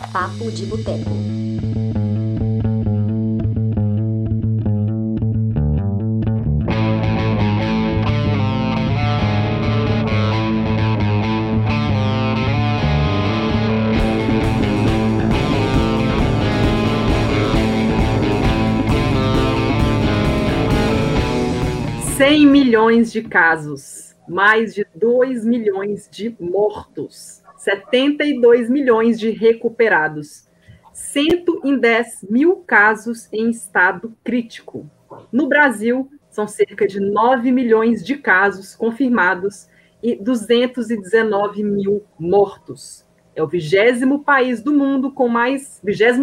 Papo de Boteco. Cem milhões de casos, mais de 2 milhões de mortos, 72 milhões de recuperados, 110 mil casos em estado crítico. No Brasil, são cerca de 9 milhões de casos confirmados e 219 mil mortos. É o 27º país do mundo com mais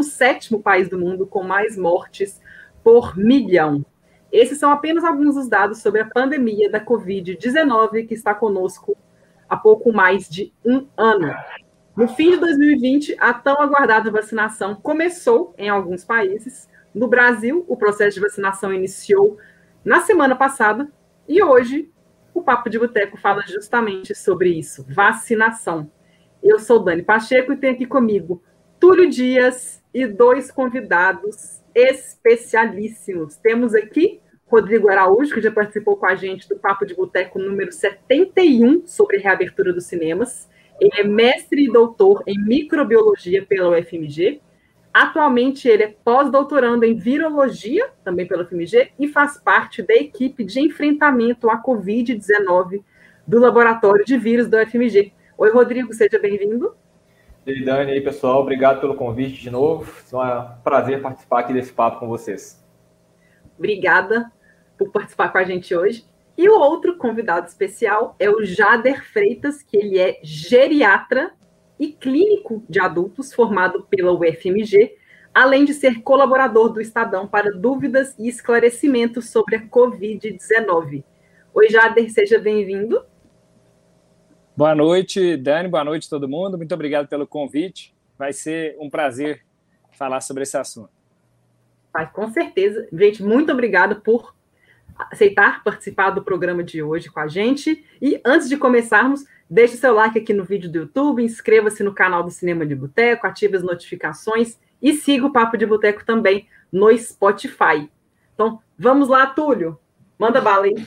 mortes por milhão. Esses são apenas alguns dos dados sobre a pandemia da Covid-19 que está conosco há pouco mais de um ano. No fim de 2020, a tão aguardada vacinação começou em alguns países. No Brasil, o processo de vacinação iniciou na semana passada e hoje o Papo de Boteco fala justamente sobre isso, vacinação. Eu sou Dani Pacheco e tenho aqui comigo Túlio Dias e dois convidados especialíssimos. Temos aqui Rodrigo Araújo, que já participou com a gente do Papo de Boteco número 71 sobre reabertura dos cinemas. Ele é mestre e doutor em microbiologia pela UFMG. Atualmente, ele é pós-doutorando em virologia, também pela UFMG, e faz parte da equipe de enfrentamento à Covid-19 do Laboratório de Vírus da UFMG. Oi, Rodrigo, seja bem-vindo. E aí, Dani, e aí, pessoal, obrigado pelo convite de novo. É um prazer participar aqui desse papo com vocês. Obrigada por participar com a gente hoje. E o outro convidado especial é o Jader Freitas, que ele é geriatra e clínico de adultos formado pela UFMG, além de ser colaborador do Estadão para dúvidas e esclarecimentos sobre a Covid-19. Oi, Jader, seja bem-vindo. Boa noite, Dani, boa noite todo mundo. Muito obrigado pelo convite. Vai ser um prazer falar sobre esse assunto. Com certeza. Gente, muito obrigada por aceitar participar do programa de hoje com a gente. E antes de começarmos, deixe seu like aqui no vídeo do YouTube, inscreva-se no canal do Cinema de Boteco, ative as notificações e siga o Papo de Boteco também no Spotify. Então, vamos lá, Túlio. Manda bala aí.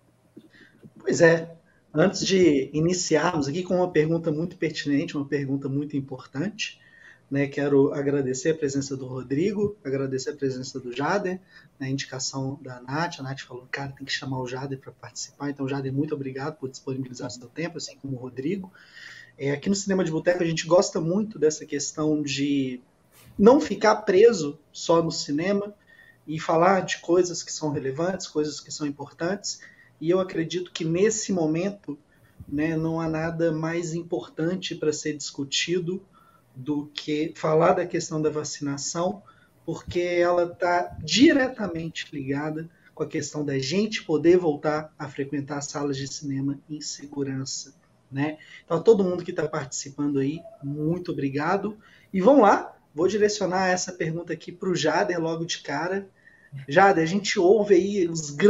Pois é. Antes de iniciarmos aqui com uma pergunta muito pertinente, uma pergunta muito importante, né, quero agradecer a presença do Rodrigo, agradecer a presença do Jader, a indicação da Nath. A Nath falou, cara, tem que chamar o Jader para participar. Então, Jader, muito obrigado por disponibilizar seu tempo, assim como o Rodrigo. Aqui no Cinema de Boteco, a gente gosta muito dessa questão de não ficar preso só no cinema e falar de coisas que são relevantes, coisas que são importantes. E eu acredito que nesse momento, né, não há nada mais importante para ser discutido do que falar da questão da vacinação, porque ela está diretamente ligada com a questão da gente poder voltar a frequentar as salas de cinema em segurança, né? Então, a todo mundo que está participando aí, muito obrigado. E vamos lá, vou direcionar essa pergunta aqui para o Jader logo de cara. Jader, a gente ouve aí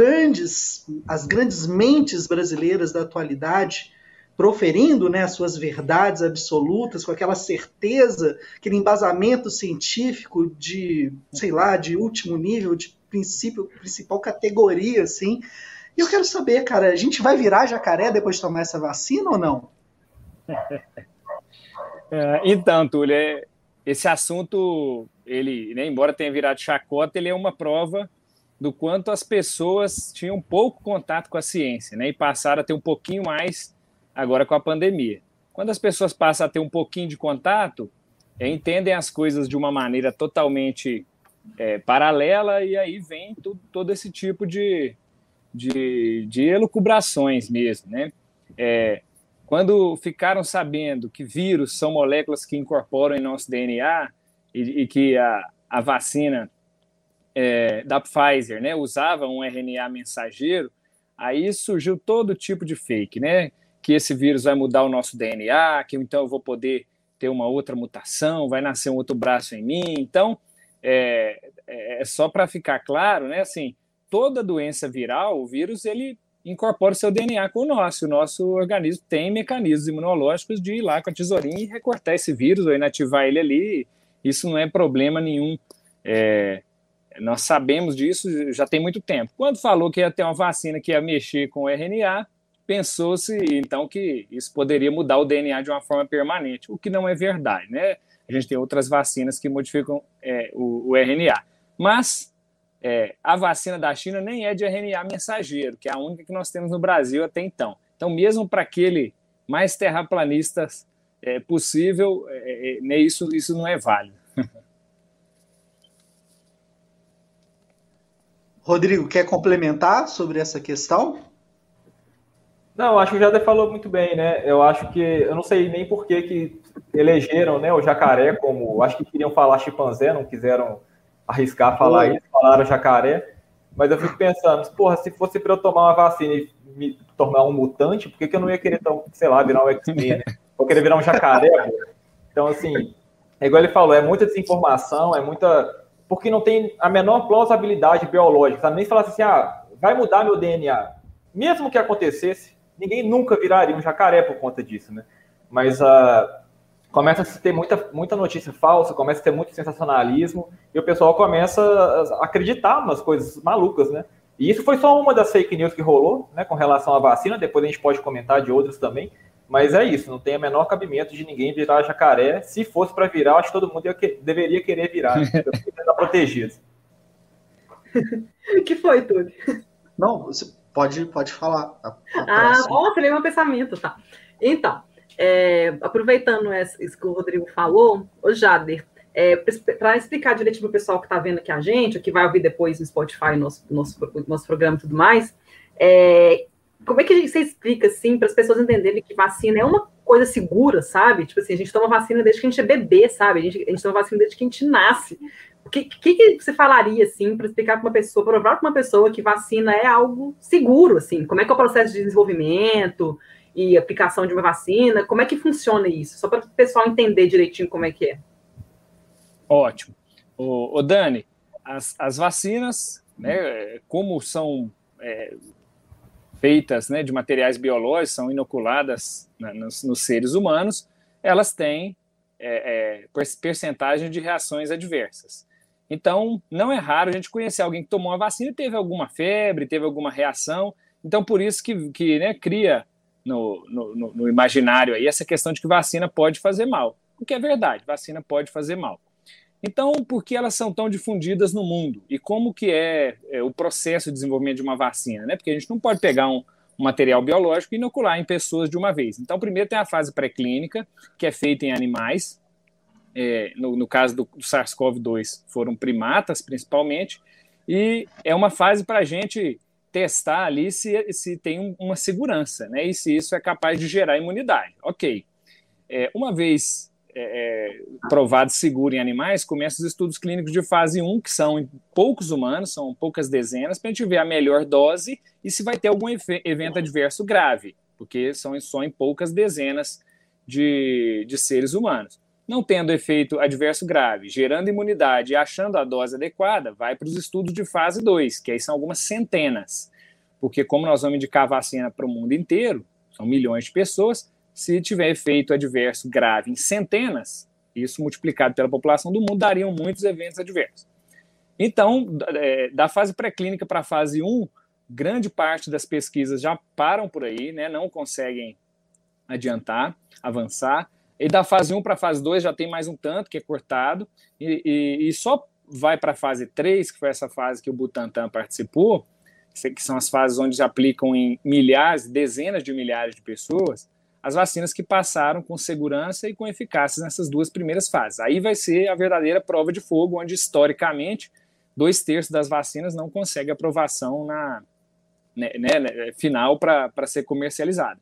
as grandes mentes brasileiras da atualidade proferindo, né, as suas verdades absolutas, com aquela certeza, aquele embasamento científico de, sei lá, de último nível, de principal categoria, assim. E eu quero saber, cara, a gente vai virar jacaré depois de tomar essa vacina ou não? Então, Túlio, esse assunto, ele, né, embora tenha virado chacota, ele é uma prova do quanto as pessoas tinham pouco contato com a ciência, né, e passaram a ter um pouquinho mais agora com a pandemia. Quando as pessoas passam a ter um pouquinho de contato, entendem as coisas de uma maneira totalmente paralela, e aí vem todo esse tipo de elucubrações mesmo, né? Quando ficaram sabendo que vírus são moléculas que incorporam em nosso DNA e que a vacina da Pfizer, né, usava um RNA mensageiro, aí surgiu todo tipo de fake, né? Que esse vírus vai mudar o nosso DNA, que então eu vou poder ter uma outra mutação, vai nascer um outro braço em mim. Então, só para ficar claro, né, assim, toda doença viral, o vírus, ele incorpora o seu DNA com o nosso. O nosso organismo tem mecanismos imunológicos de ir lá com a tesourinha e recortar esse vírus ou inativar ele ali. Isso não é problema nenhum. Nós sabemos disso já tem muito tempo. Quando falou que ia ter uma vacina que ia mexer com o RNA, pensou-se, então, que isso poderia mudar o DNA de uma forma permanente, o que não é verdade, né? A gente tem outras vacinas que modificam o RNA. Mas a vacina da China nem é de RNA mensageiro, que é a única que nós temos no Brasil até então. Então, mesmo para aquele mais terraplanista possível, isso não é válido. Rodrigo, quer complementar sobre essa questão? Não, acho que o Jader falou muito bem, né? Eu acho que, eu não sei nem por que elegeram, né, o jacaré como, acho que queriam falar chimpanzé, não quiseram arriscar falar isso, falaram jacaré, mas eu fico pensando, porra, se fosse para eu tomar uma vacina e me tornar um mutante, por que eu não ia querer, sei lá, virar um X-Men, né? Vou querer virar um jacaré, pô. Então, assim, é igual ele falou, é muita desinformação, porque não tem a menor plausibilidade biológica, sabe? Nem falar assim, vai mudar meu DNA. Mesmo que acontecesse, ninguém nunca viraria um jacaré por conta disso, né? Mas começa a se ter muita notícia falsa, começa a ter muito sensacionalismo, e o pessoal começa a acreditar nas coisas malucas, né? E isso foi só uma das fake news que rolou, né, com relação à vacina, depois a gente pode comentar de outras também, mas é isso, não tem o menor cabimento de ninguém virar jacaré. Se fosse para virar, acho que todo mundo deveria querer virar, né? Eu fico protegido. O que foi, Túlio? Não, você pode falar. Você leu meu pensamento, tá. Então, aproveitando isso que o Rodrigo falou, o Jader, para explicar direitinho para o pessoal que está vendo aqui a gente, que vai ouvir depois no Spotify, nosso programa e tudo mais, como é que você explica, assim, para as pessoas entenderem que vacina é uma coisa segura, sabe? Tipo assim, a gente toma vacina desde que a gente é bebê, sabe? A gente toma vacina desde que a gente nasce. O que você falaria, assim, para explicar para uma pessoa, provar para uma pessoa que vacina é algo seguro, assim? Como é que é o processo de desenvolvimento e aplicação de uma vacina? Como é que funciona isso? Só para o pessoal entender direitinho como é que é. Ótimo. Ô Dani, as vacinas, né, como são feitas, né, de materiais biológicos, são inoculadas nos seres humanos, elas têm percentagem de reações adversas. Então, não é raro a gente conhecer alguém que tomou uma vacina e teve alguma febre, teve alguma reação. Então, por isso que né, cria no imaginário aí essa questão de que vacina pode fazer mal. O que é verdade, vacina pode fazer mal. Então, por que elas são tão difundidas no mundo? E como que é o processo de desenvolvimento de uma vacina? Né? Porque a gente não pode pegar um material biológico e inocular em pessoas de uma vez. Então, primeiro tem a fase pré-clínica, que é feita em animais. No caso do SARS-CoV-2, foram primatas, principalmente. E é uma fase para a gente testar ali se tem uma segurança, né? E se isso é capaz de gerar imunidade. Ok. Uma vez provado seguro em animais, começam os estudos clínicos de fase 1, que são em poucos humanos, são poucas dezenas, para a gente ver a melhor dose e se vai ter algum evento adverso grave, porque são só em poucas dezenas de seres humanos. Não tendo efeito adverso grave, gerando imunidade e achando a dose adequada, vai para os estudos de fase 2, que aí são algumas centenas, porque como nós vamos indicar vacina para o mundo inteiro, são milhões de pessoas, se tiver efeito adverso grave em centenas, isso multiplicado pela população do mundo, dariam muitos eventos adversos. Então, da fase pré-clínica para a fase 1, grande parte das pesquisas já param por aí, né, não conseguem avançar. E da fase 1 para a fase 2 já tem mais um tanto, que é cortado, e só vai para a fase 3, que foi essa fase que o Butantan participou, que são as fases onde se aplicam em milhares, dezenas de milhares de pessoas, as vacinas que passaram com segurança e com eficácia nessas duas primeiras fases. Aí vai ser a verdadeira prova de fogo, onde, historicamente, 2/3 das vacinas não conseguem aprovação final para ser comercializada.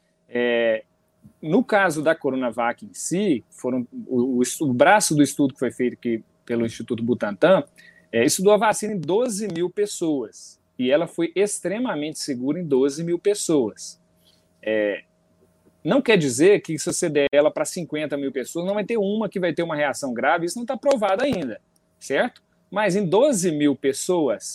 No caso da Coronavac em si, o braço do estudo que foi feito aqui pelo Instituto Butantan estudou a vacina em 12 mil pessoas, e ela foi extremamente segura em 12 mil pessoas. Não quer dizer que se você der ela para 50 mil pessoas, não vai ter uma que vai ter uma reação grave, isso não está provado ainda, certo? Mas em 12 mil pessoas,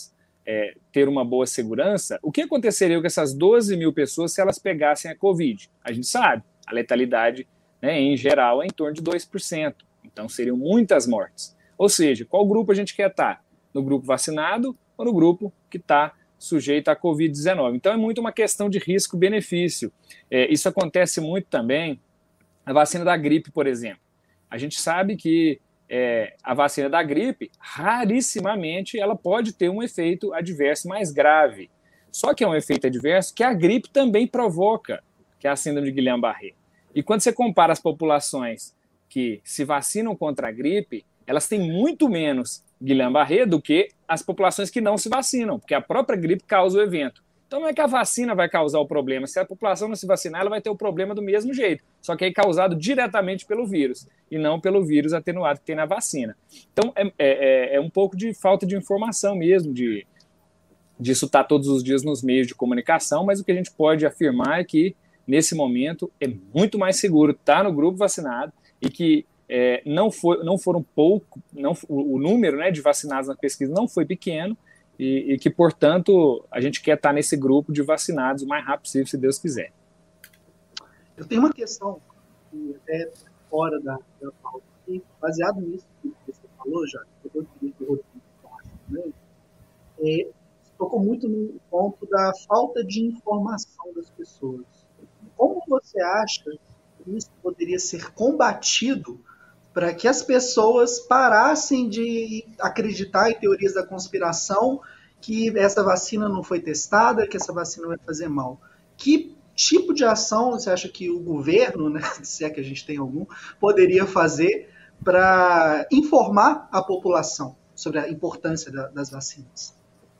ter uma boa segurança, o que aconteceria com essas 12 mil pessoas se elas pegassem a Covid? A gente sabe, a letalidade, né, em geral, é em torno de 2%. Então, seriam muitas mortes. Ou seja, qual grupo a gente quer estar? No grupo vacinado ou no grupo que está sujeito à Covid-19? Então, é muito uma questão de risco-benefício. Isso acontece muito também na vacina da gripe, por exemplo. A gente sabe que a vacina da gripe, rarissimamente, ela pode ter um efeito adverso mais grave. Só que é um efeito adverso que a gripe também provoca, que é a síndrome de Guillain-Barré. E quando você compara as populações que se vacinam contra a gripe, elas têm muito menos Guillain-Barré do que as populações que não se vacinam, porque a própria gripe causa o evento. Então não é que a vacina vai causar o problema. Se a população não se vacinar, ela vai ter o problema do mesmo jeito. Só que é causado diretamente pelo vírus, e não pelo vírus atenuado que tem na vacina. Então é um pouco de falta de informação mesmo, disso estar todos os dias nos meios de comunicação, mas o que a gente pode afirmar é que, nesse momento, é muito mais seguro estar no grupo vacinado e que não foram pouco, o número, né, de vacinados na pesquisa não foi pequeno, e que, portanto, a gente quer estar nesse grupo de vacinados o mais rápido possível, se Deus quiser. Eu tenho uma questão que é fora da pauta, baseado nisso que você falou, já que eu queria que o Rodrigo falasse também, tocou muito no ponto da falta de informação das pessoas. Como você acha que isso poderia ser combatido para que as pessoas parassem de acreditar em teorias da conspiração, que essa vacina não foi testada, que essa vacina vai fazer mal? Que tipo de ação você acha que o governo, né, se é que a gente tem algum, poderia fazer para informar a população sobre a importância das vacinas?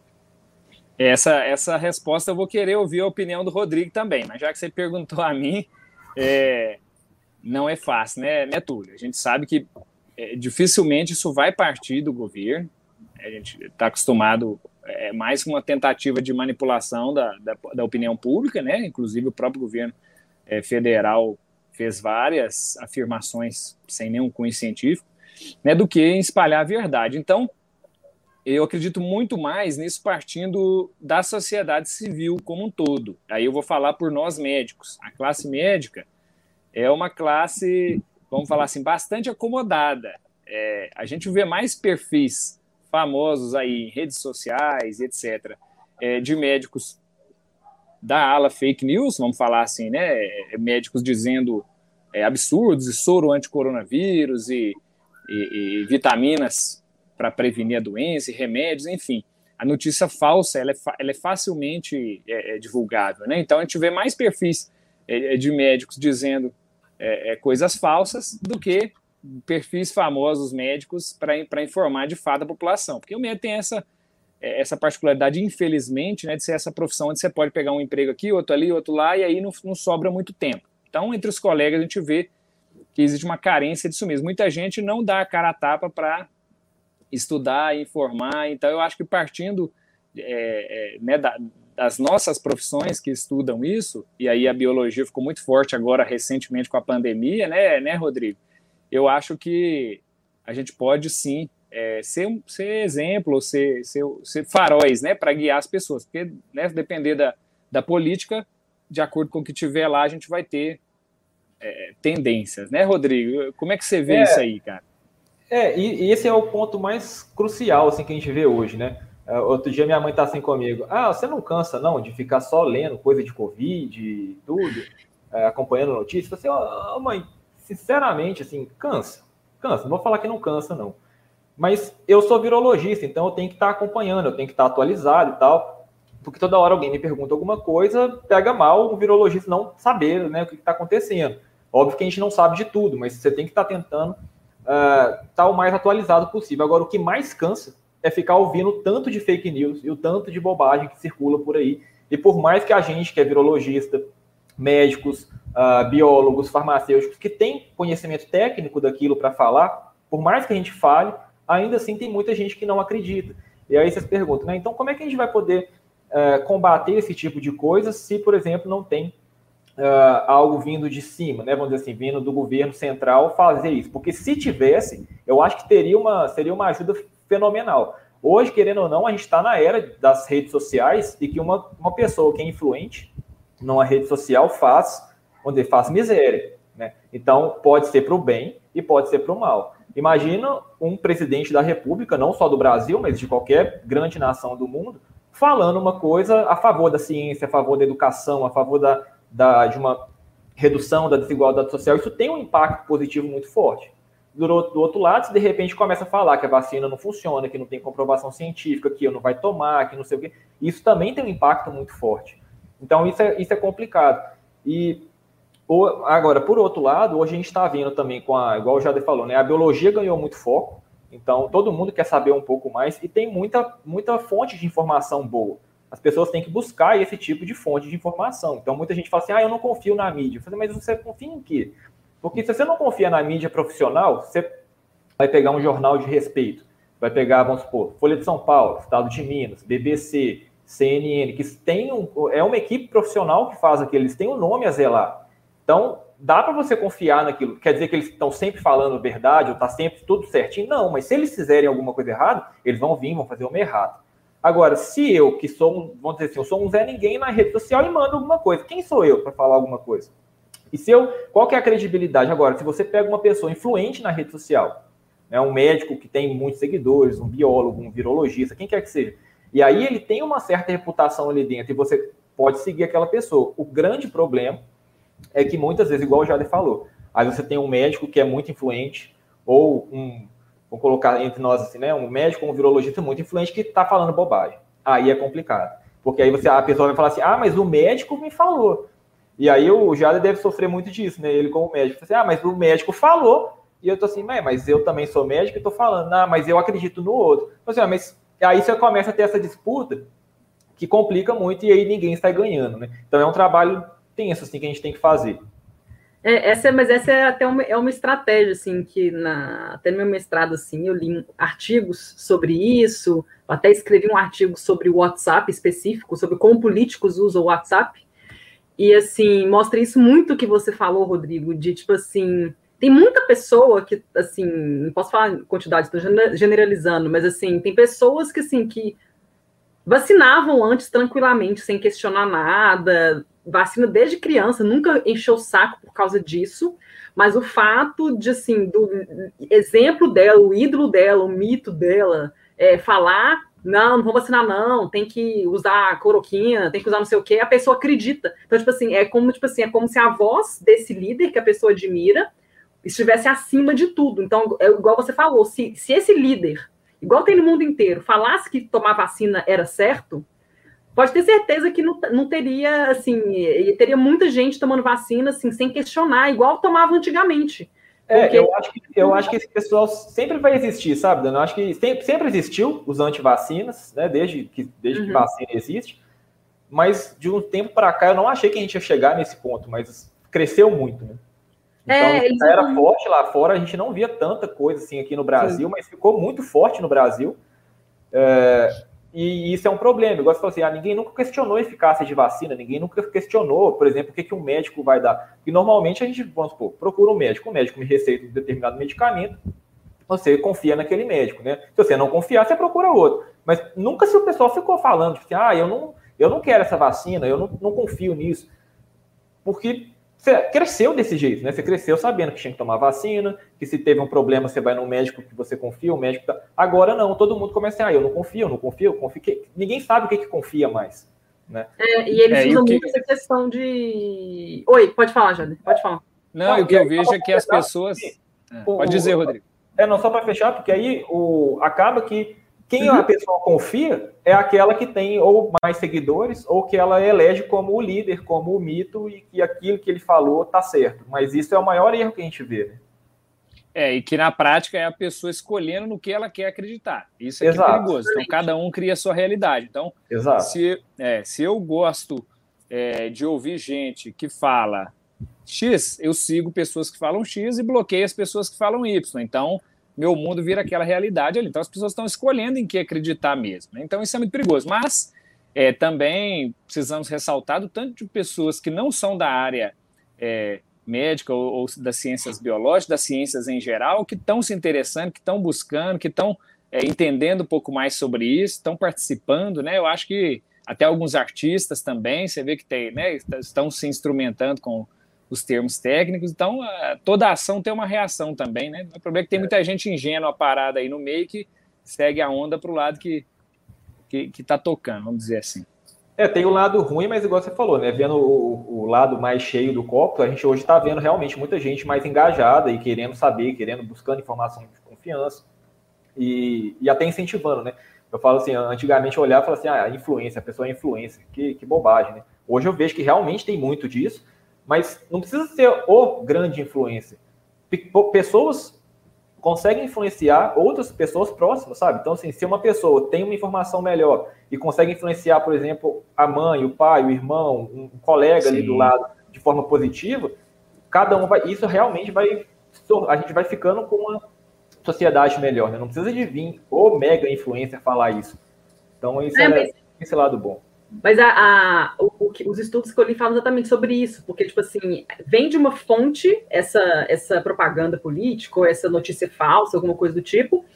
Essa resposta eu vou querer ouvir a opinião do Rodrigo também, mas já que você perguntou a mim, não é fácil, né, Túlio? A gente sabe que dificilmente isso vai partir do governo. A gente está acostumado mais com uma tentativa de manipulação da opinião pública, né? Inclusive o próprio governo federal fez várias afirmações sem nenhum cunho científico, né, do que em espalhar a verdade. Então, eu acredito muito mais nisso partindo da sociedade civil como um todo. Aí eu vou falar por nós médicos. A classe médica é uma classe, vamos falar assim, bastante acomodada. A gente vê mais perfis famosos aí em redes sociais, etc., de médicos da ala fake news, vamos falar assim, né? Médicos dizendo absurdos, e soro anti-coronavírus, e vitaminas para prevenir a doença, e remédios, enfim. A notícia falsa ela é facilmente divulgável, né? Então a gente vê mais perfis de médicos dizendo coisas falsas do que perfis famosos médicos para informar de fato a população, porque o médico tem essa particularidade, infelizmente, né, de ser essa profissão onde você pode pegar um emprego aqui, outro ali, outro lá, e aí não sobra muito tempo. Então, entre os colegas, a gente vê que existe uma carência disso mesmo. Muita gente não dá a cara a tapa para estudar, informar. Então, eu acho que partindo né, das nossas profissões que estudam isso, e aí a biologia ficou muito forte agora, recentemente, com a pandemia, né, Rodrigo? Eu acho que a gente pode, sim, ser exemplo, ser faróis, né, para guiar as pessoas, porque, né, depender da política, de acordo com o que tiver lá, a gente vai ter tendências, né, Rodrigo? Como é que você vê isso aí, cara? E esse é o ponto mais crucial, assim, que a gente vê hoje, né? Outro dia minha mãe tá assim comigo, você não cansa, não, de ficar só lendo coisa de Covid e tudo, acompanhando notícias? Eu falei, mãe, sinceramente, assim, cansa, não vou falar que não cansa, não. Mas eu sou virologista, então eu tenho que estar acompanhando, eu tenho que estar atualizado e tal, porque toda hora alguém me pergunta alguma coisa, pega mal o virologista não saber, né, o que está acontecendo. Óbvio que a gente não sabe de tudo, mas você tem que estar tentando estar o mais atualizado possível. Agora, o que mais cansa é ficar ouvindo o tanto de fake news e o tanto de bobagem que circula por aí. E por mais que a gente, que é virologista, médicos, biólogos, farmacêuticos, que tem conhecimento técnico daquilo para falar, por mais que a gente fale, ainda assim tem muita gente que não acredita. E aí vocês perguntam, né? Então como é que a gente vai poder combater esse tipo de coisa se, por exemplo, não tem algo vindo de cima, né? Vamos dizer assim, vindo do governo central fazer isso? Porque se tivesse, eu acho que seria uma ajuda fenomenal. Hoje, querendo ou não, a gente está na era das redes sociais e que uma pessoa que é influente numa rede social faz miséria, né? Então, pode ser para o bem e pode ser para o mal. Imagina um presidente da República, não só do Brasil, mas de qualquer grande nação do mundo, falando uma coisa a favor da ciência, a favor da educação, a favor de uma redução da desigualdade social. Isso tem um impacto positivo muito forte. Do outro lado, se de repente começa a falar que a vacina não funciona, que não tem comprovação científica, que eu não vai tomar, que não sei o quê, isso também tem um impacto muito forte. Então, isso é complicado. E agora, por outro lado, hoje a gente está vendo também igual o Jader falou, né? A biologia ganhou muito foco, então todo mundo quer saber um pouco mais e tem muita fonte de informação boa. As pessoas têm que buscar esse tipo de fonte de informação. Então, muita gente fala assim, eu não confio na mídia. Eu falo, mas você confia em quê? Porque se você não confia na mídia profissional, você vai pegar um jornal de respeito, vai pegar, vamos supor, Folha de São Paulo, Estado de Minas, BBC, CNN, que é uma equipe profissional que faz aquilo, eles têm um nome a zelar. Então, dá para você confiar naquilo. Quer dizer que eles estão sempre falando verdade, ou está sempre tudo certinho? Não, mas se eles fizerem alguma coisa errada, eles vão fazer uma errada. Agora, se eu, que sou, vamos dizer assim, eu sou um Zé Ninguém na rede social e mando alguma coisa, quem sou eu para falar alguma coisa? E qual que é a credibilidade? Agora, se você pega uma pessoa influente na rede social, né, um médico que tem muitos seguidores, um biólogo, um virologista, quem quer que seja, e aí ele tem uma certa reputação ali dentro e você pode seguir aquela pessoa. O grande problema é que muitas vezes, igual o Jader falou, aí você tem um médico que é muito influente, ou vou colocar entre nós assim, né, um médico ou um virologista muito influente que está falando bobagem. Aí é complicado. Porque aí a pessoa vai falar assim, mas o médico me falou. E aí o Jader deve sofrer muito disso, né? Ele como médico. Assim, mas o médico falou. E eu tô assim, mas eu também sou médico e tô falando. Mas eu acredito no outro. Assim, mas aí você começa a ter essa disputa que complica muito e aí ninguém está ganhando, né? Então é um trabalho tenso, assim, que a gente tem que fazer. Mas essa é até uma estratégia, assim, que até no meu mestrado, assim, eu li artigos sobre isso, até escrevi um artigo sobre o WhatsApp específico, sobre como políticos usam o WhatsApp. E, assim, mostra isso muito que você falou, Rodrigo, de, tipo, assim, tem muita pessoa que, assim, não posso falar em quantidade, estou generalizando, mas, assim, tem pessoas que, assim, que vacinavam antes tranquilamente, sem questionar nada, vacina desde criança, nunca encheu o saco por causa disso, mas o fato de, assim, do exemplo dela, o ídolo dela, o mito dela, falar... Não vou vacinar, não, tem que usar cloroquina, tem que usar não sei o quê, a pessoa acredita. Então, é como se a voz desse líder que a pessoa admira estivesse acima de tudo. Então, é igual você falou, se esse líder, igual tem no mundo inteiro, falasse que tomar vacina era certo, pode ter certeza que não teria, assim, teria muita gente tomando vacina, assim, sem questionar, igual tomava antigamente. Porque... Eu acho que esse pessoal sempre vai existir, sabe, Dana? Eu acho que sempre existiu os antivacinas, né? Desde que vacina existe, mas de um tempo para cá eu não achei que a gente ia chegar nesse ponto, mas cresceu muito, né? Então, era forte lá fora, a gente não via tanta coisa assim aqui no Brasil, mas ficou muito forte no Brasil. E isso é um problema. Igual você falou assim, ninguém nunca questionou a eficácia de vacina, ninguém nunca questionou, por exemplo, o que um médico vai dar. E normalmente a gente, vamos supor, procura um médico me receita um determinado medicamento, você confia naquele médico, né? Se você não confiar, você procura outro. Mas nunca se o pessoal ficou falando, tipo assim, eu não quero essa vacina, eu não confio nisso. Porque você cresceu desse jeito, né? Você cresceu sabendo que tinha que tomar vacina, que se teve um problema, você vai no médico que você confia, o médico tá... Agora não, todo mundo começa a eu não confio. Ninguém sabe o que confia mais, né? E eles usam muito essa questão de... Oi, pode falar, Jader, pode falar. Não, o que eu vejo é que as pessoas... Pode dizer, Rodrigo. Não, só para fechar, porque aí acaba que quem a pessoa confia é aquela que tem ou mais seguidores ou que ela elege como o líder, como o mito e que aquilo que ele falou tá certo. Mas isso é o maior erro que a gente vê, né? E que na prática é a pessoa escolhendo no que ela quer acreditar. Isso é que é perigoso. Então, cada um cria a sua realidade. Então, se eu gosto de ouvir gente que fala X, eu sigo pessoas que falam X e bloqueio as pessoas que falam Y. Então, meu mundo vira aquela realidade ali. Então, as pessoas estão escolhendo em que acreditar mesmo. Né? Então, isso é muito perigoso. Mas também precisamos ressaltar do tanto de pessoas que não são da área médica ou das ciências biológicas, das ciências em geral, que estão se interessando, que estão buscando, que estão entendendo um pouco mais sobre isso, estão participando, né? Eu acho que até alguns artistas também, você vê que tem, né? Estão se instrumentando com os termos técnicos, então toda ação tem uma reação também, né? O problema é que tem muita gente ingênua parada aí no meio que segue a onda para o lado que está tocando, vamos dizer assim. Tem o lado ruim, mas igual você falou, né? Vendo o lado mais cheio do copo, a gente hoje está vendo realmente muita gente mais engajada e querendo saber, buscando informação de confiança e até incentivando, né? Eu falo assim, antigamente eu olhava e falava assim, influência, a pessoa é influência, que bobagem, né? Hoje eu vejo que realmente tem muito disso, mas não precisa ser o grande influência. Pessoas conseguem influenciar outras pessoas próximas, sabe? Então, assim, se uma pessoa tem uma informação melhor e consegue influenciar, por exemplo, a mãe, o pai, o irmão, um colega ali do lado de forma positiva, cada um vai... Isso realmente vai... A gente vai ficando com uma sociedade melhor, né? Não precisa de vir o mega influencer falar isso. Então, isso esse lado bom. Mas os estudos que eu li falam exatamente sobre isso, porque, tipo assim, vem de uma fonte essa propaganda política, ou essa notícia falsa, alguma coisa do tipo,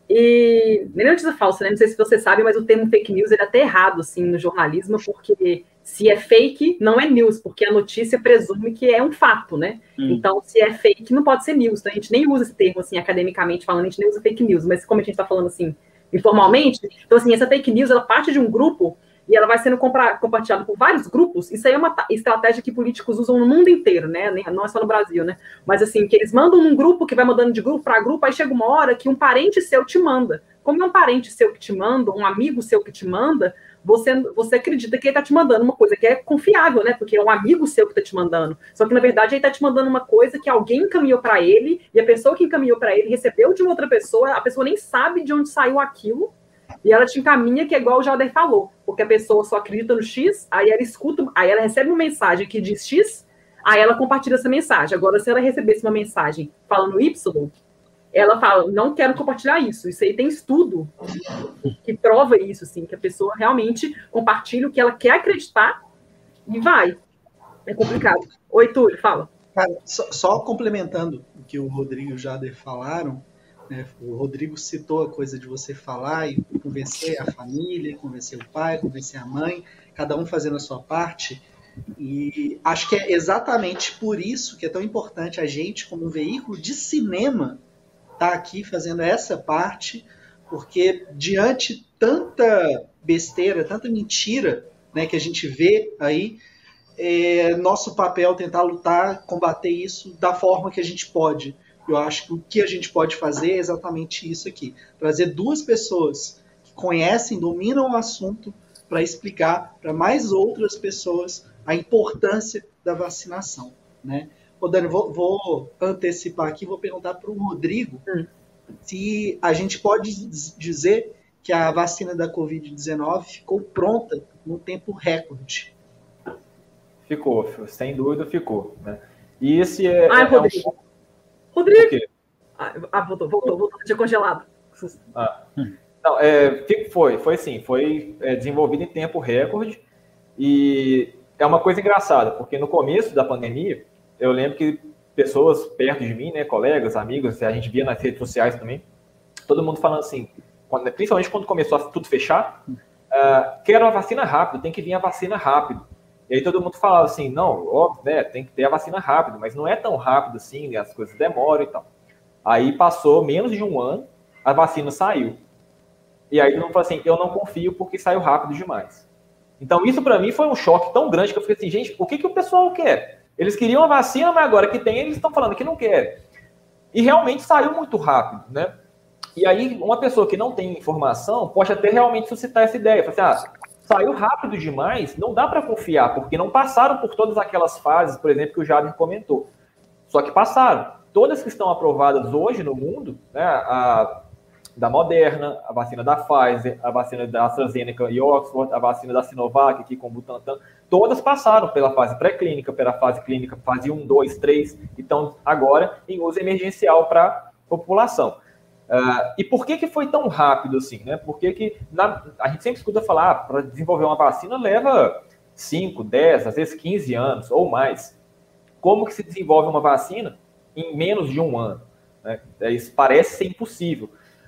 e nem notícia falsa, né? Não sei se você sabe, mas o termo fake news ele é até errado, assim, no jornalismo, porque se é fake, não é news, porque a notícia presume que é um fato, né? Então, se é fake, não pode ser news. Então, a gente nem usa esse termo, assim, academicamente falando, a gente nem usa fake news, mas como a gente está falando, assim, informalmente, então, assim, essa fake news, ela parte de um grupo e ela vai sendo compartilhada por vários grupos. Isso aí é uma estratégia que políticos usam no mundo inteiro, né? Não é só no Brasil, né? Mas assim, que eles mandam num grupo que vai mandando de grupo para grupo, aí chega uma hora que um parente seu te manda. Como é um parente seu que te manda, um amigo seu que te manda, você acredita que ele está te mandando uma coisa que é confiável, né? Porque é um amigo seu que está te mandando. Só que, na verdade, ele está te mandando uma coisa que alguém encaminhou para ele, e a pessoa que encaminhou para ele recebeu de uma outra pessoa, a pessoa nem sabe de onde saiu aquilo, e ela te encaminha, que é igual o Jader falou, porque a pessoa só acredita no X, aí ela escuta, aí ela recebe uma mensagem que diz X, aí ela compartilha essa mensagem. Agora, se ela recebesse uma mensagem falando Y, ela fala, não quero compartilhar isso. Isso aí tem estudo que prova isso, assim, que a pessoa realmente compartilha o que ela quer acreditar e vai. É complicado. Oi, Túlio, fala. Cara, só complementando o que o Rodrigo e o Jader falaram, né, o Rodrigo citou a coisa de você falar e convencer a família, convencer o pai, convencer a mãe, cada um fazendo a sua parte. E acho que é exatamente por isso que é tão importante a gente, como um veículo de cinema, estar aqui fazendo essa parte, porque diante tanta besteira, tanta mentira, né, que a gente vê aí, nosso papel é tentar lutar, combater isso da forma que a gente pode. Eu acho que o que a gente pode fazer é exatamente isso aqui. Trazer duas pessoas que conhecem, dominam o assunto, para explicar para mais outras pessoas a importância da vacinação, né? Ô, Dani, vou antecipar aqui, vou perguntar para o Rodrigo se a gente pode dizer que a vacina da Covid-19 ficou pronta no tempo recorde. Ficou, sem dúvida ficou, né? E esse Rodrigo. Rodrigo! Voltou, tinha congelado. Não, foi desenvolvido em tempo recorde, e é uma coisa engraçada, porque no começo da pandemia, eu lembro que pessoas perto de mim, né, colegas, amigos, a gente via nas redes sociais também, todo mundo falando assim, principalmente quando começou a tudo fechar, quero uma vacina rápido, tem que vir a vacina rápido. E aí todo mundo falava assim, não, óbvio, né, tem que ter a vacina rápido, mas não é tão rápido assim, as coisas demoram e tal. Aí passou menos de um ano, a vacina saiu. E aí todo mundo falou assim, eu não confio porque saiu rápido demais. Então isso para mim foi um choque tão grande que eu fiquei assim, gente, o que o pessoal quer? Eles queriam a vacina, mas agora que tem, eles estão falando que não querem. E realmente saiu muito rápido, né? E aí uma pessoa que não tem informação pode até realmente suscitar essa ideia. Fala assim, saiu rápido demais, não dá para confiar, porque não passaram por todas aquelas fases, por exemplo, que o Jader comentou. Só que passaram. Todas que estão aprovadas hoje no mundo, né, a da Moderna, a vacina da Pfizer, a vacina da AstraZeneca e Oxford, a vacina da Sinovac aqui com o Butantan, todas passaram pela fase pré-clínica, pela fase clínica, fase 1, 2, 3, então agora em uso emergencial para a população. E por que foi tão rápido assim? Né? Porque a gente sempre escuta falar, para desenvolver uma vacina leva 5, 10, às vezes 15 anos ou mais. Como que se desenvolve uma vacina em menos de um ano? Né? Isso parece ser impossível.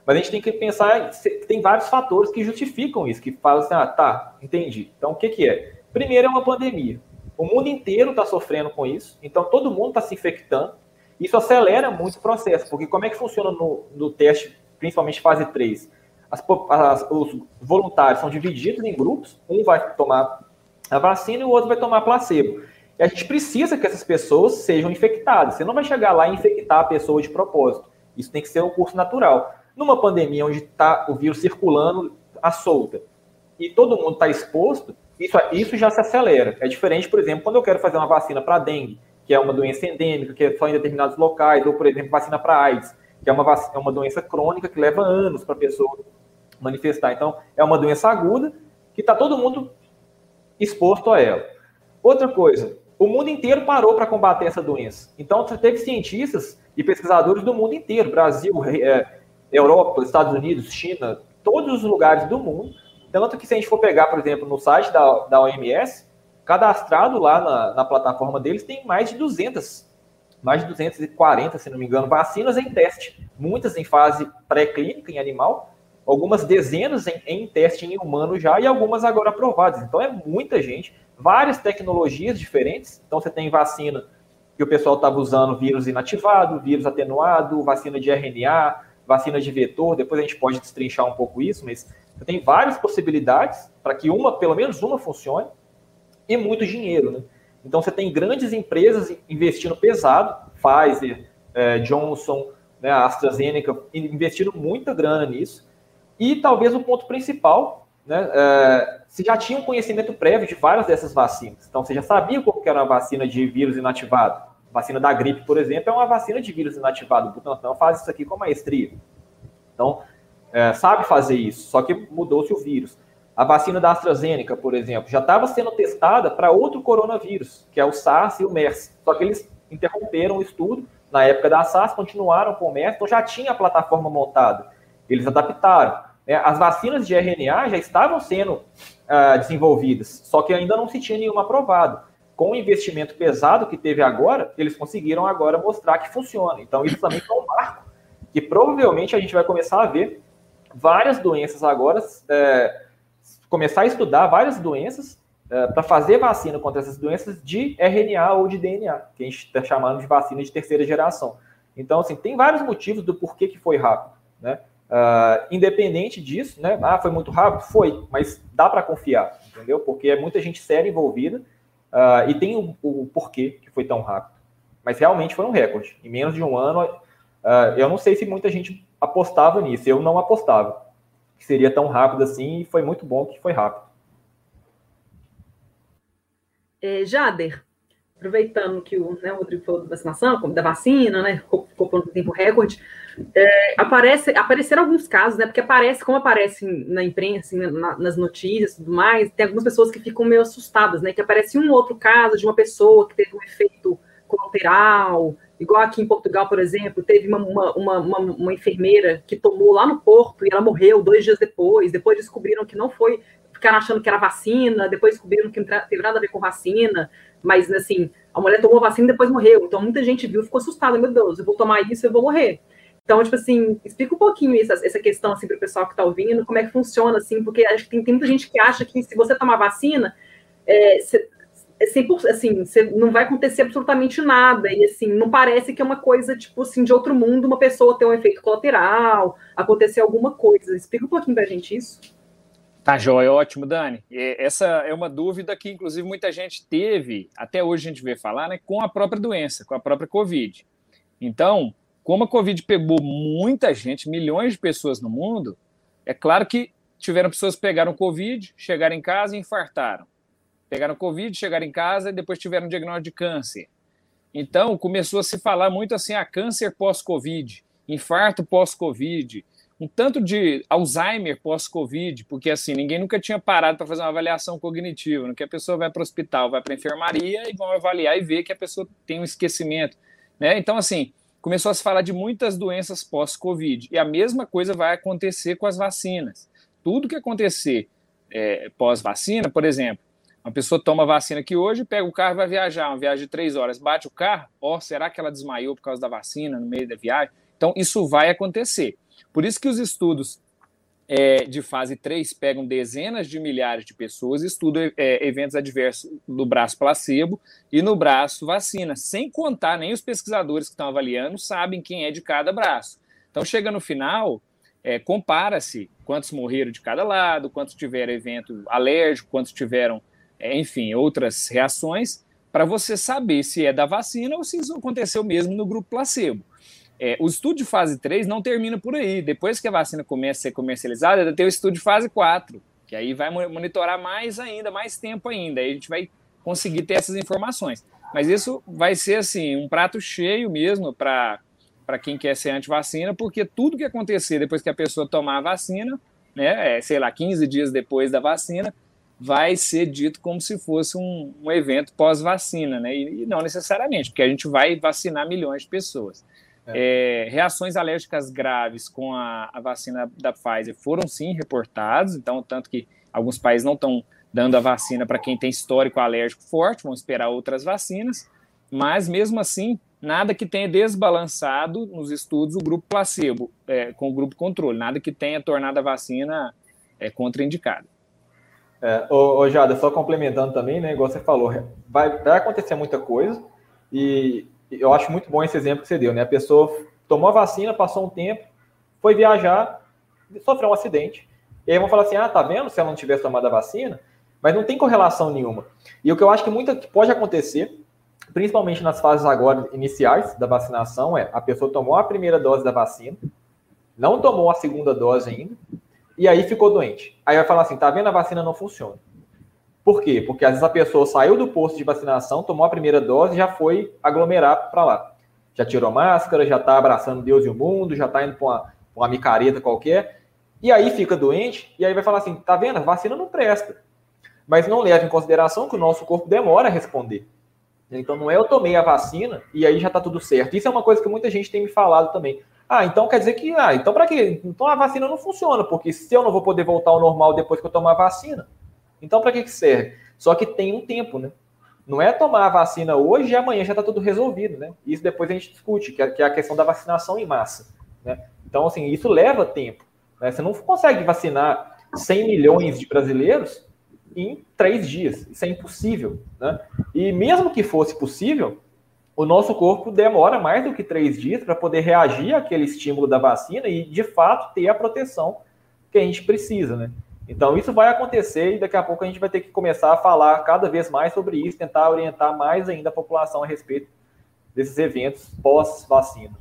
Mas a gente tem que pensar que tem vários fatores que justificam isso, que falam assim, tá, entendi. Então, o que é? Primeiro é uma pandemia. O mundo inteiro está sofrendo com isso, então todo mundo está se infectando. Isso acelera muito o processo, porque como é que funciona no teste, principalmente fase 3? Os voluntários são divididos em grupos, um vai tomar a vacina e o outro vai tomar placebo. E a gente precisa que essas pessoas sejam infectadas. Você não vai chegar lá e infectar a pessoa de propósito. Isso tem que ser um curso natural. Numa pandemia onde está o vírus circulando à solta e todo mundo está exposto, isso já se acelera. É diferente, por exemplo, quando eu quero fazer uma vacina para dengue, que é uma doença endêmica, que é só em determinados locais, ou, por exemplo, vacina para AIDS, que é uma doença crônica que leva anos para a pessoa manifestar. Então, é uma doença aguda que está todo mundo exposto a ela. Outra coisa, o mundo inteiro parou para combater essa doença. Então, você teve cientistas e pesquisadores do mundo inteiro, Brasil, Europa, Estados Unidos, China, todos os lugares do mundo. Tanto que se a gente for pegar, por exemplo, no site da OMS, cadastrado lá na plataforma deles tem mais de 240, se não me engano, vacinas em teste. Muitas em fase pré-clínica, em animal, algumas dezenas em teste em humano já e algumas agora aprovadas. Então é muita gente, várias tecnologias diferentes. Então você tem vacina que o pessoal estava usando vírus inativado, vírus atenuado, vacina de RNA, vacina de vetor. Depois a gente pode destrinchar um pouco isso, mas você tem várias possibilidades para que pelo menos uma funcione e muito dinheiro, né? Então você tem grandes empresas investindo pesado, Pfizer, Johnson, né, a AstraZeneca, investindo muita grana nisso. E talvez o ponto principal, né, você já tinha um conhecimento prévio de várias dessas vacinas. Então você já sabia qual que era uma vacina de vírus inativado. A vacina da gripe, por exemplo, é uma vacina de vírus inativado. O Butantan faz isso aqui com maestria. Então, sabe fazer isso, só que mudou-se o vírus. A vacina da AstraZeneca, por exemplo, já estava sendo testada para outro coronavírus, que é o SARS e o MERS. Só que eles interromperam o estudo. Na época da SARS, continuaram com o MERS, então já tinha a plataforma montada. Eles adaptaram. As vacinas de RNA já estavam sendo desenvolvidas, só que ainda não se tinha nenhuma aprovada. Com o investimento pesado que teve agora, eles conseguiram agora mostrar que funciona. Então, isso também foi um marco, que provavelmente a gente vai começar a ver várias doenças agora, começar a estudar várias doenças para fazer vacina contra essas doenças de RNA ou de DNA, que a gente está chamando de vacina de terceira geração. Então, assim, tem vários motivos do porquê que foi rápido, né? Independente disso, né? Foi muito rápido? Foi, mas dá para confiar, entendeu? Porque é muita gente séria envolvida e tem o porquê que foi tão rápido. Mas realmente foi um recorde. Em menos de um ano, eu não sei se muita gente apostava nisso. Eu não apostava que seria tão rápido assim, e foi muito bom que foi rápido. Jader, aproveitando que o Rodrigo falou da vacinação, da vacina, né, ficou por um tempo recorde, apareceram alguns casos, né, porque como aparece na imprensa, assim, nas notícias e tudo mais, tem algumas pessoas que ficam meio assustadas, né, que aparece um outro caso de uma pessoa que teve um efeito colateral, igual aqui em Portugal, por exemplo, teve uma enfermeira que tomou lá no Porto e ela morreu 2 dias depois descobriram que não foi, ficaram achando que era vacina, depois descobriram que não teve nada a ver com vacina, mas, assim, a mulher tomou vacina e depois morreu, então muita gente viu e ficou assustada, meu Deus, eu vou tomar isso, eu vou morrer. Então, tipo assim, explica um pouquinho essa questão, assim, para o pessoal que está ouvindo, como é que funciona, assim, porque acho que tem muita gente que acha que se você tomar vacina, assim, não vai acontecer absolutamente nada, e assim, não parece que é uma coisa, tipo assim, de outro mundo, uma pessoa ter um efeito colateral, acontecer alguma coisa. Explica um pouquinho pra gente isso. Tá, joia, ótimo, Dani. Essa é uma dúvida que, inclusive, muita gente teve, até hoje a gente vê falar, né, com a própria doença, com a própria Covid. Então, como a Covid pegou muita gente, milhões de pessoas no mundo, é claro que tiveram pessoas que pegaram Covid, chegaram em casa e infartaram. Pegaram Covid, chegaram em casa e depois tiveram um diagnóstico de câncer. Então, começou a se falar muito assim, câncer pós-Covid, infarto pós-Covid, um tanto de Alzheimer pós-Covid, porque assim, ninguém nunca tinha parado para fazer uma avaliação cognitiva, no que a pessoa vai para o hospital, vai para a enfermaria e vão avaliar e ver que a pessoa tem um esquecimento, né? Então, assim, começou a se falar de muitas doenças pós-Covid, e a mesma coisa vai acontecer com as vacinas. Tudo que acontecer pós-vacina, por exemplo, uma pessoa toma vacina aqui hoje, pega o carro e vai viajar, uma viagem de 3 horas, bate o carro, será que ela desmaiou por causa da vacina no meio da viagem? Então, isso vai acontecer. Por isso que os estudos de fase 3 pegam dezenas de milhares de pessoas e estudam eventos adversos no braço placebo e no braço vacina, sem contar, nem os pesquisadores que estão avaliando sabem quem é de cada braço. Então, chega no final, compara-se quantos morreram de cada lado, quantos tiveram evento alérgico, quantos tiveram, enfim, outras reações, para você saber se é da vacina ou se isso aconteceu mesmo no grupo placebo. O estudo de fase 3 não termina por aí. Depois que a vacina começa a ser comercializada, ainda tem o estudo de fase 4, que aí vai monitorar mais ainda, mais tempo ainda. Aí a gente vai conseguir ter essas informações. Mas isso vai ser assim, um prato cheio mesmo para quem quer ser antivacina, porque tudo que acontecer depois que a pessoa tomar a vacina, né, sei lá, 15 dias depois da vacina, vai ser dito como se fosse um evento pós-vacina, né? E não necessariamente, porque a gente vai vacinar milhões de pessoas. Reações alérgicas graves com a vacina da Pfizer foram sim reportadas, então tanto que alguns países não estão dando a vacina para quem tem histórico alérgico forte, vão esperar outras vacinas, mas mesmo assim, nada que tenha desbalançado nos estudos o grupo placebo com o grupo controle, nada que tenha tornado a vacina contraindicada. Jada, só complementando também, né, igual você falou, vai acontecer muita coisa e eu acho muito bom esse exemplo que você deu, né? A pessoa tomou a vacina, passou um tempo, foi viajar, sofreu um acidente. E aí vão falar assim, tá vendo se ela não tivesse tomado a vacina? Mas não tem correlação nenhuma. E o que eu acho que pode acontecer, principalmente nas fases agora iniciais da vacinação, a pessoa tomou a primeira dose da vacina, não tomou a segunda dose ainda, e aí ficou doente. Aí vai falar assim, tá vendo? A vacina não funciona. Por quê? Porque às vezes a pessoa saiu do posto de vacinação, tomou a primeira dose e já foi aglomerar para lá. Já tirou máscara, já está abraçando Deus e o mundo, já está indo para uma micareta qualquer, e aí fica doente, e aí vai falar assim, tá vendo? A vacina não presta. Mas não leva em consideração que o nosso corpo demora a responder. Então não é eu tomei a vacina e aí já está tudo certo. Isso é uma coisa que muita gente tem me falado também. Então quer dizer que, então para quê? Então a vacina não funciona, porque se eu não vou poder voltar ao normal depois que eu tomar a vacina, então, para que serve? Só que tem um tempo, né? Não é tomar a vacina hoje e amanhã já está tudo resolvido, né? Isso depois a gente discute, que é a questão da vacinação em massa, né? Então, assim, isso leva tempo, né? Você não consegue vacinar 100 milhões de brasileiros em 3 dias. Isso é impossível, né? E mesmo que fosse possível, o nosso corpo demora mais do que 3 dias para poder reagir àquele estímulo da vacina e, de fato, ter a proteção que a gente precisa, né? Então, isso vai acontecer e daqui a pouco a gente vai ter que começar a falar cada vez mais sobre isso, tentar orientar mais ainda a população a respeito desses eventos pós-vacina.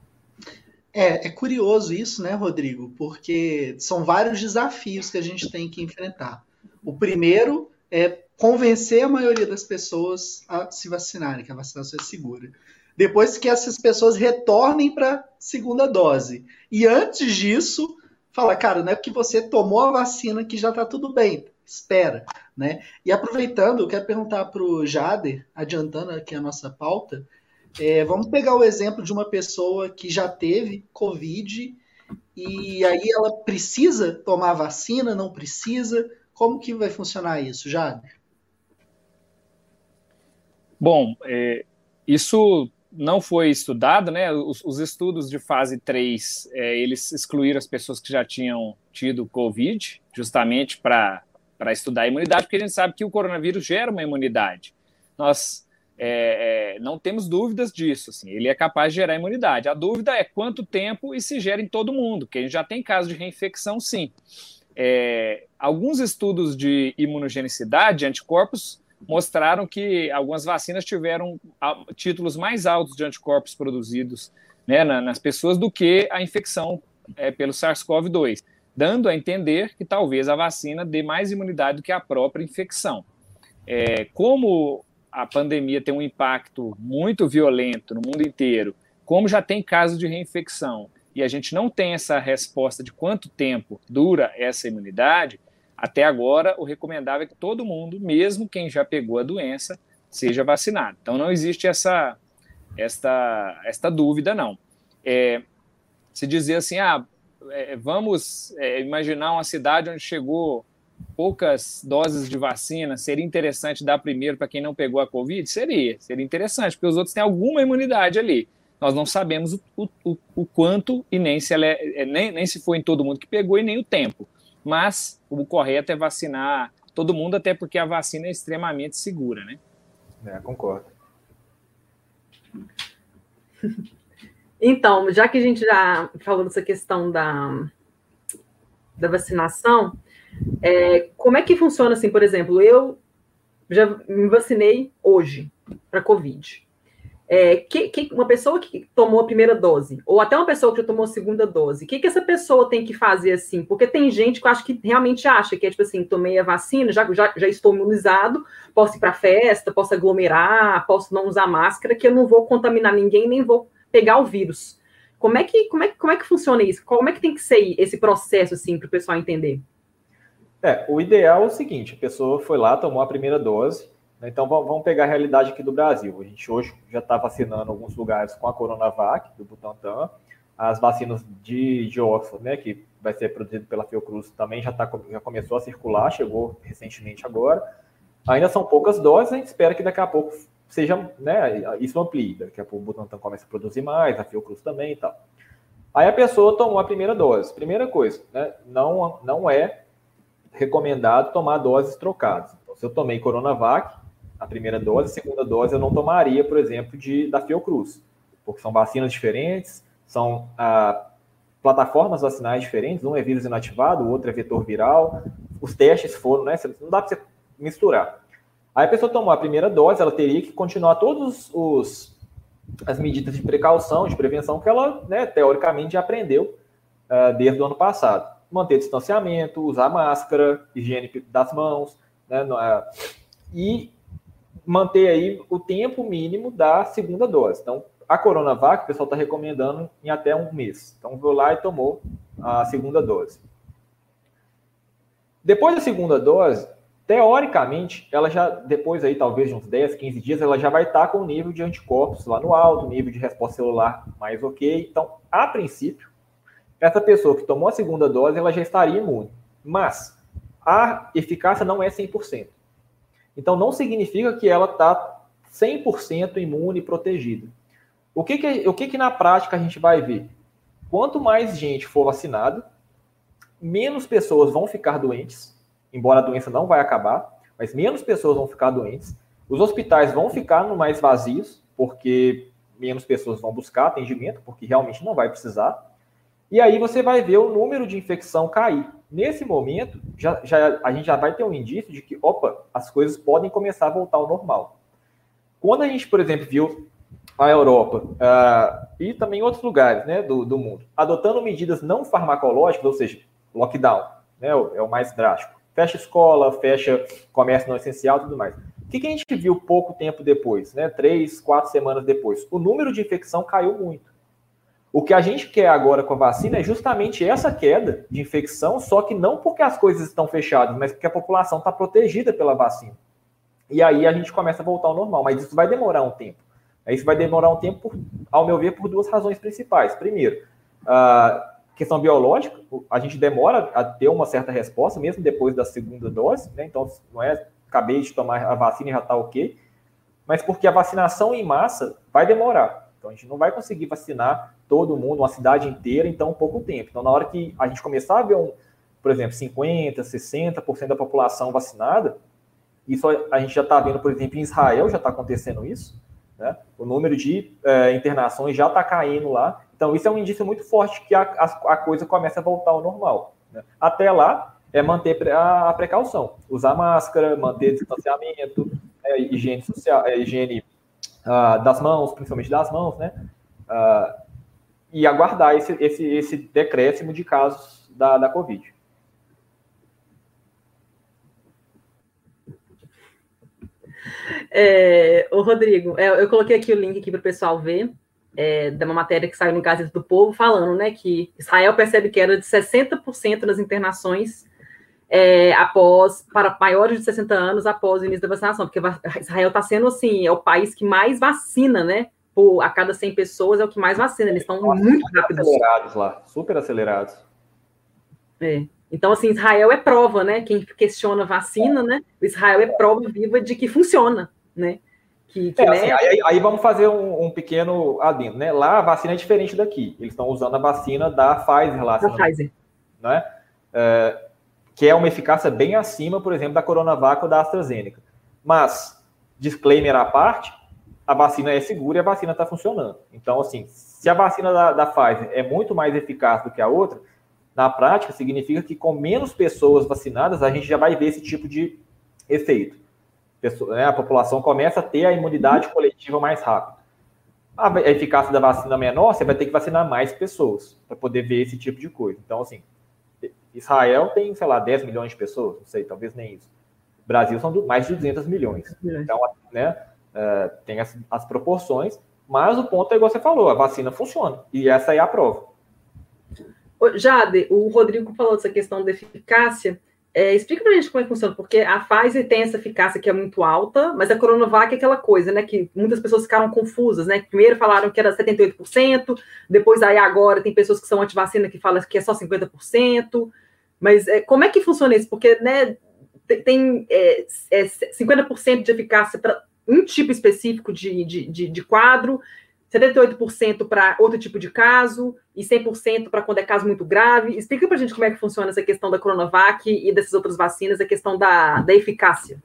É curioso isso, né, Rodrigo? Porque são vários desafios que a gente tem que enfrentar. O primeiro é convencer a maioria das pessoas a se vacinarem, que a vacinação é segura. Depois que essas pessoas retornem para a segunda dose. E antes disso, fala, cara, não é porque você tomou a vacina que já está tudo bem, espera, né? E aproveitando, eu quero perguntar para o Jader, adiantando aqui a nossa pauta, vamos pegar o exemplo de uma pessoa que já teve Covid e aí ela precisa tomar a vacina, não precisa? Como que vai funcionar isso, Jader? Bom, isso não foi estudado, né? Os estudos de fase 3, eles excluíram as pessoas que já tinham tido Covid, justamente para estudar a imunidade, porque a gente sabe que o coronavírus gera uma imunidade. Nós não temos dúvidas disso, assim, ele é capaz de gerar imunidade. A dúvida é quanto tempo e se gera em todo mundo, porque a gente já tem casos de reinfecção, sim. Alguns estudos de imunogenicidade, de anticorpos, mostraram que algumas vacinas tiveram títulos mais altos de anticorpos produzidos, né, nas pessoas do que a infecção pelo SARS-CoV-2, dando a entender que talvez a vacina dê mais imunidade do que a própria infecção. Como a pandemia tem um impacto muito violento no mundo inteiro, como já tem casos de reinfecção, e a gente não tem essa resposta de quanto tempo dura essa imunidade, até agora, o recomendável é que todo mundo, mesmo quem já pegou a doença, seja vacinado. Então, não existe esta dúvida, não. Se dizer assim, vamos imaginar uma cidade onde chegou poucas doses de vacina, seria interessante dar primeiro para quem não pegou a Covid? Seria interessante, porque os outros têm alguma imunidade ali. nós não sabemos o quanto e nem se, nem se foi em todo mundo que pegou e nem o tempo. Mas o correto é vacinar todo mundo, até porque a vacina é extremamente segura, né? Concordo. Então, já que a gente já falou dessa questão da vacinação, como é que funciona assim, por exemplo, eu já me vacinei hoje para Covid. Uma pessoa que tomou a primeira dose, ou até uma pessoa que já tomou a segunda dose, o que essa pessoa tem que fazer assim? Porque tem gente que eu acho que realmente acha que é tipo assim, tomei a vacina, já estou imunizado, posso ir para festa, posso aglomerar, posso não usar máscara, que eu não vou contaminar ninguém, nem vou pegar o vírus. Como é que funciona isso? Como é que tem que ser esse processo assim para o pessoal entender? O ideal é o seguinte: a pessoa foi lá, tomou a primeira dose. Então, vamos pegar a realidade aqui do Brasil. A gente hoje já está vacinando alguns lugares com a Coronavac, do Butantan. As vacinas de Oxford, né, que vai ser produzido pela Fiocruz, também já começou a circular, chegou recentemente agora. Ainda são poucas doses, a gente espera que daqui a pouco seja, né, isso amplie. Daqui a pouco o Butantan começa a produzir mais, a Fiocruz também e tal. Aí a pessoa tomou a primeira dose. Primeira coisa, né, não é recomendado tomar doses trocadas. Então, se eu tomei Coronavac, a primeira dose, a segunda dose eu não tomaria, por exemplo, da Fiocruz, porque são vacinas diferentes, são plataformas vacinais diferentes, um é vírus inativado, o outro é vetor viral, os testes foram, né, não dá para você misturar. Aí a pessoa tomou a primeira dose, ela teria que continuar todas as medidas de precaução, de prevenção que ela, né, teoricamente já aprendeu desde o ano passado. Manter distanciamento, usar máscara, higiene das mãos, né, e manter aí o tempo mínimo da segunda dose. Então, a Coronavac, o pessoal está recomendando em até um mês. Então, vou lá e tomou a segunda dose. Depois da segunda dose, teoricamente, ela já, depois aí talvez de uns 10, 15 dias, ela já vai estar com o nível de anticorpos lá no alto, nível de resposta celular mais ok. Então, a princípio, essa pessoa que tomou a segunda dose, ela já estaria imune. Mas a eficácia não é 100%. Então, não significa que ela está 100% imune e protegida. O que na prática a gente vai ver? Quanto mais gente for vacinada, menos pessoas vão ficar doentes, embora a doença não vai acabar, mas menos pessoas vão ficar doentes. Os hospitais vão ficar mais vazios, porque menos pessoas vão buscar atendimento, porque realmente não vai precisar. E aí você vai ver o número de infecção cair. Nesse momento, a gente já vai ter um indício de que, as coisas podem começar a voltar ao normal. Quando a gente, por exemplo, viu a Europa e também outros lugares, né, do mundo adotando medidas não farmacológicas, ou seja, lockdown, né, é o mais drástico. Fecha escola, fecha comércio não essencial e tudo mais. O que a gente viu pouco tempo depois, né, 3, 4 semanas depois? O número de infecção caiu muito. O que a gente quer agora com a vacina é justamente essa queda de infecção, só que não porque as coisas estão fechadas, mas porque a população está protegida pela vacina. E aí a gente começa a voltar ao normal, mas isso vai demorar um tempo. Isso vai demorar um tempo, ao meu ver, por duas razões principais. Primeiro, a questão biológica, a gente demora a ter uma certa resposta, mesmo depois da segunda dose, né? Então, não é acabei de tomar a vacina e já está ok, mas porque a vacinação em massa vai demorar. Então, a gente não vai conseguir vacinar todo mundo, uma cidade inteira, em tão pouco tempo. Então, na hora que a gente começar a ver, por exemplo, 50%, 60% da população vacinada, isso a gente já está vendo, por exemplo, em Israel já está acontecendo isso, né? O número de internações já está caindo lá. Então, isso é um indício muito forte que a coisa começa a voltar ao normal, né? Até lá, é manter a precaução. Usar máscara, manter distanciamento, higiene social, higiene das mãos, principalmente das mãos, né? E aguardar esse decréscimo de casos da Covid. Ô Rodrigo, eu coloquei aqui o link aqui para o pessoal ver, de uma matéria que saiu no Gazeta do Povo, falando, né, que Israel percebe queda de 60% nas internações para maiores de 60 anos após o início da vacinação, porque Israel está sendo, assim, é o país que mais vacina, né, a cada 100 pessoas é o que mais vacina, eles estão muito rápidos. Acelerados lá, super acelerados. Então, assim, Israel é prova, né? Quem questiona vacina, né? O Israel é prova viva de que funciona, né? né? Assim, aí vamos fazer um pequeno adendo, né? Lá a vacina é diferente daqui. Eles estão usando a vacina da Pfizer lá. Da Pfizer. Né? Que é uma eficácia bem acima, por exemplo, da Coronavac ou da AstraZeneca. Mas, disclaimer à parte, a vacina é segura e a vacina está funcionando. Então, assim, se a vacina da Pfizer é muito mais eficaz do que a outra, na prática, significa que com menos pessoas vacinadas, a gente já vai ver esse tipo de efeito. A população começa a ter a imunidade coletiva mais rápido. A eficácia da vacina menor, você vai ter que vacinar mais pessoas para poder ver esse tipo de coisa. Então, assim, Israel tem, sei lá, 10 milhões de pessoas, não sei, talvez nem isso. Brasil são mais de 200 milhões. Então, né, tem as proporções, mas o ponto é igual você falou, a vacina funciona, e essa é a prova. Jade, o Rodrigo falou dessa questão da eficácia. Explica pra gente como é que funciona, porque a Pfizer tem essa eficácia que é muito alta, mas a Coronavac é aquela coisa, né, que muitas pessoas ficaram confusas, né, primeiro falaram que era 78%, depois aí agora tem pessoas que são antivacina que falam que é só 50%, mas como é que funciona isso? Porque, né, tem 50% de eficácia para um tipo específico de quadro, 78% para outro tipo de caso e 100% para quando é caso muito grave. Explica para a gente como é que funciona essa questão da Coronavac e dessas outras vacinas, a questão da eficácia.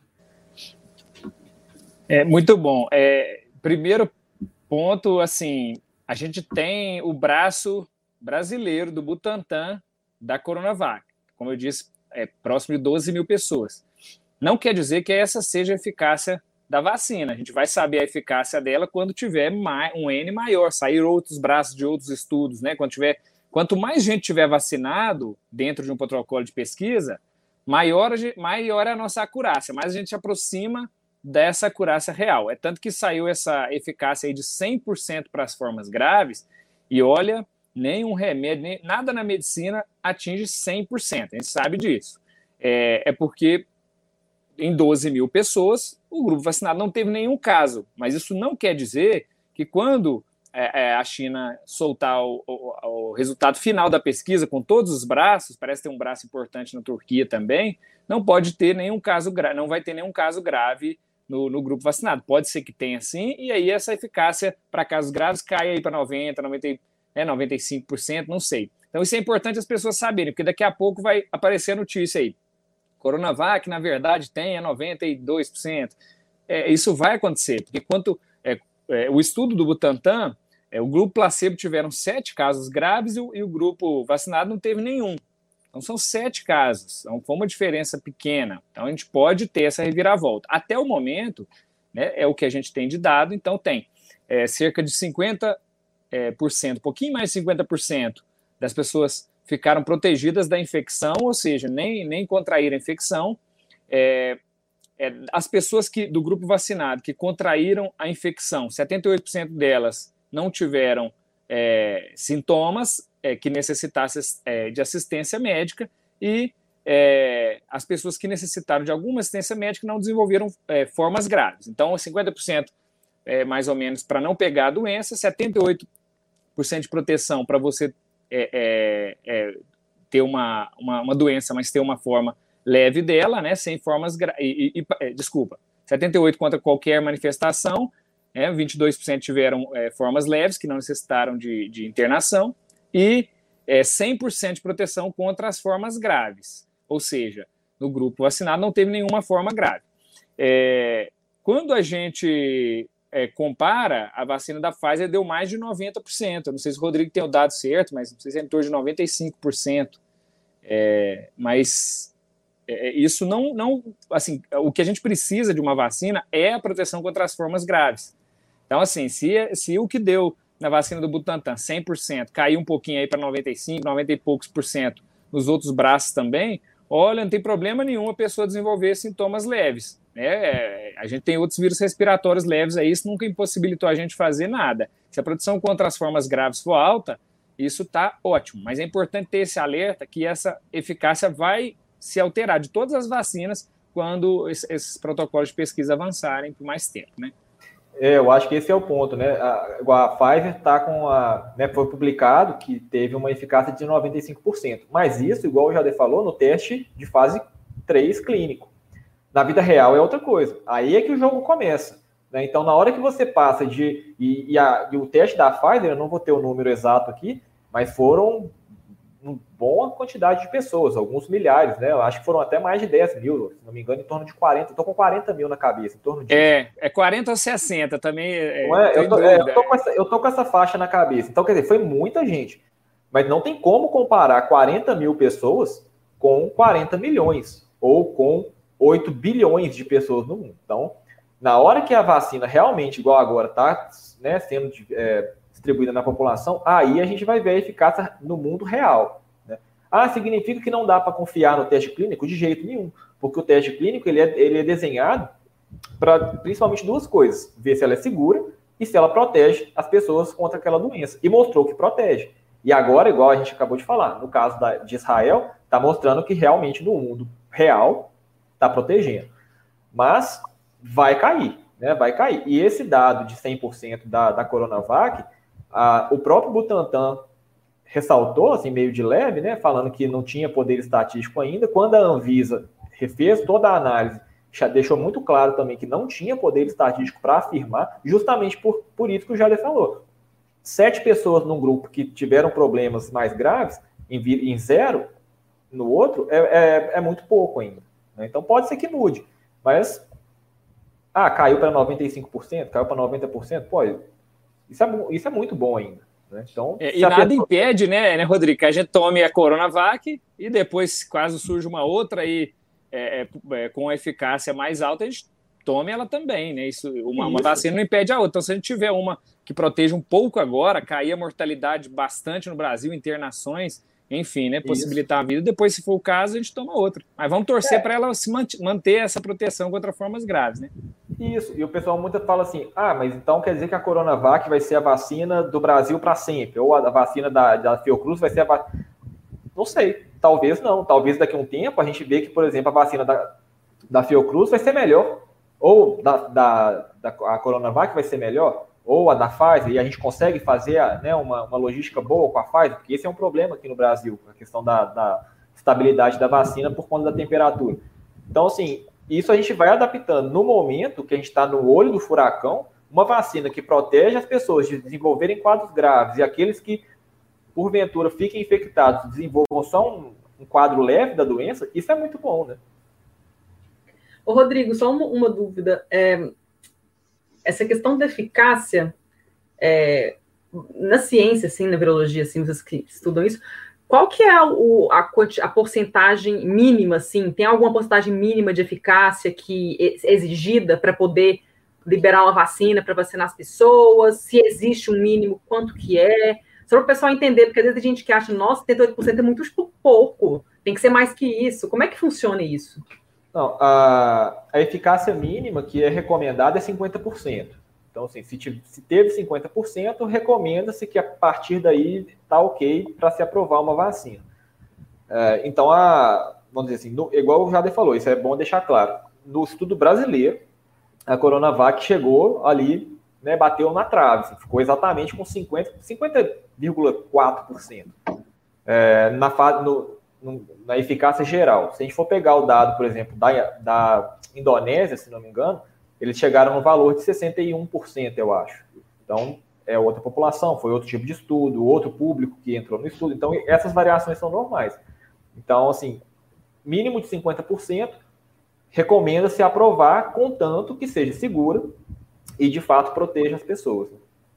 Muito bom. Primeiro ponto, assim, a gente tem o braço brasileiro do Butantan da Coronavac. Como eu disse, próximo de 12 mil pessoas. Não quer dizer que essa seja a eficácia da vacina. A gente vai saber a eficácia dela quando tiver um N maior, sair outros braços de outros estudos, né? Quanto mais gente tiver vacinado dentro de um protocolo de pesquisa, maior é a nossa acurácia, mais a gente se aproxima dessa acurácia real. É tanto que saiu essa eficácia aí de 100% para as formas graves, e olha, nenhum remédio, nada na medicina atinge 100%, a gente sabe disso. Porque em 12 mil pessoas, o grupo vacinado não teve nenhum caso. Mas isso não quer dizer que quando a China soltar o resultado final da pesquisa com todos os braços, parece ter um braço importante na Turquia também, não pode ter nenhum caso grave, não vai ter nenhum caso grave no grupo vacinado. Pode ser que tenha sim, e aí essa eficácia para casos graves cai aí para 90%, 95%, não sei. Então isso é importante as pessoas saberem, porque daqui a pouco vai aparecer a notícia aí. Coronavac, na verdade, tem 92%. Isso vai acontecer, porque o estudo do Butantan, o grupo placebo tiveram 7 casos graves e o grupo vacinado não teve nenhum. Então, são 7 casos. Então, foi uma diferença pequena. Então, a gente pode ter essa reviravolta. Até o momento, né, é o que a gente tem de dado. Então, tem cerca de 50%, um pouquinho mais de 50% das pessoas ficaram protegidas da infecção, ou seja, nem contraíram a infecção. As pessoas do grupo vacinado que contraíram a infecção, 78% delas não tiveram sintomas que necessitassem de assistência médica, e as pessoas que necessitaram de alguma assistência médica não desenvolveram formas graves. Então, 50% mais ou menos para não pegar a doença, 78% de proteção para você ter uma doença, mas ter uma forma leve dela, né, sem formas graves. 78% contra qualquer manifestação, 22% tiveram formas leves, que não necessitaram de internação, e 100% de proteção contra as formas graves. Ou seja, no grupo vacinado não teve nenhuma forma grave. Quando a gente compara, a vacina da Pfizer deu mais de 90%. Eu não sei se o Rodrigo tem o dado certo, mas não sei se é em torno de 95%. Mas isso não... Assim, o que a gente precisa de uma vacina é a proteção contra as formas graves. Então, assim, se o que deu na vacina do Butantan, 100%, caiu um pouquinho aí para 95%, 90 e poucos por cento nos outros braços também, olha, não tem problema nenhum a pessoa desenvolver sintomas leves. A gente tem outros vírus respiratórios leves aí, isso nunca impossibilitou a gente fazer nada. Se a proteção contra as formas graves for alta, isso está ótimo. Mas é importante ter esse alerta que essa eficácia vai se alterar de todas as vacinas quando esses protocolos de pesquisa avançarem por mais tempo, né? Eu acho que esse é o ponto, né? A Pfizer está com foi publicado que teve uma eficácia de 95%. Mas isso, igual o Jade falou, no teste de fase 3 clínico. Na vida real é outra coisa. Aí é que o jogo começa. né? Então, na hora que você passa e o teste da Pfizer, eu não vou ter o número exato aqui, mas foram uma boa quantidade de pessoas, alguns milhares, né? Eu acho que foram até mais de 10 mil, se não me engano, em torno de 40. Estou com 40 mil na cabeça, em torno disso. É 40 ou 60 também. Eu tô com essa faixa na cabeça. Então, quer dizer, foi muita gente. Mas não tem como comparar 40 mil pessoas com 40 milhões ou com 8 bilhões de pessoas no mundo. Então, na hora que a vacina realmente, igual agora, está, né, sendo distribuída na população, aí a gente vai ver a eficácia no mundo real, né? Significa que não dá para confiar no teste clínico? De jeito nenhum, porque o teste clínico ele é desenhado para principalmente duas coisas: ver se ela é segura e se ela protege as pessoas contra aquela doença. E mostrou que protege. E agora, igual a gente acabou de falar, no caso de Israel, está mostrando que realmente no mundo real está protegendo. Mas vai cair, né? Vai cair. E esse dado de 100% da Coronavac, o próprio Butantan ressaltou, assim, meio de leve, né, falando que não tinha poder estatístico ainda. Quando a Anvisa refez toda a análise, já deixou muito claro também que não tinha poder estatístico para afirmar, justamente por isso que o Jader falou. 7 pessoas num grupo que tiveram problemas mais graves, em 0, no outro, é muito pouco ainda, né? Então pode ser que mude, mas caiu para 95%, caiu para 90%, pô, isso é muito bom ainda, né? Então, e nada impede, né, Rodrigo, que a gente tome a Coronavac e depois, caso surja uma outra aí com eficácia mais alta, a gente tome ela também, né? Uma vacina não impede a outra. Então, se a gente tiver uma que proteja um pouco agora, cair a mortalidade bastante no Brasil, internações, enfim, né? Possibilitar a vida. Depois, se for o caso, a gente toma outra. Mas vamos torcer para ela se manter essa proteção contra formas graves, né? Isso, e o pessoal muito fala assim, mas então quer dizer que a Coronavac vai ser a vacina do Brasil para sempre, ou a vacina da Fiocruz vai ser a vacina... Não sei, talvez não, talvez daqui a um tempo a gente vê que, por exemplo, a vacina da Fiocruz vai ser melhor, ou a Coronavac vai ser melhor, ou a da Pfizer, e a gente consegue fazer uma logística boa com a Pfizer, porque esse é um problema aqui no Brasil, a questão da estabilidade da vacina por conta da temperatura. Então, assim, isso a gente vai adaptando. No momento que a gente está no olho do furacão, uma vacina que protege as pessoas de desenvolverem quadros graves e aqueles que, porventura, fiquem infectados, desenvolvam só um quadro leve da doença, isso é muito bom, né? Ô, Rodrigo, só uma dúvida. Essa questão da eficácia, na ciência, assim, na virologia, assim, vocês que estudam isso, qual que é a porcentagem mínima, assim? Tem alguma porcentagem mínima de eficácia que é exigida para poder liberar uma vacina para vacinar as pessoas? Se existe um mínimo, quanto que é? Só para o pessoal entender, porque às vezes tem gente que acha, nossa, 78% é muito pouco, tem que ser mais que isso. Como é que funciona isso? Não, a eficácia mínima que é recomendada é 50%. Então, assim, se teve 50%, recomenda-se que a partir daí está ok para se aprovar uma vacina. Então, vamos dizer assim, igual o Jader falou, isso é bom deixar claro. No estudo brasileiro, a Coronavac chegou ali, né, bateu na trave, assim, ficou exatamente com 50,4%. Na eficácia geral. Se a gente for pegar o dado, por exemplo, da Indonésia, se não me engano, eles chegaram no valor de 61%, eu acho. Então, é outra população, foi outro tipo de estudo, outro público que entrou no estudo. Então, essas variações são normais. Então, assim, mínimo de 50%, recomenda-se aprovar, contanto que seja segura e, de fato, proteja as pessoas.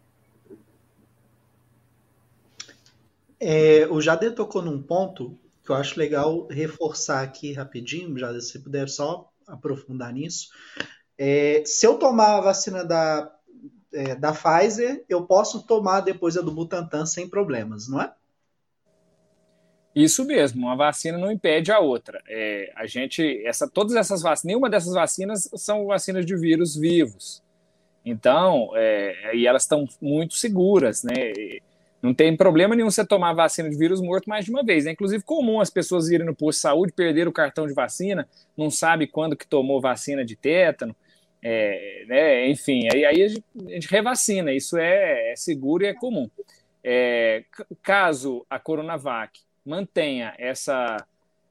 O Jader tocou num ponto que eu acho legal reforçar aqui rapidinho, Jader, se puder só aprofundar nisso. Se eu tomar a vacina da Pfizer, eu posso tomar depois a do Butantan sem problemas, não é? Isso mesmo, uma vacina não impede a outra. Todas essas vacinas, nenhuma dessas vacinas são vacinas de vírus vivos. Então, e elas estão muito seguras, né? Não tem problema nenhum você tomar vacina de vírus morto mais de uma vez. É inclusive comum as pessoas irem no posto de saúde, perder o cartão de vacina, não sabe quando que tomou vacina de tétano, né? Enfim, aí a gente revacina, isso é seguro e é comum. Caso a Coronavac mantenha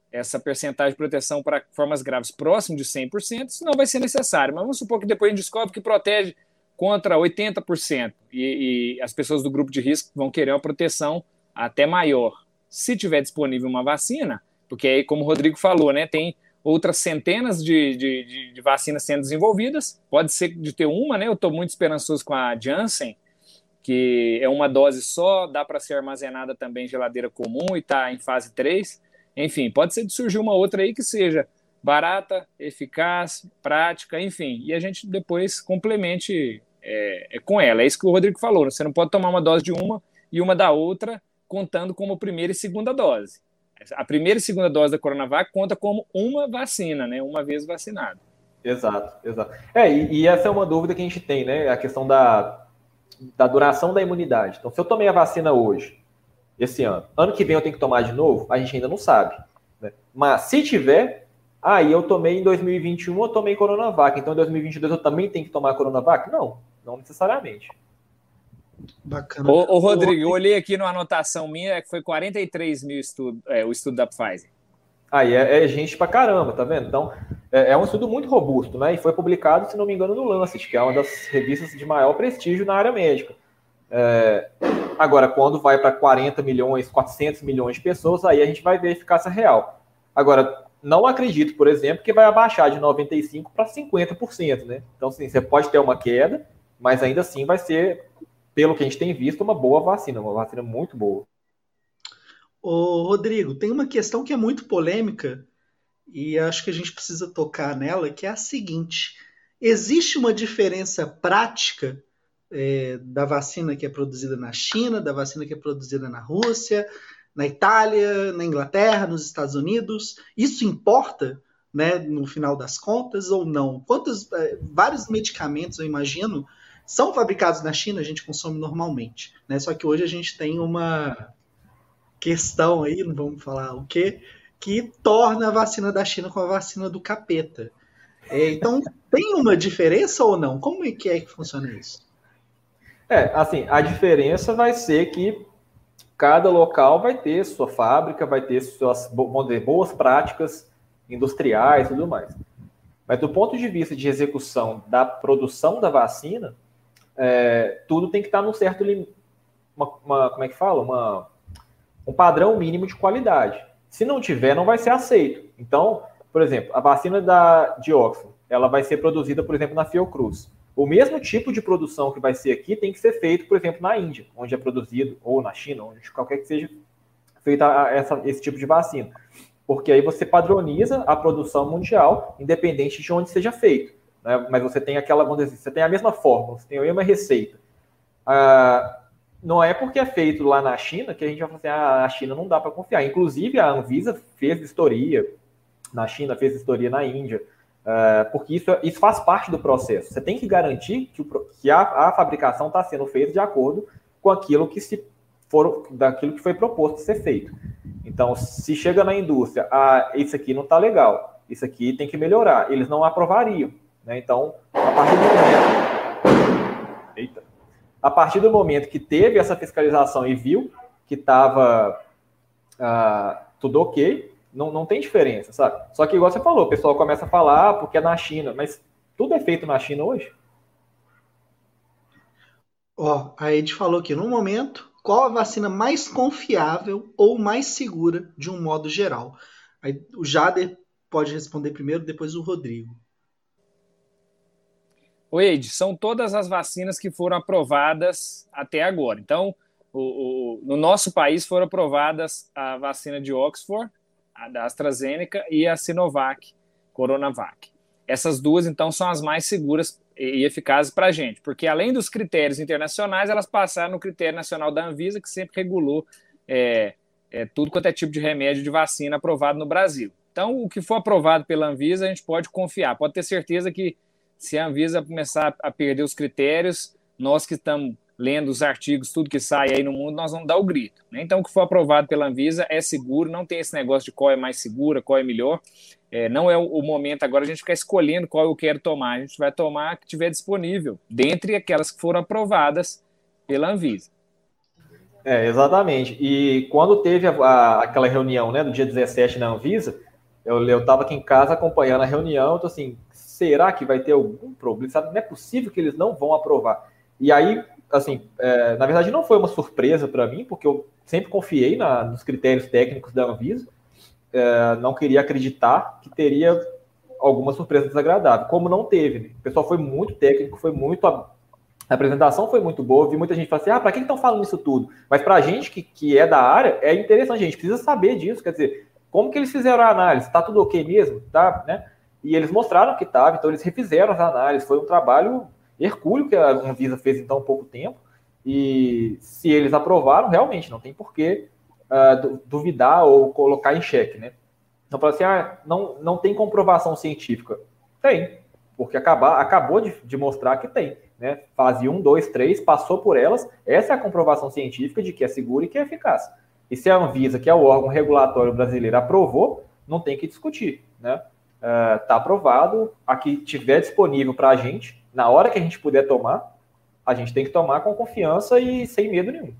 essa percentagem de proteção para formas graves próximo de 100%, isso não vai ser necessário. Mas vamos supor que depois a gente descobre que protege contra 80%, e as pessoas do grupo de risco vão querer uma proteção até maior. Se tiver disponível uma vacina, porque aí, como o Rodrigo falou, né, tem outras centenas de vacinas sendo desenvolvidas, pode ser de ter uma, né, eu estou muito esperançoso com a Janssen, que é uma dose só, dá para ser armazenada também em geladeira comum e está em fase 3. Enfim, pode ser de surgir uma outra aí que seja barata, eficaz, prática, enfim, e a gente depois complemente com ela. É isso que o Rodrigo falou, você não pode tomar uma dose de uma e uma da outra, contando como primeira e segunda dose. A primeira e segunda dose da Coronavac conta como uma vacina, né? Uma vez vacinado. Exato, exato. E essa é uma dúvida que a gente tem, né? A questão da duração da imunidade. Então, se eu tomei a vacina hoje, esse ano que vem eu tenho que tomar de novo, a gente ainda não sabe, né? Mas se tiver, aí eu tomei em 2021, eu tomei Coronavac, então em 2022 eu também tenho que tomar Coronavac? Não necessariamente. Bacana. Ô Rodrigo, eu olhei aqui na anotação minha, que foi 43 mil o estudo da Pfizer. Aí é gente pra caramba, tá vendo? Então, é um estudo muito robusto, né? E foi publicado, se não me engano, no Lancet, que é uma das revistas de maior prestígio na área médica. Agora, quando vai para 40 milhões, 400 milhões de pessoas, aí a gente vai ver a eficácia real. Agora, não acredito, por exemplo, que vai abaixar de 95% para 50%, né? Então, sim, você pode ter uma queda, mas ainda assim vai ser, pelo que a gente tem visto, uma boa vacina, uma vacina muito boa. Ô, Rodrigo, tem uma questão que é muito polêmica e acho que a gente precisa tocar nela, que é a seguinte: existe uma diferença prática da vacina que é produzida na China, da vacina que é produzida na Rússia, na Itália, na Inglaterra, nos Estados Unidos? Isso importa, né, no final das contas, ou não? Vários medicamentos, eu imagino, são fabricados na China, a gente consome normalmente, né? Só que hoje a gente tem uma questão aí, não vamos falar o quê, que torna a vacina da China com a vacina do capeta. Então, tem uma diferença ou não? Como é que funciona isso? Assim, a diferença vai ser que cada local vai ter sua fábrica, vai ter suas, vamos dizer, boas práticas industriais e tudo mais. Mas do ponto de vista de execução da produção da vacina, tudo tem que estar num certo limite, como é que fala? Um padrão mínimo de qualidade. Se não tiver, não vai ser aceito. Então, por exemplo, a vacina de Oxford, ela vai ser produzida, por exemplo, na Fiocruz. O mesmo tipo de produção que vai ser aqui tem que ser feito, por exemplo, na Índia, onde é produzido, ou na China, onde qualquer que seja feita esse tipo de vacina. Porque aí você padroniza a produção mundial, independente de onde seja feito, né? Mas você tem vamos dizer, você tem a mesma fórmula, você tem a mesma receita. Não é porque é feito lá na China que a gente vai falar assim, a China não dá para confiar. Inclusive, a Anvisa fez vistoria na China, fez vistoria na Índia, porque isso faz parte do processo. Você tem que garantir que a fabricação está sendo feita de acordo com aquilo daquilo que foi proposto ser feito. Então, se chega na indústria, isso aqui não está legal, isso aqui tem que melhorar, eles não aprovariam, né? Então, a partir do momento que teve essa fiscalização e viu que estava tudo ok, não tem diferença, sabe? Só que, igual você falou, o pessoal começa a falar porque é na China, mas tudo é feito na China hoje. A Ed falou aqui, no momento, qual a vacina mais confiável ou mais segura de um modo geral? Aí, o Jader pode responder primeiro, depois o Rodrigo. Oi, Ed, são todas as vacinas que foram aprovadas até agora. Então, no nosso país foram aprovadas a vacina de Oxford, a da AstraZeneca e a Sinovac, Coronavac. Essas duas, então, são as mais seguras e eficazes para a gente, porque além dos critérios internacionais, elas passaram no critério nacional da Anvisa, que sempre regulou tudo quanto é tipo de remédio de vacina aprovado no Brasil. Então, o que for aprovado pela Anvisa, a gente pode confiar, pode ter certeza que se a Anvisa começar a perder os critérios, nós que estamos lendo os artigos, tudo que sai aí no mundo, nós vamos dar o grito, né? Então, o que for aprovado pela Anvisa é seguro, não tem esse negócio de qual é mais segura, qual é melhor. Não é o momento agora a gente ficar escolhendo qual eu quero tomar, a gente vai tomar a que tiver disponível, dentre aquelas que foram aprovadas pela Anvisa. Exatamente. E quando teve aquela reunião, né, do dia 17 na Anvisa, eu estava aqui em casa acompanhando a reunião, então assim, será que vai ter algum problema? Sabe? Não é possível que eles não vão aprovar. E aí, assim, na verdade não foi uma surpresa para mim, porque eu sempre confiei nos critérios técnicos da Anvisa, não queria acreditar que teria alguma surpresa desagradável, como não teve. Né? O pessoal foi muito técnico, a apresentação foi muito boa, vi muita gente falar assim, para que estão falando isso tudo? Mas para a gente que é da área, é interessante, a gente precisa saber disso, quer dizer, como que eles fizeram a análise? Está tudo ok mesmo? Tá, né? E eles mostraram que estava, então eles refizeram as análises, foi um trabalho hercúleo que a Anvisa fez em tão pouco tempo, e se eles aprovaram, realmente, não tem por que duvidar ou colocar em xeque, né? Então, fala assim, não tem comprovação científica. Tem, porque acabou de mostrar que tem. Né? Fase 1, 2, 3, passou por elas. Essa é a comprovação científica de que é seguro e que é eficaz. E se a Anvisa, que é o órgão regulatório brasileiro, aprovou, não tem que discutir. Né? Tá aprovado, a que tiver disponível para a gente, na hora que a gente puder tomar, a gente tem que tomar com confiança e sem medo nenhum.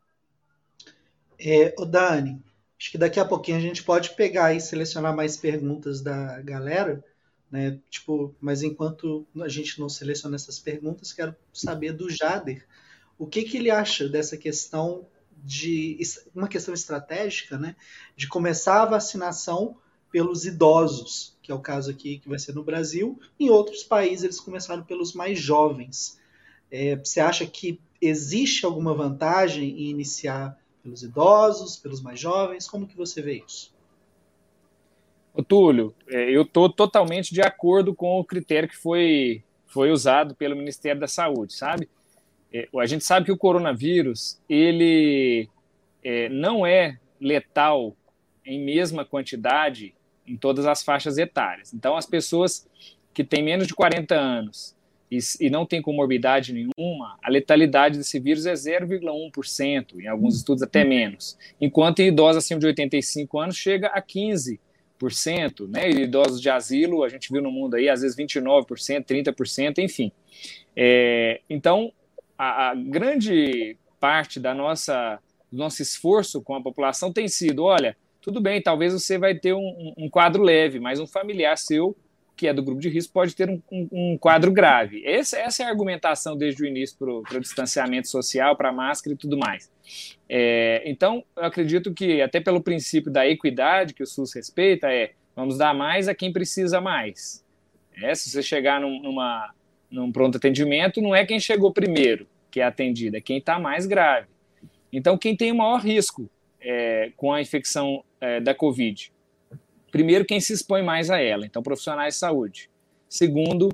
Dani, acho que daqui a pouquinho a gente pode pegar e selecionar mais perguntas da galera, né? Mas enquanto a gente não seleciona essas perguntas, quero saber do Jader o que ele acha dessa questão uma questão estratégica, né? De começar a vacinação pelos idosos, que é o caso aqui que vai ser no Brasil. Em outros países eles começaram pelos mais jovens. Você acha que existe alguma vantagem em iniciar pelos idosos, pelos mais jovens? Como que você vê isso? Ô, Túlio, eu estou totalmente de acordo com o critério que foi usado pelo Ministério da Saúde, sabe? A gente sabe que o coronavírus, ele não é letal em mesma quantidade em todas as faixas etárias. Então, as pessoas que têm menos de 40 anos e não têm comorbidade nenhuma, a letalidade desse vírus é 0,1%, em alguns estudos até menos, enquanto em idosos acima de 85 anos chega a 15%, né? E idosos de asilo, a gente viu no mundo aí, às vezes 29%, 30%, enfim. Então, a grande parte do nosso esforço com a população tem sido, olha, tudo bem, talvez você vai ter um quadro leve, mas um familiar seu, que é do grupo de risco, pode ter um quadro grave. Essa é a argumentação desde o início para o distanciamento social, para a máscara e tudo mais. Então, eu acredito que, até pelo princípio da equidade que o SUS respeita, vamos dar mais a quem precisa mais. Se você chegar num pronto atendimento, não é quem chegou primeiro que é atendido, é quem está mais grave. Então, quem tem o maior risco com a infecção da Covid? Primeiro, quem se expõe mais a ela, então profissionais de saúde. Segundo,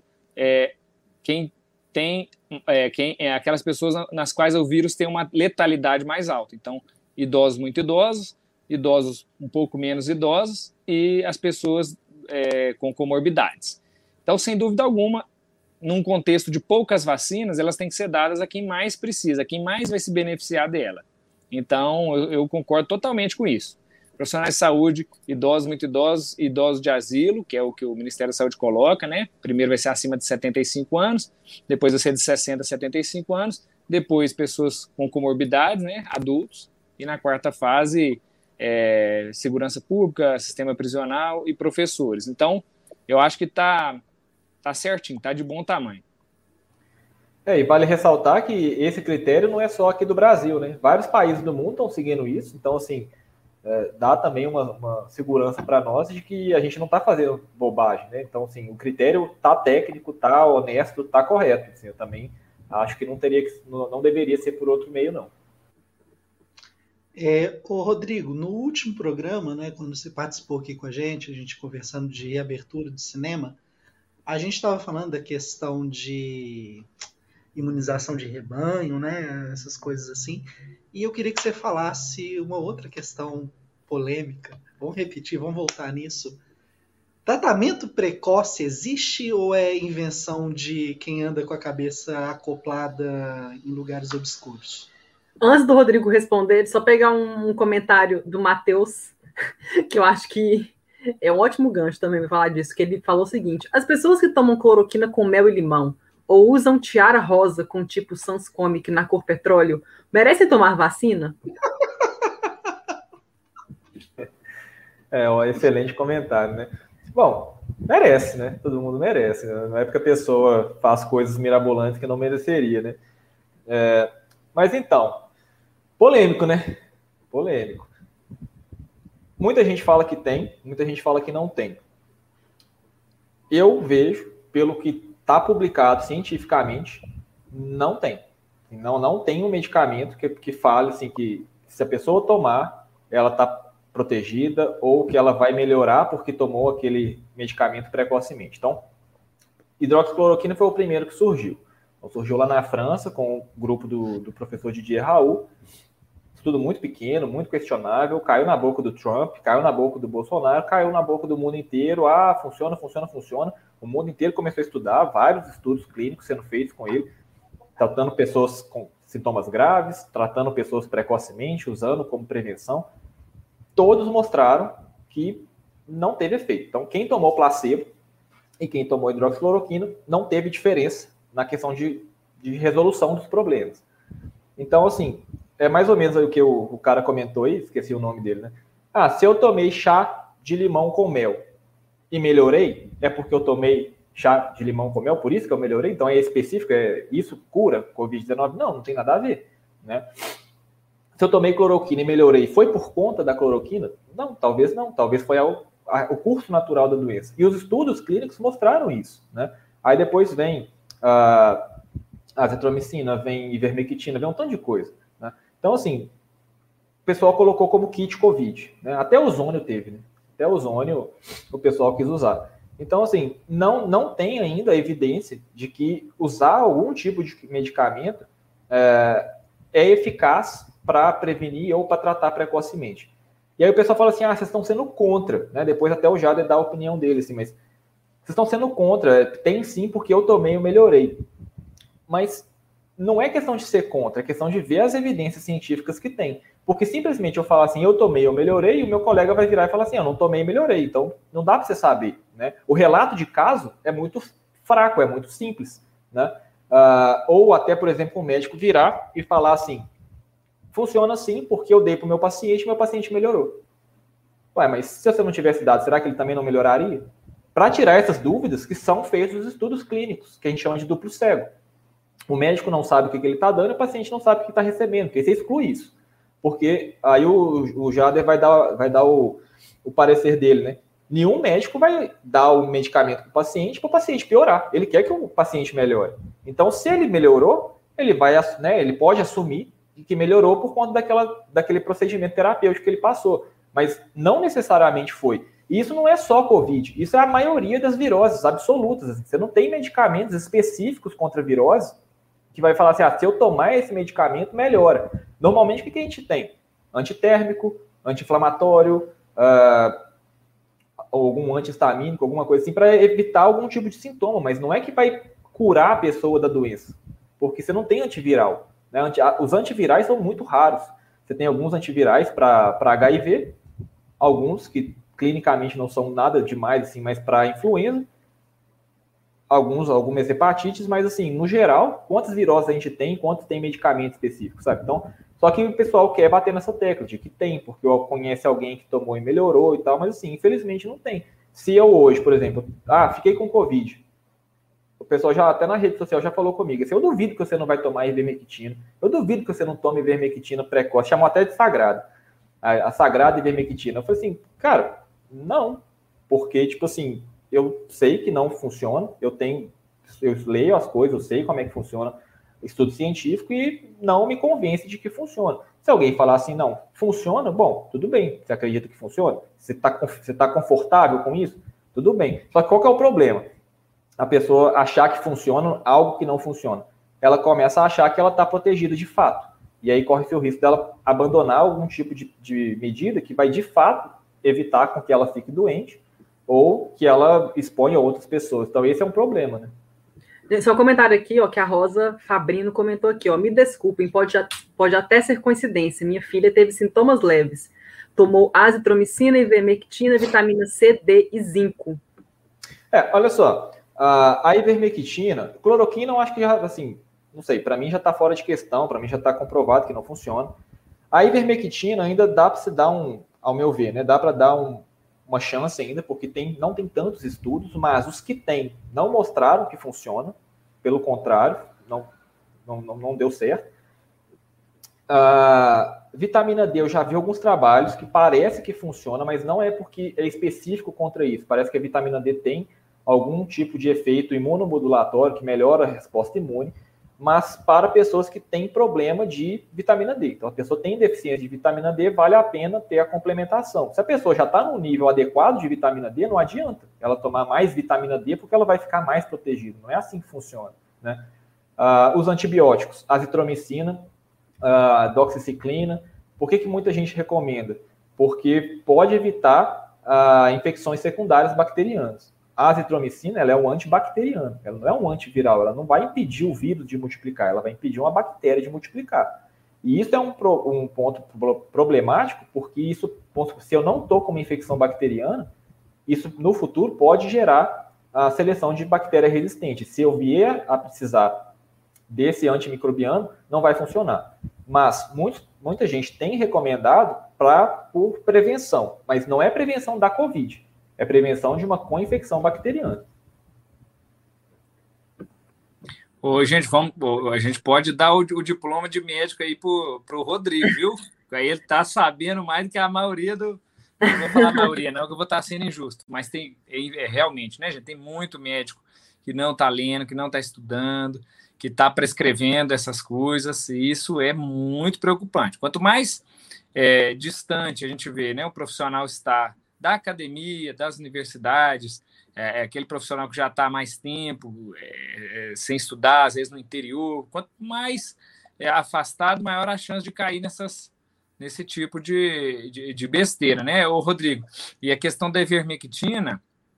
aquelas pessoas nas quais o vírus tem uma letalidade mais alta. Então, idosos muito idosos, idosos um pouco menos idosos e as pessoas com comorbidades. Então, sem dúvida alguma, num contexto de poucas vacinas, elas têm que ser dadas a quem mais precisa, a quem mais vai se beneficiar dela. Então, eu concordo totalmente com isso. Profissionais de saúde, idosos, muito idosos, idosos de asilo, que é o que o Ministério da Saúde coloca, né? Primeiro vai ser acima de 75 anos, depois vai ser de 60 a 75 anos, depois pessoas com comorbidades, né? Adultos, e na quarta fase, segurança pública, sistema prisional e professores. Então, eu acho que tá certinho, tá de bom tamanho. E vale ressaltar que esse critério não é só aqui do Brasil, né? Vários países do mundo estão seguindo isso, então, assim, dá também uma segurança para nós de que a gente não está fazendo bobagem, né? Então, assim, o critério tá técnico, tá honesto, tá correto. Assim, eu também acho que não deveria ser por outro meio, não. Rodrigo, no último programa, né, quando você participou aqui com a gente conversando de reabertura de cinema, a gente estava falando da questão de imunização de rebanho, né, essas coisas assim, e eu queria que você falasse uma outra questão polêmica. Vamos repetir, vamos voltar nisso. Tratamento precoce existe ou é invenção de quem anda com a cabeça acoplada em lugares obscuros? Antes do Rodrigo responder, só pegar um comentário do Matheus, que eu acho que é um ótimo gancho também para falar disso, que ele falou o seguinte: as pessoas que tomam cloroquina com mel e limão ou usam tiara rosa com tipo Sans Comic na cor petróleo merecem tomar vacina? Um excelente comentário, né? Bom, merece, né? Todo mundo merece. Né? Não é porque a pessoa faz coisas mirabolantes que não mereceria, né? Mas então, polêmico, né? Polêmico. Muita gente fala que tem, muita gente fala que não tem. Eu vejo, pelo que está publicado cientificamente, não tem. Não tem um medicamento que fale assim, que se a pessoa tomar, ela está protegida ou que ela vai melhorar porque tomou aquele medicamento precocemente. Então, hidroxicloroquina foi o primeiro que surgiu. Então, surgiu lá na França com o grupo do professor Didier Raoult. Estudo muito pequeno, muito questionável, caiu na boca do Trump, caiu na boca do Bolsonaro, caiu na boca do mundo inteiro. Ah, funciona. O mundo inteiro começou a estudar, vários estudos clínicos sendo feitos com ele, tratando pessoas com sintomas graves, tratando pessoas precocemente, usando como prevenção. Todos mostraram que não teve efeito. Então, quem tomou placebo e quem tomou hidroxicloroquina não teve diferença na questão de resolução dos problemas. Então, assim, é mais ou menos o que o cara comentou aí, esqueci o nome dele, né? Ah, se eu tomei chá de limão com mel e melhorei, é porque eu tomei chá de limão com mel, por isso que eu melhorei? Então é específico, isso cura Covid-19? Não tem nada a ver, né? Se eu tomei cloroquina e melhorei, foi por conta da cloroquina? Não, talvez não. Talvez foi o curso natural da doença. E os estudos clínicos mostraram isso, né? Aí depois vem a azitromicina, vem ivermectina, vem um tanto de coisa, né? Então, assim, o pessoal colocou como kit Covid, né? Até ozônio teve, né? Até ozônio o pessoal quis usar. Então, assim, não tem ainda evidência de que usar algum tipo de medicamento é eficaz para prevenir ou para tratar precocemente. E aí o pessoal fala assim, vocês estão sendo contra, né? Depois até o Jader dá a opinião dele, assim, mas vocês estão sendo contra, tem sim, porque eu tomei e melhorei. Mas não é questão de ser contra, é questão de ver as evidências científicas que tem. Porque simplesmente eu falo assim, eu tomei, eu melhorei, e o meu colega vai virar e falar assim, eu não tomei e melhorei. Então, não dá para você saber, né? O relato de caso é muito fraco, é muito simples, né? Ou até, por exemplo, um médico virar e falar assim, funciona assim porque eu dei para o meu paciente melhorou. Ué, mas se você não tivesse dado, será que ele também não melhoraria? Para tirar essas dúvidas que são feitos os estudos clínicos, que a gente chama de duplo cego. O médico não sabe o que ele está dando e o paciente não sabe o que está recebendo, porque você exclui isso. Porque aí o Jader vai dar o parecer dele, né? Nenhum médico vai dar o medicamento para o paciente piorar. Ele quer que o paciente melhore. Então, se ele melhorou, ele pode assumir que melhorou por conta daquele procedimento terapêutico que ele passou. Mas não necessariamente foi. E isso não é só Covid, isso é a maioria das viroses absolutas. Você não tem medicamentos específicos contra virose que vai falar assim, se eu tomar esse medicamento, melhora. Normalmente, o que a gente tem? Antitérmico, anti-inflamatório, algum antihistamínico, alguma coisa assim, para evitar algum tipo de sintoma, mas não é que vai curar a pessoa da doença, porque você não tem antiviral. Né? Os antivirais são muito raros. Você tem alguns antivirais para HIV, alguns que clinicamente não são nada demais, assim, mas para influenza, algumas hepatites, mas assim, no geral, quantas viroses a gente tem, quantos tem medicamento específico, sabe? Então, só que o pessoal quer bater nessa tecla de que tem, porque conhece alguém que tomou e melhorou e tal, mas assim, infelizmente não tem. Se eu hoje, por exemplo, fiquei com Covid, o pessoal já, até na rede social, já falou comigo, assim, eu duvido que você não vai tomar ivermectina, eu duvido que você não tome ivermectina precoce, chamou até de sagrada, a sagrada ivermectina. Eu falei assim, cara, não, porque, tipo assim, eu sei que não funciona, eu leio as coisas, eu sei como é que funciona, estudo científico, e não me convence de que funciona. Se alguém falar assim, não, funciona, bom, tudo bem, você acredita que funciona? Você tá confortável com isso? Tudo bem. Só que qual que é o problema? A pessoa achar que funciona algo que não funciona. Ela começa a achar que ela está protegida de fato. E aí corre-se o risco dela abandonar algum tipo de medida que vai, de fato, evitar com que ela fique doente ou que ela exponha outras pessoas. Então, esse é um problema, né? Só um comentário aqui, ó, que a Rosa Fabrino comentou aqui, ó, me desculpem, pode até ser coincidência, minha filha teve sintomas leves, tomou azitromicina, ivermectina, vitamina C, D e zinco. Olha só, A ivermectina, cloroquina, eu acho que já, assim, não sei, para mim já está fora de questão, para mim já está comprovado que não funciona. A ivermectina ainda dá para se dar ao meu ver, né? Dá para dar uma chance ainda, porque não tem tantos estudos, mas os que tem não mostraram que funciona, pelo contrário, não deu certo. Vitamina D, eu já vi alguns trabalhos que parece que funciona, mas não é porque é específico contra isso. Parece que a vitamina D tem algum tipo de efeito imunomodulatório que melhora a resposta imune, mas para pessoas que têm problema de vitamina D. Então, a pessoa tem deficiência de vitamina D, vale a pena ter a complementação. Se a pessoa já está no nível adequado de vitamina D, não adianta ela tomar mais vitamina D, porque ela vai ficar mais protegida. Não é assim que funciona, né? Os antibióticos, azitromicina, doxiciclina. Por que muita gente recomenda? Porque pode evitar infecções secundárias bacterianas. A azitromicina, ela é um antibacteriano, ela não é um antiviral, ela não vai impedir o vírus de multiplicar, ela vai impedir uma bactéria de multiplicar. E isso é um ponto problemático, porque isso, se eu não estou com uma infecção bacteriana, isso no futuro pode gerar a seleção de bactéria resistente. Se eu vier a precisar desse antimicrobiano, não vai funcionar. Mas muita gente tem recomendado por prevenção, mas não é prevenção da Covid. É prevenção de uma co-infecção bacteriana. Gente, a gente pode dar o diploma de médico aí pro Rodrigo, viu? Aí ele tá sabendo mais do que a maioria do... Não vou falar a maioria, não, que eu vou estar sendo injusto. Mas realmente, né, gente? Tem muito médico que não está lendo, que não está estudando, que está prescrevendo essas coisas, e isso é muito preocupante. Quanto mais distante a gente vê, né, o profissional está da academia, das universidades, aquele profissional que já está há mais tempo, sem estudar, às vezes no interior, quanto mais afastado, maior a chance de cair nesse tipo de besteira, né, ô Rodrigo? E a questão da ivermectina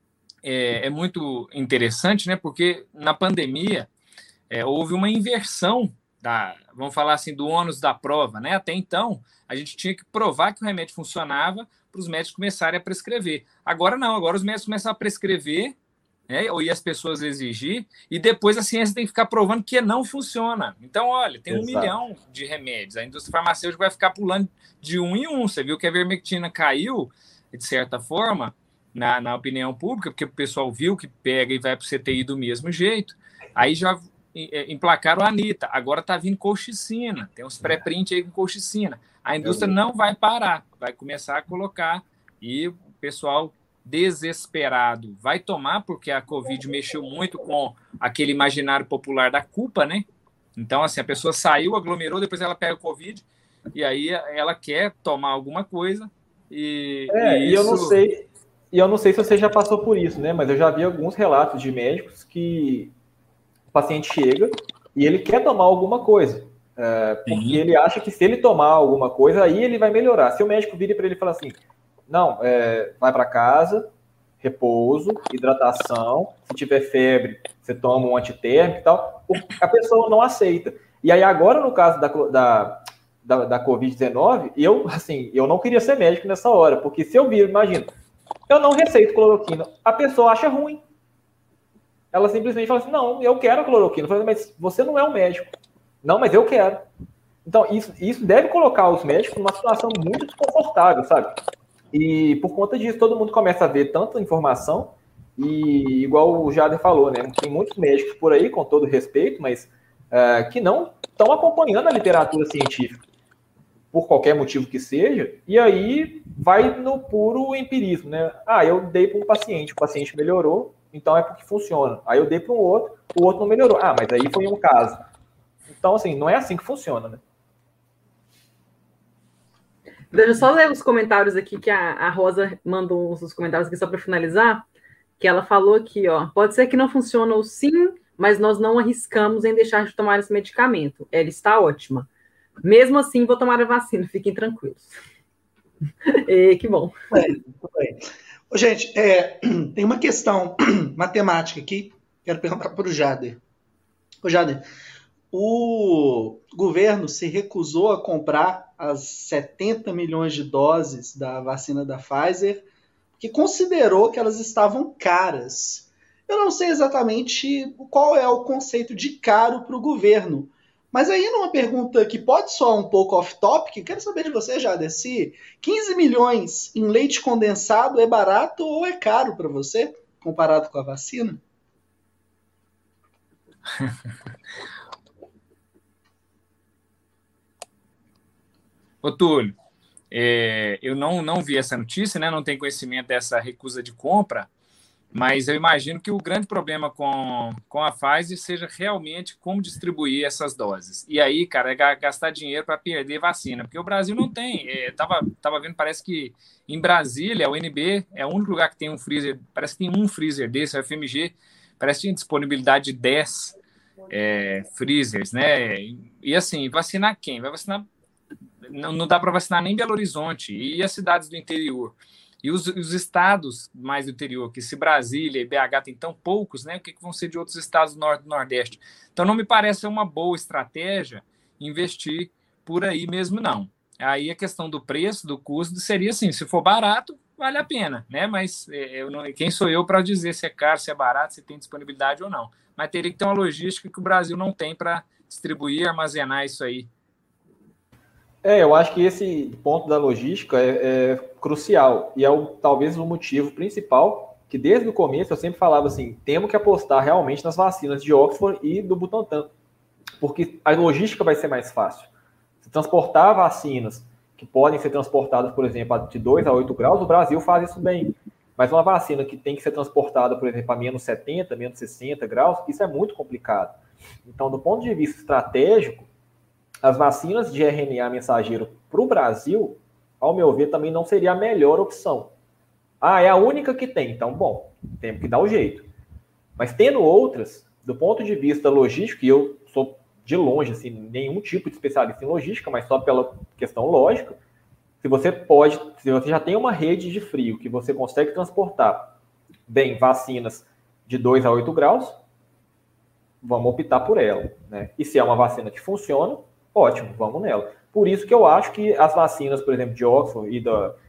é muito interessante, né, porque na pandemia houve uma inversão vamos falar assim, do ônus da prova, né? Até então, a gente tinha que provar que o remédio funcionava para os médicos começarem a prescrever. Agora não, agora os médicos começam a prescrever, né? Ou as pessoas exigir, e depois a ciência tem que ficar provando que não funciona. Então, olha, tem 1 milhão de remédios, a indústria farmacêutica vai ficar pulando de um em um. Você viu que a ivermectina caiu, de certa forma, na opinião pública, porque o pessoal viu que pega e vai para o CTI do mesmo jeito, aí já emplacaram a Anitta, agora está vindo colchicina, tem uns pré-print aí com colchicina. A indústria não vai parar, vai começar a colocar, e o pessoal desesperado vai tomar, porque a Covid mexeu muito com aquele imaginário popular da culpa, né? Então, assim, a pessoa saiu, aglomerou, depois ela pega o Covid, e aí ela quer tomar alguma coisa, e eu não sei, se você já passou por isso, né? Mas eu já vi alguns relatos de médicos que o paciente chega e ele quer tomar alguma coisa, porque ele acha que se ele tomar alguma coisa, aí ele vai melhorar. Se o médico vira para ele e fala assim, não, vai para casa, repouso, hidratação, se tiver febre, você toma um antitérmico e tal, a pessoa não aceita. E aí agora, no caso da Covid-19, eu não queria ser médico nessa hora, porque se eu vir, imagina, eu não receito cloroquina, a pessoa acha ruim. Ela simplesmente fala assim, não, eu quero cloroquina. Eu falo, mas você não é um médico. Não, mas eu quero. Então, isso deve colocar os médicos numa situação muito desconfortável, sabe? E por conta disso, todo mundo começa a ver tanta informação e, igual o Jader falou, né? Tem muitos médicos por aí, com todo respeito, mas que não estão acompanhando a literatura científica, por qualquer motivo que seja, e aí vai no puro empirismo, né? Eu dei para um paciente, o paciente melhorou, então é porque funciona. Aí eu dei para o outro não melhorou. Mas aí foi um caso. Então, assim, não é assim que funciona, né? Deixa eu só ler os comentários aqui, que a Rosa mandou os comentários aqui só para finalizar, que ela falou aqui, ó, pode ser que não funcione sim, mas nós não arriscamos em deixar de tomar esse medicamento. Ela está ótima. Mesmo assim, vou tomar a vacina, fiquem tranquilos. Que bom. Muito bem. Gente, tem uma questão matemática aqui, quero perguntar para o Jader. Jader, o governo se recusou a comprar as 70 milhões de doses da vacina da Pfizer, porque considerou que elas estavam caras. Eu não sei exatamente qual é o conceito de caro para o governo. Mas aí, numa pergunta que pode soar um pouco off-topic, quero saber de você, Jader, se 15 milhões em leite condensado é barato ou é caro para você, comparado com a vacina? Ô, Túlio, eu não vi essa notícia, né? Não tenho conhecimento dessa recusa de compra, mas eu imagino que o grande problema com a Pfizer seja realmente como distribuir essas doses. E aí, cara, é gastar dinheiro para perder vacina, porque o Brasil não tem. Tava vendo, parece que em Brasília, a UNB é o único lugar que tem um freezer, parece que tem um freezer desse, a FMG, parece que tem disponibilidade de 10 freezers, né? E assim, vacinar quem? Vai vacinar. Não dá para vacinar nem Belo Horizonte e as cidades do interior. E os estados mais do interior, que se Brasília e BH tem tão poucos, né? O que vão ser de outros estados do Norte e do Nordeste? Então, não me parece uma boa estratégia investir por aí mesmo, não. Aí a questão do preço, do custo, seria assim, se for barato, vale a pena, né? Mas quem sou eu para dizer se é caro, se é barato, se tem disponibilidade ou não? Mas teria que ter uma logística que o Brasil não tem para distribuir e armazenar isso aí. Eu acho que esse ponto da logística é crucial e talvez o motivo principal que desde o começo eu sempre falava assim, temos que apostar realmente nas vacinas de Oxford e do Butantan, porque a logística vai ser mais fácil. Se transportar vacinas que podem ser transportadas, por exemplo, de 2 a 8 graus, o Brasil faz isso bem. Mas uma vacina que tem que ser transportada, por exemplo, a menos 70, menos 60 graus, isso é muito complicado. Então, do ponto de vista estratégico, as vacinas de RNA mensageiro para o Brasil, ao meu ver, também não seria a melhor opção. É a única que tem, então, bom, temos que dar o jeito. Mas tendo outras, do ponto de vista logístico, e eu sou de longe, assim, nenhum tipo de especialista em logística, mas só pela questão lógica, se você já tem uma rede de frio que você consegue transportar bem vacinas de 2 a 8 graus, vamos optar por ela, né? E se é uma vacina que funciona, ótimo, vamos nela. Por isso que eu acho que as vacinas, por exemplo, de Oxford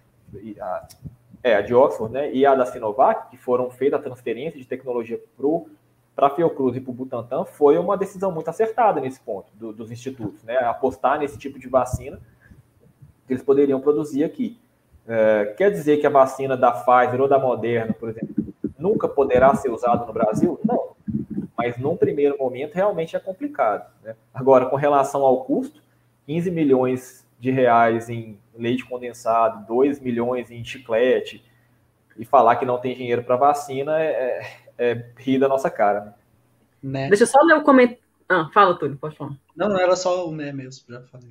a de Oxford, né, e a da Sinovac, que foram feitas a transferência de tecnologia para a Fiocruz e para o Butantan, foi uma decisão muito acertada nesse ponto dos institutos, né, apostar nesse tipo de vacina que eles poderiam produzir aqui. Quer dizer que a vacina da Pfizer ou da Moderna, por exemplo, nunca poderá ser usada no Brasil? Não. Mas num primeiro momento realmente é complicado, né? Agora, com relação ao custo, 15 milhões de reais em leite condensado, 2 milhões em chiclete, e falar que não tem dinheiro para vacina é rir da nossa cara. Né? Deixa eu só ler o comentário. Fala, Túlio, pode falar. Não era só o né mesmo, já falei.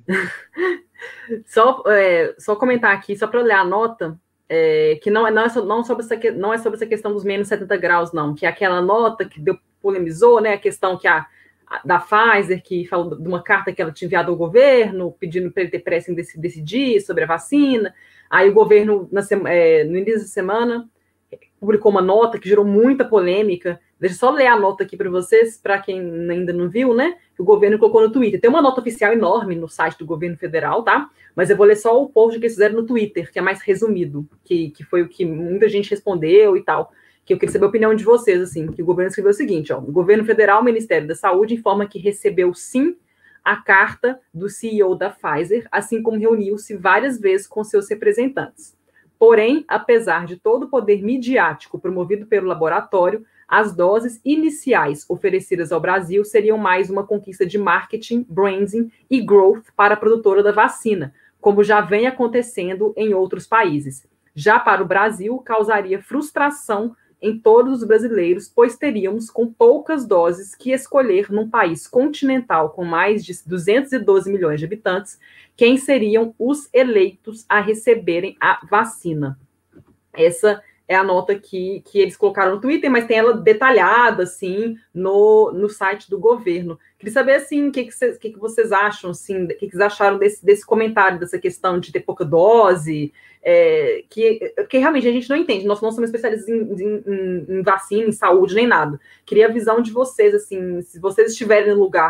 Só comentar aqui, só para ler a nota, que não é sobre essa questão dos menos 70 graus, não, que é aquela nota que polemizou, né, a questão que da Pfizer, que falou de uma carta que ela tinha enviado ao governo, pedindo para ele ter pressa em decidir sobre a vacina. Aí o governo, no início da semana, publicou uma nota que gerou muita polêmica. Deixa eu só ler a nota aqui para vocês, para quem ainda não viu, né? Que o governo colocou no Twitter. Tem uma nota oficial enorme no site do governo federal, tá? Mas eu vou ler só o post que eles fizeram no Twitter, que é mais resumido, que foi o que muita gente respondeu e tal. Que eu queria saber a opinião de vocês, assim, que o governo escreveu o seguinte, ó, o governo federal, o Ministério da Saúde, informa que recebeu, sim, a carta do CEO da Pfizer, assim como reuniu-se várias vezes com seus representantes. Porém, apesar de todo o poder midiático promovido pelo laboratório, as doses iniciais oferecidas ao Brasil seriam mais uma conquista de marketing, branding e growth para a produtora da vacina, como já vem acontecendo em outros países. Já para o Brasil, causaria frustração em todos os brasileiros, pois teríamos com poucas doses que escolher num país continental com mais de 212 milhões de habitantes, quem seriam os eleitos a receberem a vacina. Essa é a nota que eles colocaram no Twitter, mas tem ela detalhada, assim, no site do governo. Queria saber, assim, o que vocês acham, assim, o que vocês acharam desse comentário, dessa questão de ter pouca dose, que realmente a gente não entende, nós não somos especialistas em vacina, em saúde, nem nada. Queria a visão de vocês, assim, se vocês estiverem no lugar,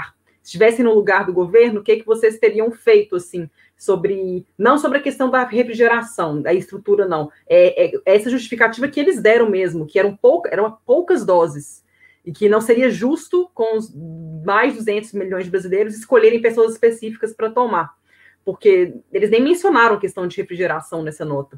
estivessem no lugar do governo, o que vocês teriam feito, assim, não sobre a questão da refrigeração, da estrutura, não. Essa justificativa que eles deram mesmo, que eram poucas doses, e que não seria justo com os mais de 200 milhões de brasileiros escolherem pessoas específicas para tomar, porque eles nem mencionaram a questão de refrigeração nessa nota.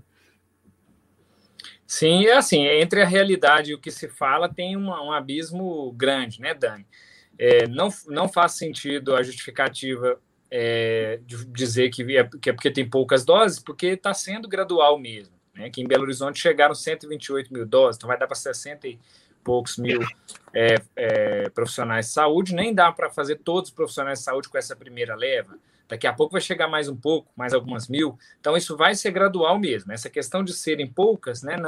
Sim, é assim, entre a realidade e o que se fala tem um abismo grande, né, Dani? Não faz sentido a justificativa de dizer que é porque tem poucas doses, porque está sendo gradual mesmo, né? Que em Belo Horizonte chegaram 128 mil doses, então vai dar para 60 e poucos mil profissionais de saúde, nem dá para fazer todos os profissionais de saúde com essa primeira leva. Daqui a pouco vai chegar mais um pouco, mais algumas mil. Então, isso vai ser gradual mesmo. Essa questão de serem poucas, né,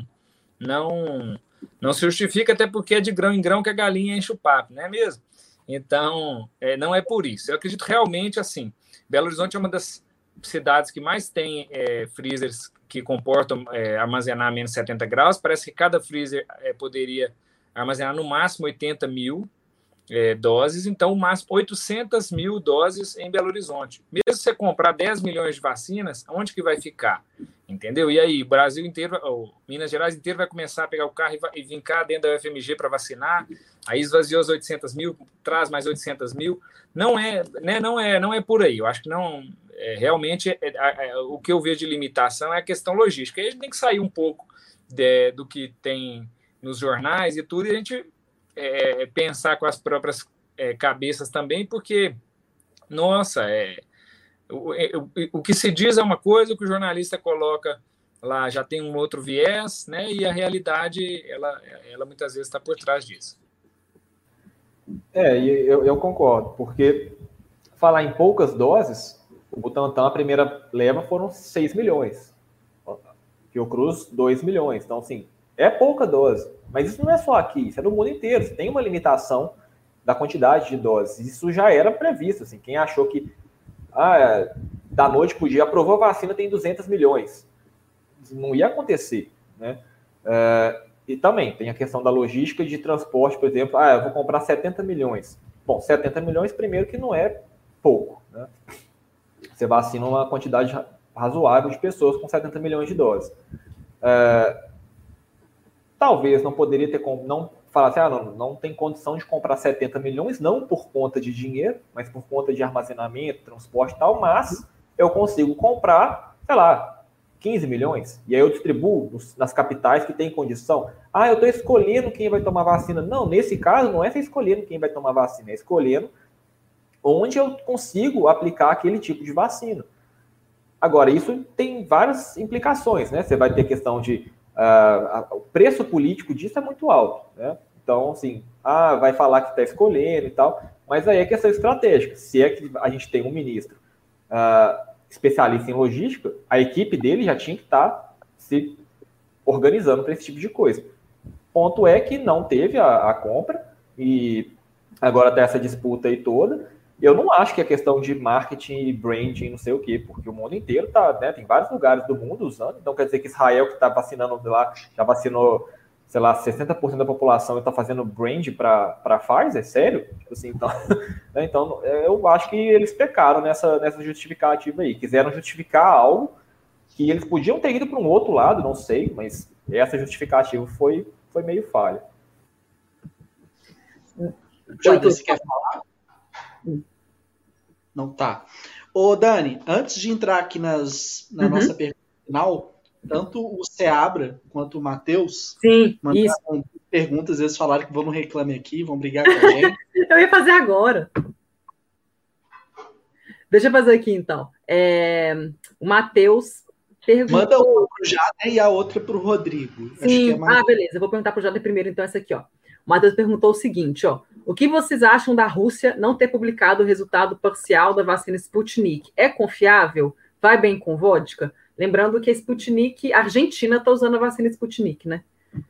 não se justifica, até porque é de grão em grão que a galinha enche o papo, não é mesmo? Então, não é por isso. Eu acredito realmente assim. Belo Horizonte é uma das cidades que mais tem freezers que comportam armazenar menos 70 graus. Parece que cada freezer poderia armazenar no máximo 80 mil doses, então o máximo 800 mil doses em Belo Horizonte. Mesmo se você comprar 10 milhões de vacinas, onde que vai ficar? Entendeu? E aí, o Brasil inteiro, Minas Gerais inteiro vai começar a pegar o carro e vir cá dentro da UFMG para vacinar, aí esvaziou as 800 mil, traz mais 800 mil. Não é por aí. Eu acho que não... realmente, o que eu vejo de limitação é a questão logística. Aí a gente tem que sair um pouco do que tem nos jornais e tudo, e a gente pensar com as próprias cabeças também, porque, nossa, o que se diz é uma coisa, o que o jornalista coloca lá já tem um outro viés, né? E a realidade, ela muitas vezes está por trás disso. Eu concordo, porque falar em poucas doses, o Butantan, a primeira leva foram 6 milhões, Fiocruz, 2 milhões, então, assim, é pouca dose, mas isso não é só aqui, isso é no mundo inteiro. Você tem uma limitação da quantidade de doses. Isso já era previsto. Assim, quem achou que da noite para o dia aprovou a vacina tem 200 milhões. Isso não ia acontecer, né? E também tem a questão da logística de transporte, por exemplo. Eu vou comprar 70 milhões. Bom, 70 milhões, primeiro que não é pouco, né? Você vacina uma quantidade razoável de pessoas com 70 milhões de doses. Talvez não poderia ter, não falar assim, não tem condição de comprar 70 milhões, não por conta de dinheiro, mas por conta de armazenamento, transporte e tal, mas eu consigo comprar, sei lá, 15 milhões, e aí eu distribuo nas capitais que tem condição. Eu estou escolhendo quem vai tomar vacina. Não, nesse caso não é você escolhendo quem vai tomar vacina, é escolhendo onde eu consigo aplicar aquele tipo de vacina. Agora, isso tem várias implicações, né? Você vai ter questão de o preço político disso é muito alto, né? Então, assim, vai falar que está escolhendo e tal, mas aí é questão estratégica. Se é que a gente tem um ministro especialista em logística, a equipe dele já tinha que estar se organizando para esse tipo de coisa. Ponto é que não teve a compra e agora está essa disputa aí toda. Eu não acho que é questão de marketing e branding, não sei o quê, porque o mundo inteiro tá, né? Tem vários lugares do mundo usando, então quer dizer que Israel, que está vacinando lá, já vacinou, sei lá, 60% da população e está fazendo brand para Pfizer? Sério? Tipo assim, então, né? Então, eu acho que eles pecaram nessa justificativa aí. Quiseram justificar algo que eles podiam ter ido para um outro lado, não sei, mas essa justificativa foi meio falha. Jada, você quer falar? Não, tá. Ô, Dani, antes de entrar aqui na nossa pergunta final, tanto o Seabra quanto o Matheus mandaram perguntas, eles falaram que vão no Reclame Aqui, vão brigar com a gente. Eu ia fazer agora. Deixa eu fazer aqui, então. O Matheus perguntou... Manda uma pro Jada e a outra pro Rodrigo. Sim, acho que é beleza. Eu vou perguntar pro Jada primeiro, então, essa aqui, ó. O Matheus perguntou o seguinte, ó. O que vocês acham da Rússia não ter publicado o resultado parcial da vacina Sputnik? É confiável? Vai bem com vodka? Lembrando que a Sputnik, a Argentina está usando a vacina Sputnik, né?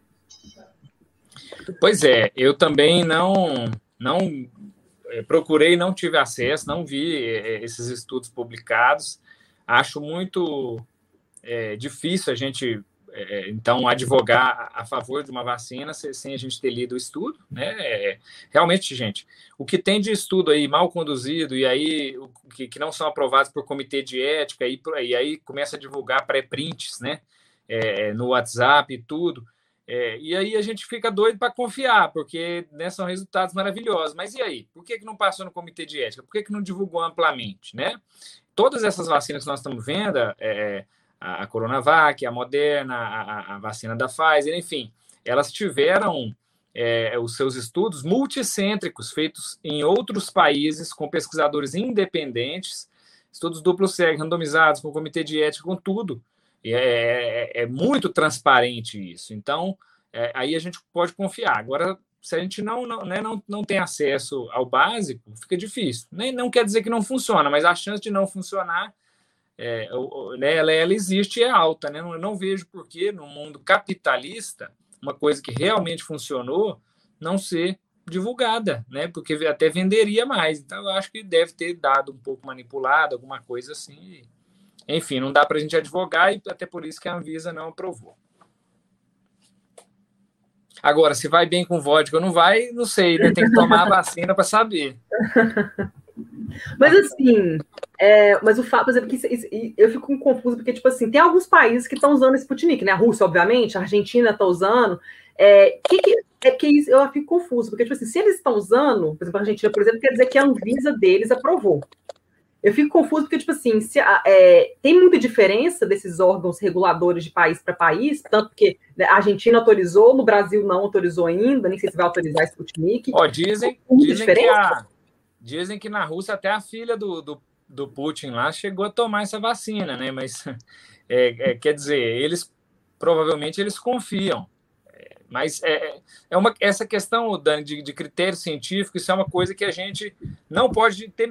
Pois é, eu também não procurei, não tive acesso, não vi esses estudos publicados. Acho muito difícil a gente então, advogar a favor de uma vacina sem a gente ter lido o estudo, né? Realmente, gente, o que tem de estudo aí mal conduzido e aí que não são aprovados por comitê de ética e aí começa a divulgar pré-prints, né? No WhatsApp e tudo. E aí a gente fica doido para confiar, porque, né, são resultados maravilhosos. Mas e aí? Por que não passou no comitê de ética? Por que não divulgou amplamente, né? Todas essas vacinas que nós estamos vendo, a Coronavac, a Moderna, a vacina da Pfizer, enfim, elas tiveram os seus estudos multicêntricos, feitos em outros países, com pesquisadores independentes, estudos duplo cego, randomizados, com comitê de ética, com tudo. E é muito transparente isso. Então, aí a gente pode confiar. Agora, se a gente não tem acesso ao básico, fica difícil. Não quer dizer que não funciona, mas a chance de não funcionar ela existe e é alta, né? Eu não vejo por que no mundo capitalista uma coisa que realmente funcionou não ser divulgada, né? Porque até venderia mais. Então eu acho que deve ter dado um pouco manipulado, alguma coisa assim. Enfim, não dá para a gente advogar e até por isso que a Anvisa não aprovou. Agora, se vai bem com vodka ou não vai, não sei, né? Tem que tomar a vacina para saber. Mas assim, mas o fato, por exemplo, que eu fico confuso, porque, tipo assim, tem alguns países que estão usando Sputnik, né? A Rússia, obviamente, a Argentina está usando. Eu fico confuso, porque, tipo assim, se eles estão usando, por exemplo, a Argentina, por exemplo, quer dizer que a Anvisa deles aprovou. Eu fico confuso porque, tipo assim, tem muita diferença desses órgãos reguladores de país para país, tanto que a Argentina autorizou, no Brasil não autorizou ainda, nem sei se vai autorizar Sputnik. Dizem que na Rússia até a filha do Putin lá chegou a tomar essa vacina, né? Mas, quer dizer, provavelmente eles confiam. Mas essa questão, Dani, de critério científico, isso é uma coisa que a gente não pode ter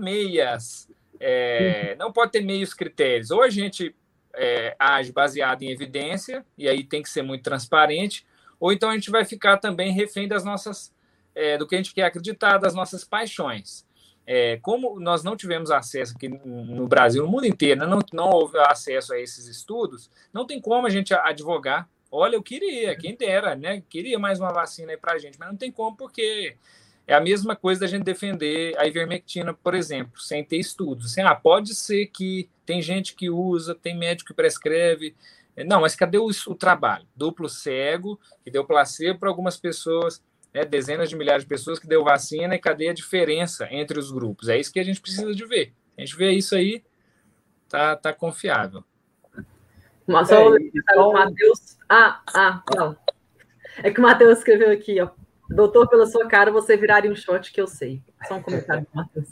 não pode ter meios critérios. Ou a gente age baseado em evidência, e aí tem que ser muito transparente, ou então a gente vai ficar também refém das nossas, do que a gente quer acreditar, das nossas paixões. Como nós não tivemos acesso aqui no Brasil, no mundo inteiro, né? Não houve acesso a esses estudos, não tem como a gente advogar. Olha, eu queria, quem dera, né? Queria mais uma vacina aí para a gente, mas não tem como, porque é a mesma coisa da gente defender a ivermectina, por exemplo, sem ter estudos. Assim, pode ser que tem gente que usa, tem médico que prescreve. Não, mas cadê o trabalho? Duplo cego, que deu placebo para algumas pessoas, né, dezenas de milhares de pessoas que deu vacina, e cadê a diferença entre os grupos? É isso que a gente precisa de ver. A gente vê isso aí, tá confiável. Mas só o Matheus... não. É que o Matheus escreveu aqui, ó. Doutor, pela sua cara, você viraria um shot que eu sei. Só um comentário do Matheus.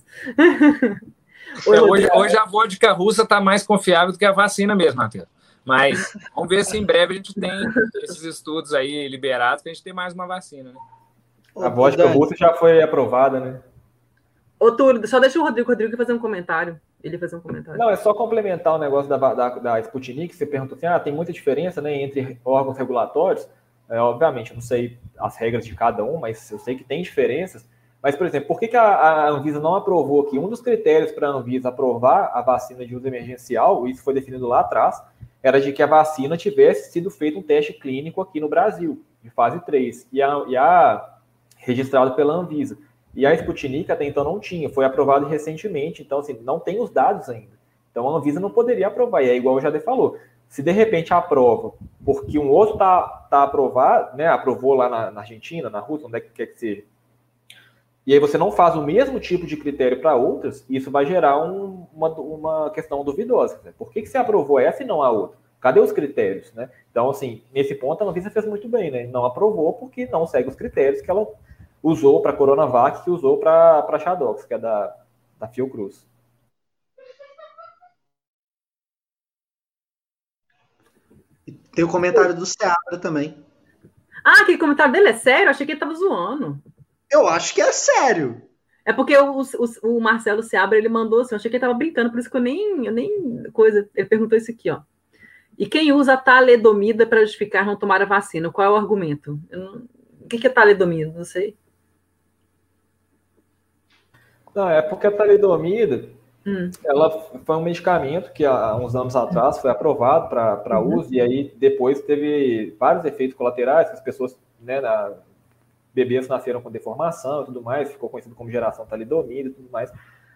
Hoje a vodka russa está mais confiável do que a vacina mesmo, Matheus. Mas vamos ver se em breve a gente tem esses estudos aí liberados para a gente ter mais uma vacina, né? A vodka russa já foi aprovada, né? Ô, Túlio, só deixa o Rodrigo fazer um comentário. Ele fazer um comentário. Não, é só complementar o negócio da Sputnik. Você perguntou assim, tem muita diferença, né, entre órgãos regulatórios. Obviamente, eu não sei as regras de cada um, mas eu sei que tem diferenças. Mas, por exemplo, por que a Anvisa não aprovou aqui? Um dos critérios para a Anvisa aprovar a vacina de uso emergencial, isso foi definido lá atrás, era de que a vacina tivesse sido feito um teste clínico aqui no Brasil, de fase 3, registrado pela Anvisa. E a Sputnik até então não tinha, foi aprovado recentemente, então assim, não tem os dados ainda. Então a Anvisa não poderia aprovar, e é igual o Jade falou. Se de repente aprova, porque um outro tá aprovado, né, aprovou lá na Argentina, na Rússia, onde é que quer que seja, e aí você não faz o mesmo tipo de critério para outras, isso vai gerar uma questão duvidosa. Né? Por que você aprovou essa e não a outra? Cadê os critérios? Né? Então, assim, nesse ponto a Anvisa fez muito bem, né? Não aprovou porque não segue os critérios que ela usou para a Coronavac, que usou para a Shadox, que é da Fiocruz. Tem o comentário do Seabra também. Aquele comentário dele é sério? Eu achei que ele tava zoando. Eu acho que é sério. É porque o Marcelo Seabra, ele mandou assim, eu achei que ele tava brincando, por isso que eu nem ele perguntou isso aqui, ó. E quem usa a talidomida para justificar não tomar a vacina? Qual é o argumento? O que é talidomida? Não sei. Não, é porque a talidomida, Ela foi um medicamento que há uns anos atrás foi aprovado para uso, e aí depois teve vários efeitos colaterais, que as pessoas, né, bebês nasceram com deformação e tudo mais, ficou conhecido como geração talidomida e tudo mais.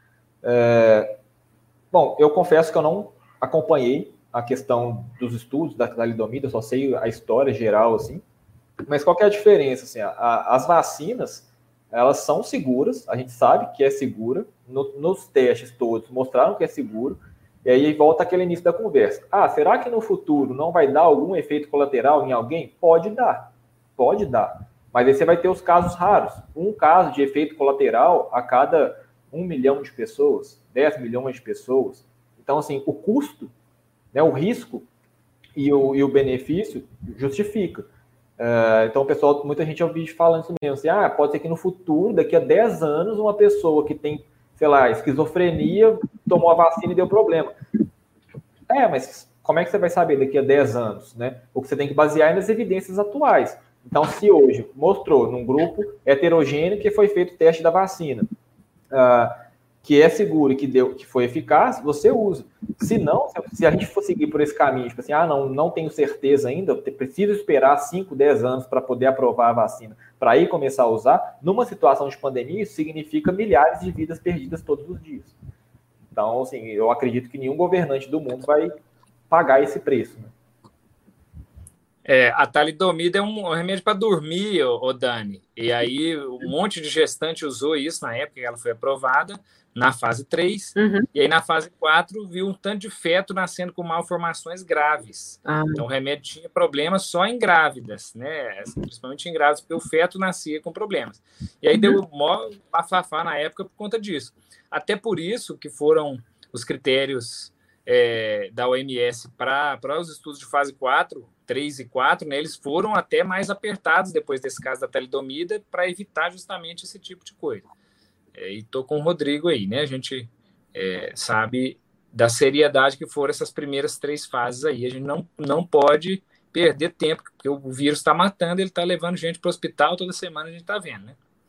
Bom, eu confesso que eu não acompanhei a questão dos estudos da talidomida, eu só sei a história geral, assim. Mas qual que é a diferença? Assim, as vacinas, elas são seguras, a gente sabe que é segura, nos testes todos mostraram que é seguro, e aí volta aquele início da conversa. Será que no futuro não vai dar algum efeito colateral em alguém? Pode dar, mas aí você vai ter os casos raros. Um caso de efeito colateral a cada 1 milhão de pessoas, 10 milhões de pessoas. Então, assim, o custo, né, o risco e o benefício justifica. Então, pessoal, muita gente ouve falando isso mesmo, assim, pode ser que no futuro, daqui a 10 anos, uma pessoa que tem, sei lá, esquizofrenia, tomou a vacina e deu problema. Mas como é que você vai saber daqui a 10 anos, né? O que você tem que basear é nas evidências atuais. Então, se hoje mostrou num grupo heterogêneo que foi feito o teste da vacina, que é seguro e que foi eficaz, você usa. Se não, se a gente for seguir por esse caminho, tipo assim, não tenho certeza ainda, preciso esperar 5, 10 anos para poder aprovar a vacina, para aí começar a usar, numa situação de pandemia, isso significa milhares de vidas perdidas todos os dias. Então, assim, eu acredito que nenhum governante do mundo vai pagar esse preço, né? A talidomida é um remédio para dormir, Dani. E aí um monte de gestante usou isso na época que ela foi aprovada, na fase 3. E aí na fase 4 viu um tanto de feto nascendo com malformações graves. Então o remédio tinha problemas só em grávidas, né? Principalmente em grávidas, porque o feto nascia com problemas. E aí deu mó bafafá na época por conta disso. Até por isso que foram os critérios da OMS para os estudos de fase 4, 3 e 4, né, eles foram até mais apertados depois desse caso da talidomida para evitar justamente esse tipo de coisa. E estou com o Rodrigo aí, né? A gente sabe da seriedade que foram essas primeiras 3 fases aí. A gente não pode perder tempo, porque o vírus está matando, ele está levando gente para o hospital toda semana, a gente está vendo, né?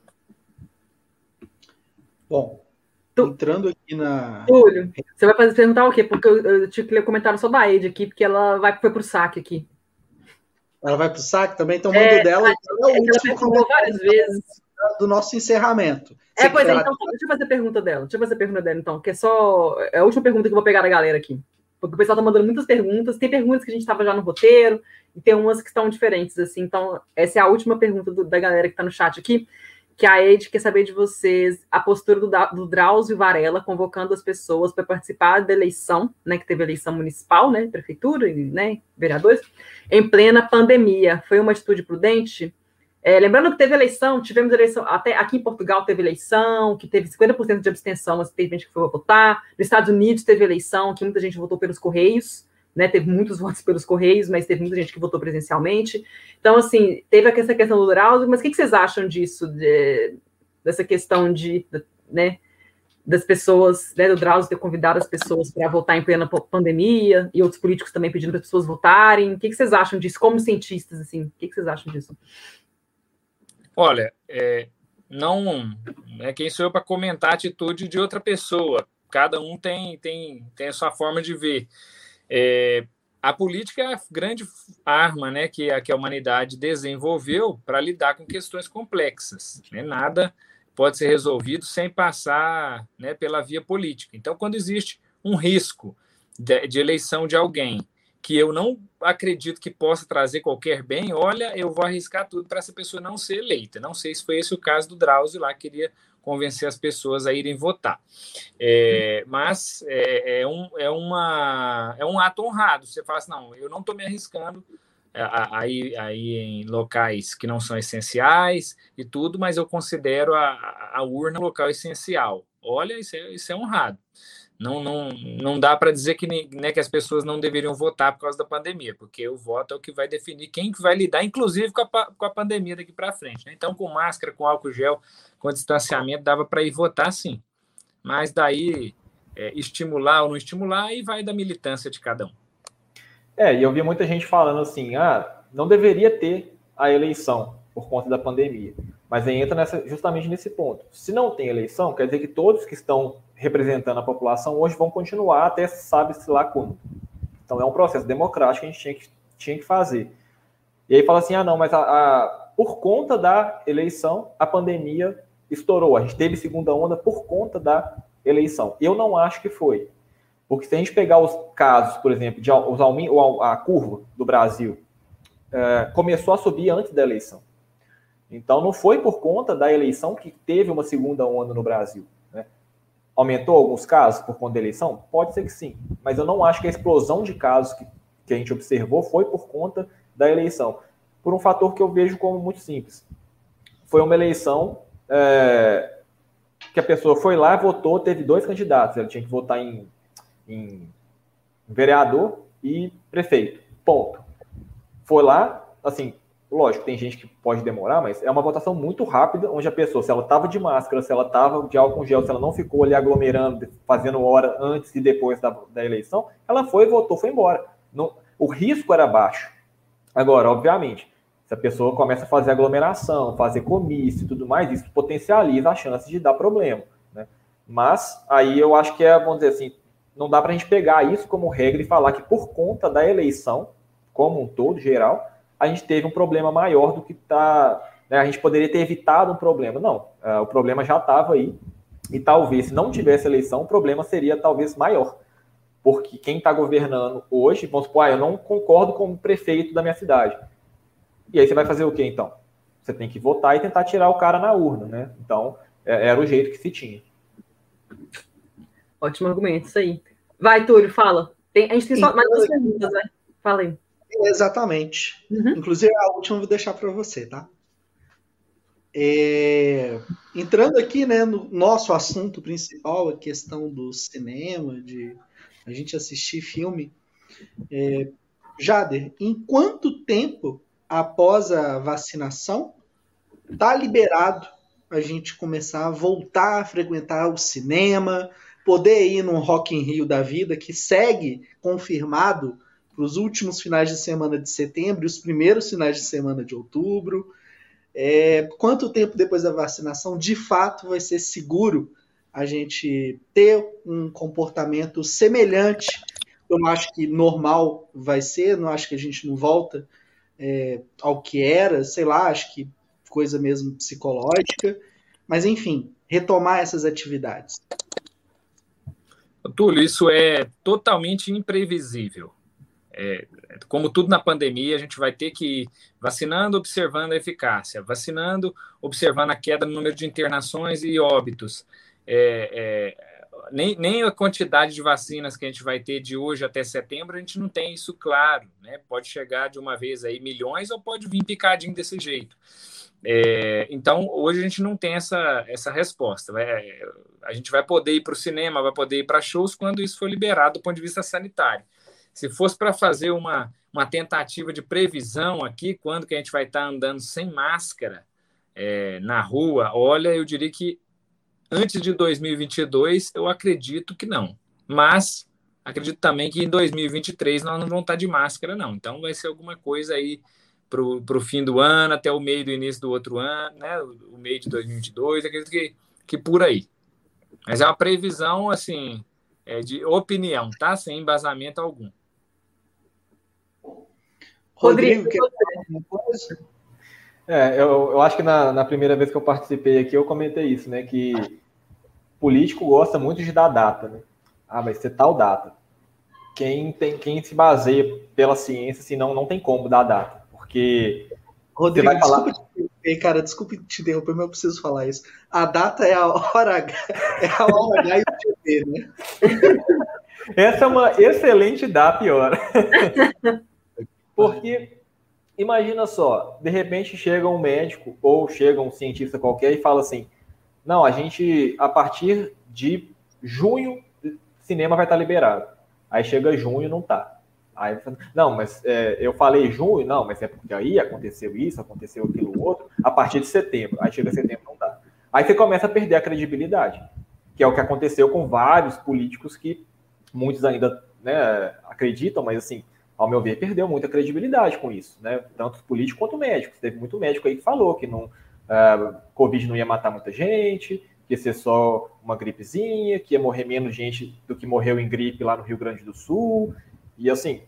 Bom, entrando aqui na... Túlio, você vai perguntar o quê? Porque eu tive que ler o comentário só da Ed aqui, porque ela foi pro saque aqui. Ela vai pro saque também? Então manda dela. Ela perguntou várias vezes. Do nosso encerramento. Pois então, deixa eu fazer a pergunta dela. Então, que é a última pergunta que eu vou pegar da galera aqui. Porque o pessoal tá mandando muitas perguntas. Tem perguntas que a gente estava já no roteiro, e tem umas que estão diferentes, assim. Então, essa é a última pergunta da galera que tá no chat aqui, que a Ed quer saber de vocês a postura do Drauzio Varela convocando as pessoas para participar da eleição, né, que teve eleição municipal, né, prefeitura e, né, vereadores, em plena pandemia. Foi uma atitude prudente? Lembrando que tivemos eleição, até aqui em Portugal teve eleição, que teve 50% de abstenção, mas teve gente que foi votar. Nos Estados Unidos teve eleição, que muita gente votou pelos Correios, né, teve muitos votos pelos Correios, mas teve muita gente que votou presencialmente. Então, assim, teve essa questão do Drauzio, mas o que vocês acham disso, dessa questão né, das pessoas, né, do Drauzio ter convidado as pessoas para votar em plena pandemia, e outros políticos também pedindo para as pessoas votarem? O que vocês acham disso, como cientistas, assim? O que vocês acham disso? Olha, não é quem sou eu para comentar a atitude de outra pessoa. Cada um tem a sua forma de ver. A política é a grande arma, né, que a humanidade desenvolveu para lidar com questões complexas, né? Nada pode ser resolvido sem passar, né, pela via política. Então, quando existe um risco de eleição de alguém que eu não acredito que possa trazer qualquer bem, olha, eu vou arriscar tudo para essa pessoa não ser eleita. Não sei se foi esse o caso do Drauzio lá, que queria convencer as pessoas a irem votar. Mas é um ato honrado. Você fala assim, não, eu não estou me arriscando aí em locais que não são essenciais e tudo, mas eu considero a urna um local essencial. Olha, isso é honrado. Não dá para dizer que, né, que as pessoas não deveriam votar por causa da pandemia, porque o voto é o que vai definir quem que vai lidar, inclusive com a pandemia daqui para frente, né? Então, com máscara, com álcool gel, com distanciamento, dava para ir votar, sim. Mas daí, estimular ou não estimular, aí vai da militância de cada um. E eu vi muita gente falando assim, não deveria ter a eleição por conta da pandemia. Mas aí entra justamente nesse ponto. Se não tem eleição, quer dizer que todos que estão representando a população hoje vão continuar até sabe-se lá quando. Então, é um processo democrático que a gente tinha que fazer. E aí fala assim, não, mas por conta da eleição, a pandemia estourou. A gente teve segunda onda por conta da eleição. Eu não acho que foi. Porque se a gente pegar os casos, por exemplo, a curva do Brasil começou a subir antes da eleição. Então, não foi por conta da eleição que teve uma segunda onda no Brasil. Né? Aumentou alguns casos por conta da eleição? Pode ser que sim. Mas eu não acho que a explosão de casos que a gente observou foi por conta da eleição. Por um fator que eu vejo como muito simples. Foi uma eleição que a pessoa foi lá, votou, teve 2 candidatos. Ela tinha que votar em vereador e prefeito. Ponto. Foi lá, assim, lógico, tem gente que pode demorar, mas é uma votação muito rápida, onde a pessoa, se ela estava de máscara, se ela estava de álcool gel, se ela não ficou ali aglomerando, fazendo hora antes e depois da eleição, ela foi, votou, foi embora. Não, o risco era baixo. Agora, obviamente, se a pessoa começa a fazer aglomeração, fazer comício e tudo mais, isso potencializa a chance de dar problema. Né? Mas aí eu acho que vamos dizer assim, não dá para a gente pegar isso como regra e falar que por conta da eleição, como um todo, geral, a gente teve um problema maior do que a gente poderia ter evitado um problema. Não, o problema já estava aí e talvez, se não tivesse eleição, o problema seria talvez maior. Porque quem está governando hoje, vamos supor, eu não concordo com o prefeito da minha cidade. E aí você vai fazer o quê, então? Você tem que votar e tentar tirar o cara na urna, né? Então, era o jeito que se tinha. Ótimo argumento, isso aí. Vai, Túlio, fala. A gente tem só mais 2 perguntas, vai. Fala aí. Exatamente. Inclusive, a última eu vou deixar para você, tá? Entrando aqui, né, no nosso assunto principal, a questão do cinema, de a gente assistir filme. Jader, em quanto tempo após a vacinação tá liberado a gente começar a voltar a frequentar o cinema, poder ir num Rock in Rio da vida, que segue confirmado para os últimos finais de semana de setembro e os primeiros finais de semana de outubro? Quanto tempo depois da vacinação, de fato, vai ser seguro a gente ter um comportamento semelhante? Eu não acho que normal vai ser, não acho que a gente não volta ao que era, sei lá, acho que coisa mesmo psicológica, mas enfim, retomar essas atividades. Túlio, isso é totalmente imprevisível. Como tudo na pandemia, a gente vai ter que ir vacinando, observando a eficácia, vacinando, observando a queda no número de internações e óbitos. Nem a quantidade de vacinas que a gente vai ter de hoje até setembro, a gente não tem isso claro, né? Pode chegar de uma vez aí milhões ou pode vir picadinho desse jeito. Então, hoje a gente não tem essa resposta. A gente vai poder ir para o cinema, vai poder ir para shows quando isso for liberado do ponto de vista sanitário. Se fosse para fazer uma tentativa de previsão aqui, quando que a gente vai estar andando sem máscara na rua, olha, eu diria que antes de 2022, eu acredito que não. Mas acredito também que em 2023 nós não vamos estar de máscara, não. Então vai ser alguma coisa aí para o fim do ano, até o meio do início do outro ano, né? O meio de 2022, acredito que por aí. Mas é uma previsão, assim, de opinião, tá? Sem embasamento algum. Rodrigo, quer falar alguma coisa? Eu acho que na primeira vez que eu participei aqui, eu comentei isso, né? Que político gosta muito de dar data, né? Vai ser tal data. Quem se baseia pela ciência, senão não tem como dar data. Porque Rodrigo, vai falar... desculpa te interromper, mas eu preciso falar isso. A data é a hora H, e o dia D, né? Essa é uma excelente data e hora. Porque, imagina só, de repente chega um médico ou chega um cientista qualquer e fala assim, não, a partir de junho, cinema vai estar liberado. Aí chega junho e não está. Aí, não, mas eu falei junho, não, mas é porque aí aconteceu isso, aconteceu aquilo outro, a partir de setembro. Aí chega setembro e não dá. Aí você começa a perder a credibilidade, que é o que aconteceu com vários políticos que muitos ainda, né, acreditam, mas assim, ao meu ver, perdeu muita credibilidade com isso, né? Tanto políticos quanto médicos. Teve muito médico aí que falou que Covid não ia matar muita gente, que ia ser só uma gripezinha, que ia morrer menos gente do que morreu em gripe lá no Rio Grande do Sul, e assim,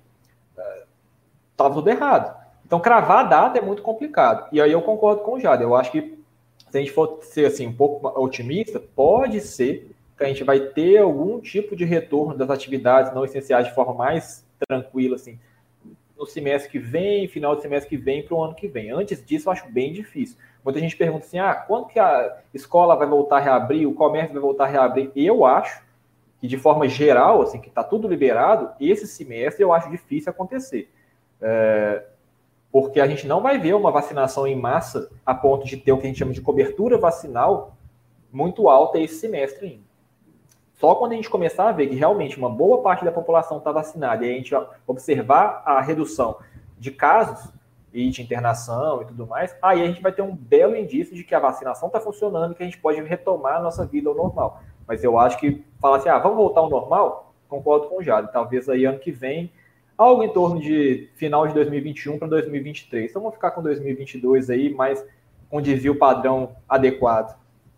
estava tudo errado. Então, cravar a data é muito complicado. E aí eu concordo com o Jada. Eu acho que, se a gente for ser assim, um pouco otimista, pode ser que a gente vai ter algum tipo de retorno das atividades não essenciais de forma mais tranquila, assim, no semestre que vem, final do semestre que vem, para o ano que vem. Antes disso, eu acho bem difícil. Muita gente pergunta assim, quando que a escola vai voltar a reabrir, o comércio vai voltar a reabrir? Eu acho que, de forma geral, assim, que está tudo liberado, esse semestre eu acho difícil acontecer. Porque a gente não vai ver uma vacinação em massa a ponto de ter o que a gente chama de cobertura vacinal muito alta esse semestre ainda. Só quando a gente começar a ver que realmente uma boa parte da população está vacinada e a gente observar a redução de casos e de internação e tudo mais, aí a gente vai ter um belo indício de que a vacinação está funcionando e que a gente pode retomar a nossa vida ao normal. Mas eu acho que falar assim, vamos voltar ao normal, concordo com o Jade. Talvez aí ano que vem, algo em torno de final de 2021 para 2023. Então vamos ficar com 2022 aí, mas com desvio padrão adequado.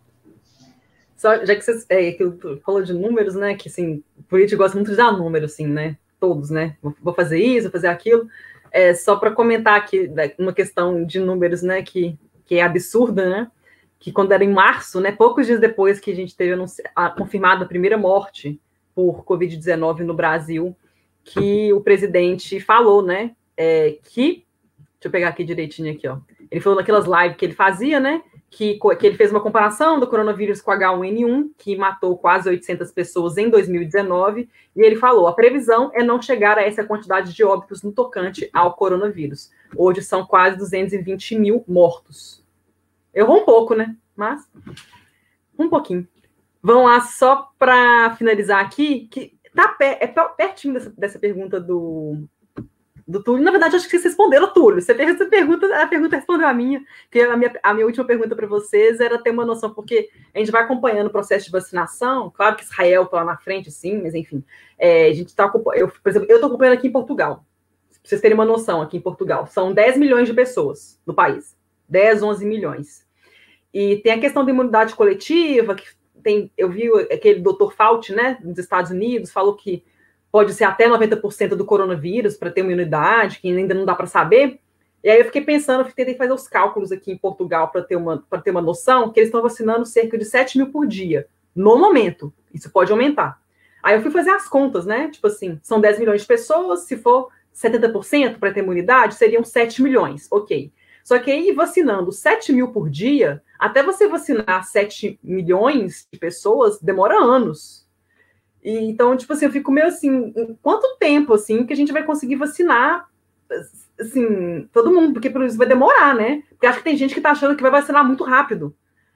Só, já que você falou de números, né, que assim, o político gosta muito de dar número, assim, né, todos, né, vou fazer isso, vou fazer aquilo, só para comentar aqui uma questão de números, né, que é absurda, né, que quando era em março, né, poucos dias depois que a gente teve confirmada a primeira morte por Covid-19 no Brasil, que o presidente falou, né, deixa eu pegar aqui direitinho aqui, ó, ele falou naquelas lives que ele fazia, né, que ele fez uma comparação do coronavírus com H1N1, que matou quase 800 pessoas em 2019, e ele falou, a previsão é não chegar a essa quantidade de óbitos no tocante ao coronavírus. Hoje são quase 220 mil mortos. Errou um pouco, né? Mas, um pouquinho. Vamos lá, só para finalizar aqui, que pertinho dessa pergunta do Túlio. Na verdade, acho que vocês responderam, Túlio. Você fez essa pergunta, a pergunta respondeu a minha. Que a minha última pergunta para vocês era ter uma noção, porque a gente vai acompanhando o processo de vacinação. Claro que Israel está lá na frente, sim, mas enfim. A gente está acompanhando. Por exemplo, eu estou acompanhando aqui em Portugal. Para vocês terem uma noção, aqui em Portugal. São 10 milhões de pessoas no país. 10, 11 milhões. E tem a questão da imunidade coletiva, que eu vi aquele Dr. Fauci, né, nos Estados Unidos, falou que pode ser até 90% do coronavírus para ter uma imunidade, que ainda não dá para saber. E aí eu fiquei pensando, tentei fazer os cálculos aqui em Portugal para ter uma noção, que eles estão vacinando cerca de 7 mil por dia, no momento. Isso pode aumentar. Aí eu fui fazer as contas, né? Tipo assim, são 10 milhões de pessoas, se for 70% para ter imunidade, seriam 7 milhões, ok. Só que aí, vacinando 7 mil por dia, até você vacinar 7 milhões de pessoas, demora anos. E, então, tipo assim, eu fico meio assim, em quanto tempo, assim, que a gente vai conseguir vacinar, assim, todo mundo? Porque por isso vai demorar, né? Porque acho que tem gente que tá achando que vai vacinar muito rápido.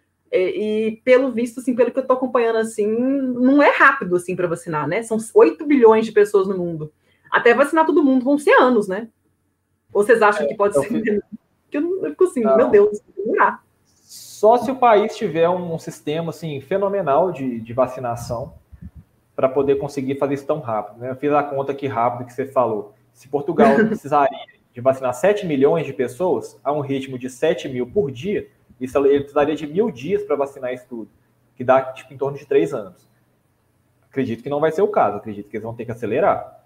E pelo visto, assim, pelo que eu tô acompanhando, assim, não é rápido, assim, para vacinar, né? São 8 bilhões de pessoas no mundo. Até vacinar todo mundo vão ser anos, né? Ou vocês acham que pode ser... Que eu fico assim, meu Deus, vai demorar. Só se o país tiver um sistema, assim, fenomenal de vacinação, para poder conseguir fazer isso tão rápido, né? Eu fiz a conta aqui rápido que você falou. Se Portugal precisaria de vacinar 7 milhões de pessoas a um ritmo de 7 mil por dia, ele precisaria de 1.000 dias para vacinar isso tudo, que dá tipo, em torno de 3 anos. Acredito que não vai ser o caso, acredito que eles vão ter que acelerar.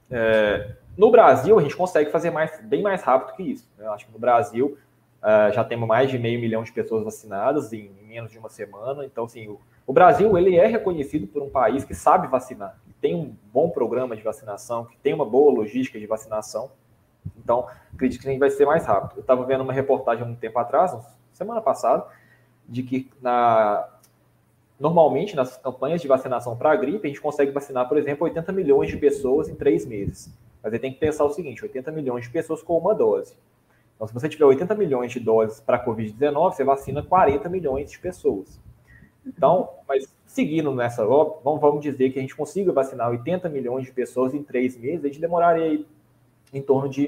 No Brasil, a gente consegue fazer bem mais rápido que isso. Eu acho que no Brasil já temos mais de 500 mil de pessoas vacinadas em menos de uma semana. Então, assim, o Brasil ele é reconhecido por um país que sabe vacinar, que tem um bom programa de vacinação, que tem uma boa logística de vacinação. Então, acredito que a gente vai ser mais rápido. Eu estava vendo uma reportagem há um tempo atrás, semana passada, de que normalmente nas campanhas de vacinação para a gripe, a gente consegue vacinar, por exemplo, 80 milhões de pessoas em 3 meses. Mas aí tem que pensar o seguinte, 80 milhões de pessoas com uma dose. Então, se você tiver 80 milhões de doses para a Covid-19, você vacina 40 milhões de pessoas. Então, mas seguindo nessa, vamos dizer que a gente consiga vacinar 80 milhões de pessoas em 3 meses, a gente demoraria aí em torno de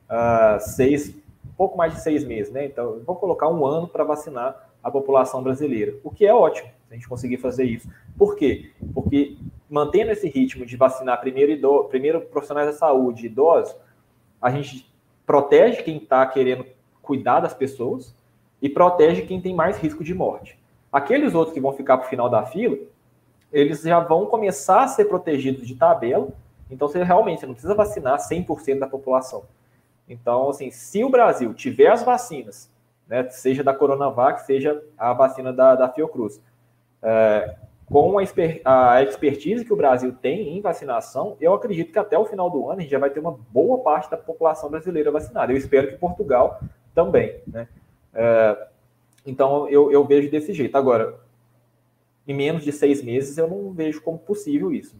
um pouco mais de 6 meses, né? Então, vamos colocar 1 ano para vacinar a população brasileira, o que é ótimo, se a gente conseguir fazer isso. Por quê? Porque mantendo esse ritmo de vacinar primeiro profissionais da saúde e idosos, a gente protege quem está querendo cuidar das pessoas e protege quem tem mais risco de morte. Aqueles outros que vão ficar para o final da fila, eles já vão começar a ser protegidos de tabela. Então, você realmente não precisa vacinar 100% da população. Então, assim, se o Brasil tiver as vacinas, né, seja da Coronavac, seja a vacina da Fiocruz, com a expertise que o Brasil tem em vacinação, eu acredito que até o final do ano a gente já vai ter uma boa parte da população brasileira vacinada. Eu espero que Portugal também, né? Então, eu vejo desse jeito. Agora, em menos de 6 meses, eu não vejo como possível isso.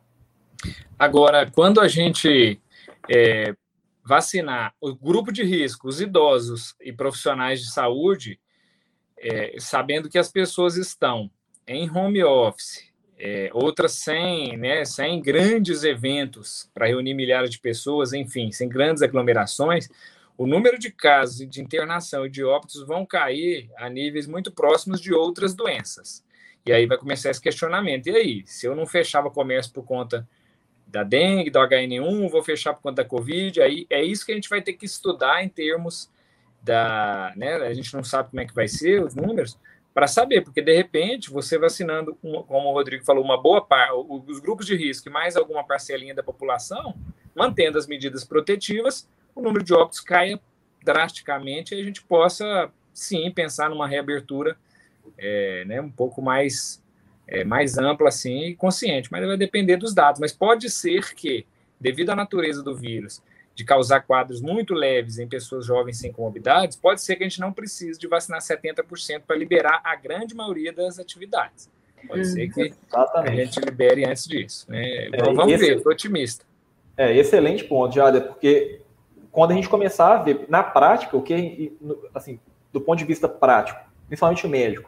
Agora, quando a gente vacinar o grupo de risco, os idosos e profissionais de saúde, sabendo que as pessoas estão em home office, outras sem grandes eventos para reunir milhares de pessoas, enfim, sem grandes aglomerações, o número de casos de internação e de óbitos vão cair a níveis muito próximos de outras doenças. E aí vai começar esse questionamento. E aí, se eu não fechava comércio por conta da dengue, do HN1, vou fechar por conta da Covid, aí é isso que a gente vai ter que estudar em termos né, a gente não sabe como é que vai ser os números, para saber, porque de repente você vacinando, como o Rodrigo falou, uma boa parte, os grupos de risco e mais alguma parcelinha da população, mantendo as medidas protetivas, o número de óbitos caia drasticamente e a gente possa, sim, pensar numa reabertura né, um pouco mais ampla assim, e consciente, mas vai depender dos dados. Mas pode ser que, devido à natureza do vírus, de causar quadros muito leves em pessoas jovens sem comorbidades, pode ser que a gente não precise de vacinar 70% para liberar a grande maioria das atividades. Pode ser que a gente libere antes disso. Né? Vamos ver, estou otimista. Excelente ponto, Jader, porque quando a gente começar a ver na prática, o que, assim, do ponto de vista prático, principalmente o médico,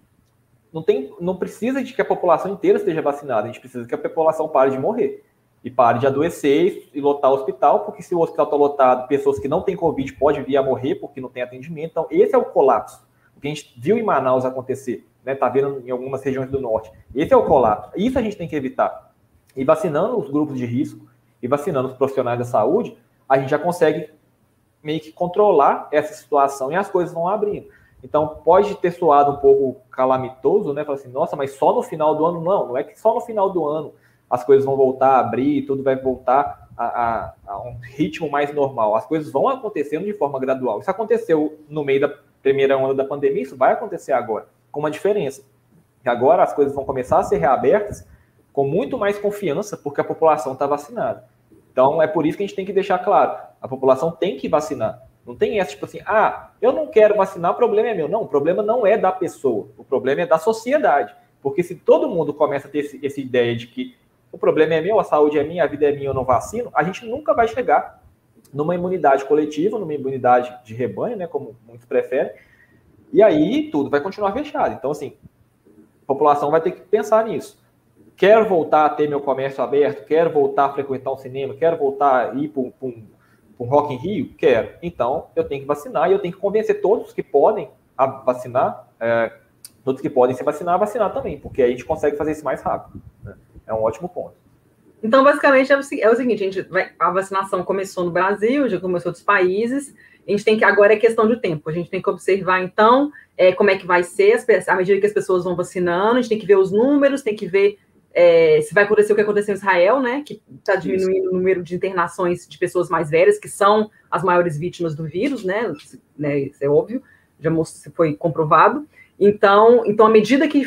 não precisa de que a população inteira esteja vacinada, a gente precisa que a população pare de morrer e pare de adoecer e lotar o hospital, porque se o hospital está lotado, pessoas que não têm Covid podem vir a morrer porque não tem atendimento. Então, esse é o colapso. O que a gente viu em Manaus acontecer, né? Está vendo em algumas regiões do norte. Esse é o colapso. Isso a gente tem que evitar. E vacinando os grupos de risco e vacinando os profissionais da saúde, a gente já consegue meio que controlar essa situação e as coisas vão abrindo. Então, pode ter soado um pouco calamitoso, né? Falar assim, nossa, mas só no final do ano? Não é que só no final do ano as coisas vão voltar a abrir, tudo vai voltar a um ritmo mais normal. As coisas vão acontecendo de forma gradual. Isso aconteceu no meio da primeira onda da pandemia, isso vai acontecer agora, com uma diferença. Que agora as coisas vão começar a ser reabertas com muito mais confiança, porque a população está vacinada. Então, é por isso que a gente tem que deixar claro, a população tem que vacinar. Não tem essa, tipo assim, eu não quero vacinar, o problema é meu. Não, o problema não é da pessoa, o problema é da sociedade. Porque se todo mundo começa a ter essa ideia de que o problema é meu, a saúde é minha, a vida é minha, eu não vacino, a gente nunca vai chegar numa imunidade coletiva, numa imunidade de rebanho, né, como muitos preferem, e aí tudo vai continuar fechado. Então, assim, a população vai ter que pensar nisso. Quero voltar a ter meu comércio aberto, quero voltar a frequentar um cinema, quero voltar a ir para um Rock in Rio? Quero. Então, eu tenho que vacinar e eu tenho que convencer todos que podem a vacinar, todos que podem se vacinar, a vacinar também, porque aí a gente consegue fazer isso mais rápido. Né? É um ótimo ponto. Então, basicamente, é o seguinte, a vacinação começou no Brasil, já começou em outros países, a gente tem que, agora é questão de tempo, a gente tem que observar, então, como é que vai ser, à medida que as pessoas vão vacinando, a gente tem que ver os números, tem que ver se vai acontecer o que aconteceu em Israel, né, que está diminuindo o número de internações de pessoas mais velhas, que são as maiores vítimas do vírus, né, isso é óbvio, já foi comprovado. Então, à medida que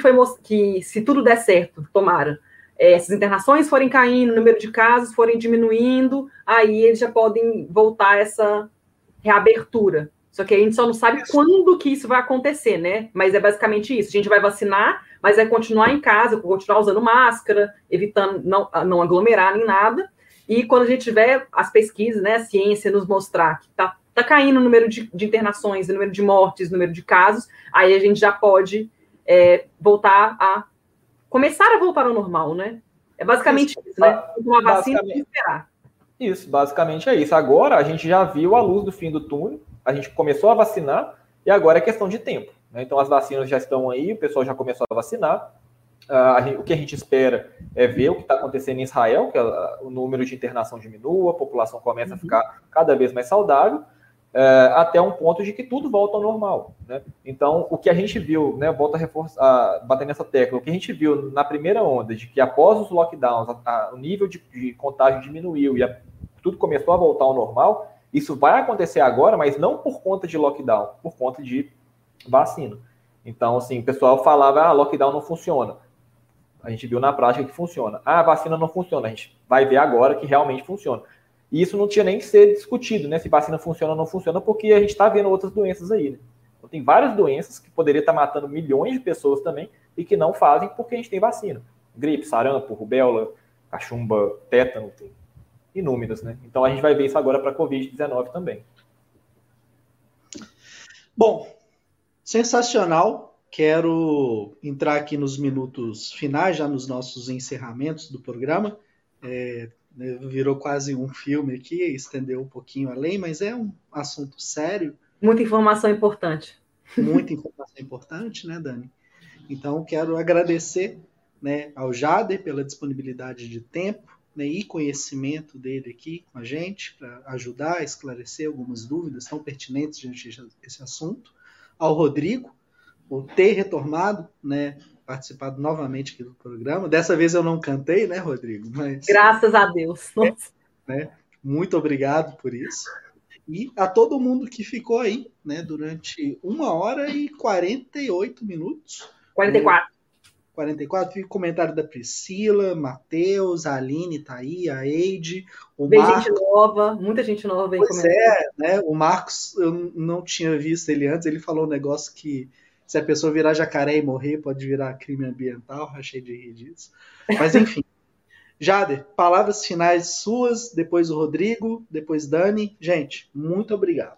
se tudo der certo, tomara, essas internações forem caindo, o número de casos forem diminuindo, aí eles já podem voltar a essa reabertura. Só que a gente só não sabe quando que isso vai acontecer, né? Mas é basicamente isso. A gente vai vacinar, mas vai continuar em casa, continuar usando máscara, evitando não aglomerar nem nada. E quando a gente tiver as pesquisas, né, a ciência nos mostrar que tá caindo o número de internações, o número de mortes, o número de casos, aí a gente já pode começar a voltar ao normal, né? É basicamente isso, né? Uma vacina e esperar. Isso, basicamente é isso. Agora a gente já viu a luz do fim do túnel, a gente começou a vacinar e agora é questão de tempo. Né? Então as vacinas já estão aí, o pessoal já começou a vacinar. O que a gente espera é ver o que está acontecendo em Israel, que o número de internação diminua, a população começa a ficar cada vez mais saudável. até um ponto de que tudo volta ao normal, né? Então, o que a gente viu, né, volto a reforçar, bater nessa tecla, o que a gente viu na primeira onda, de que após os lockdowns, o nível de contágio diminuiu e tudo começou a voltar ao normal, isso vai acontecer agora, mas não por conta de lockdown, por conta de vacina. Então, assim, o pessoal falava, lockdown não funciona. A gente viu na prática que funciona. A vacina não funciona, a gente vai ver agora que realmente funciona. E isso não tinha nem que ser discutido, né? Se vacina funciona ou não funciona, porque a gente está vendo outras doenças aí, né? Então, tem várias doenças que poderiam estar matando milhões de pessoas também e que não fazem porque a gente tem vacina. Gripe, sarampo, rubéola, cachumba, tétano, tem inúmeras, né? Então a gente vai ver isso agora para a Covid-19 também. Bom, sensacional. Quero entrar aqui nos minutos finais, já nos nossos encerramentos do programa. Virou quase um filme aqui, estendeu um pouquinho além, mas é um assunto sério. Muita informação importante. Muita informação importante, né, Dani? Então, quero agradecer, né, ao Jader pela disponibilidade de tempo, né, e conhecimento dele aqui com a gente, para ajudar a esclarecer algumas dúvidas tão pertinentes diante desse assunto. Ao Rodrigo, por ter retornado, né, participado novamente aqui do programa. Dessa vez eu não cantei, né, Rodrigo? Mas, graças a Deus. Né, muito obrigado por isso. E a todo mundo que ficou aí, né, durante 1h e 48 minutos. 44. 44, fica o comentário da Priscila, Matheus, a Aline tá aí, a Eide, o Vem Marcos. gente nova, muita gente nova vem comentar. Né? O Marcos, eu não tinha visto ele antes, ele falou um negócio que se a pessoa virar jacaré e morrer, pode virar crime ambiental, achei de rir disso. Mas enfim. Jader, palavras finais suas, depois o Rodrigo, depois Dani. Gente, muito obrigado.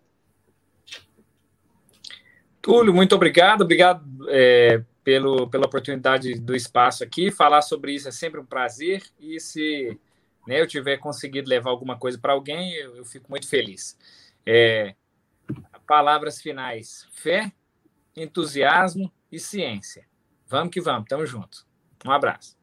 Túlio, muito obrigado. Obrigado pela oportunidade do espaço aqui. Falar sobre isso é sempre um prazer. E se, né, eu tiver conseguido levar alguma coisa para alguém, eu fico muito feliz. Palavras finais: fé, entusiasmo e ciência. Vamos que vamos, tamo junto. Um abraço.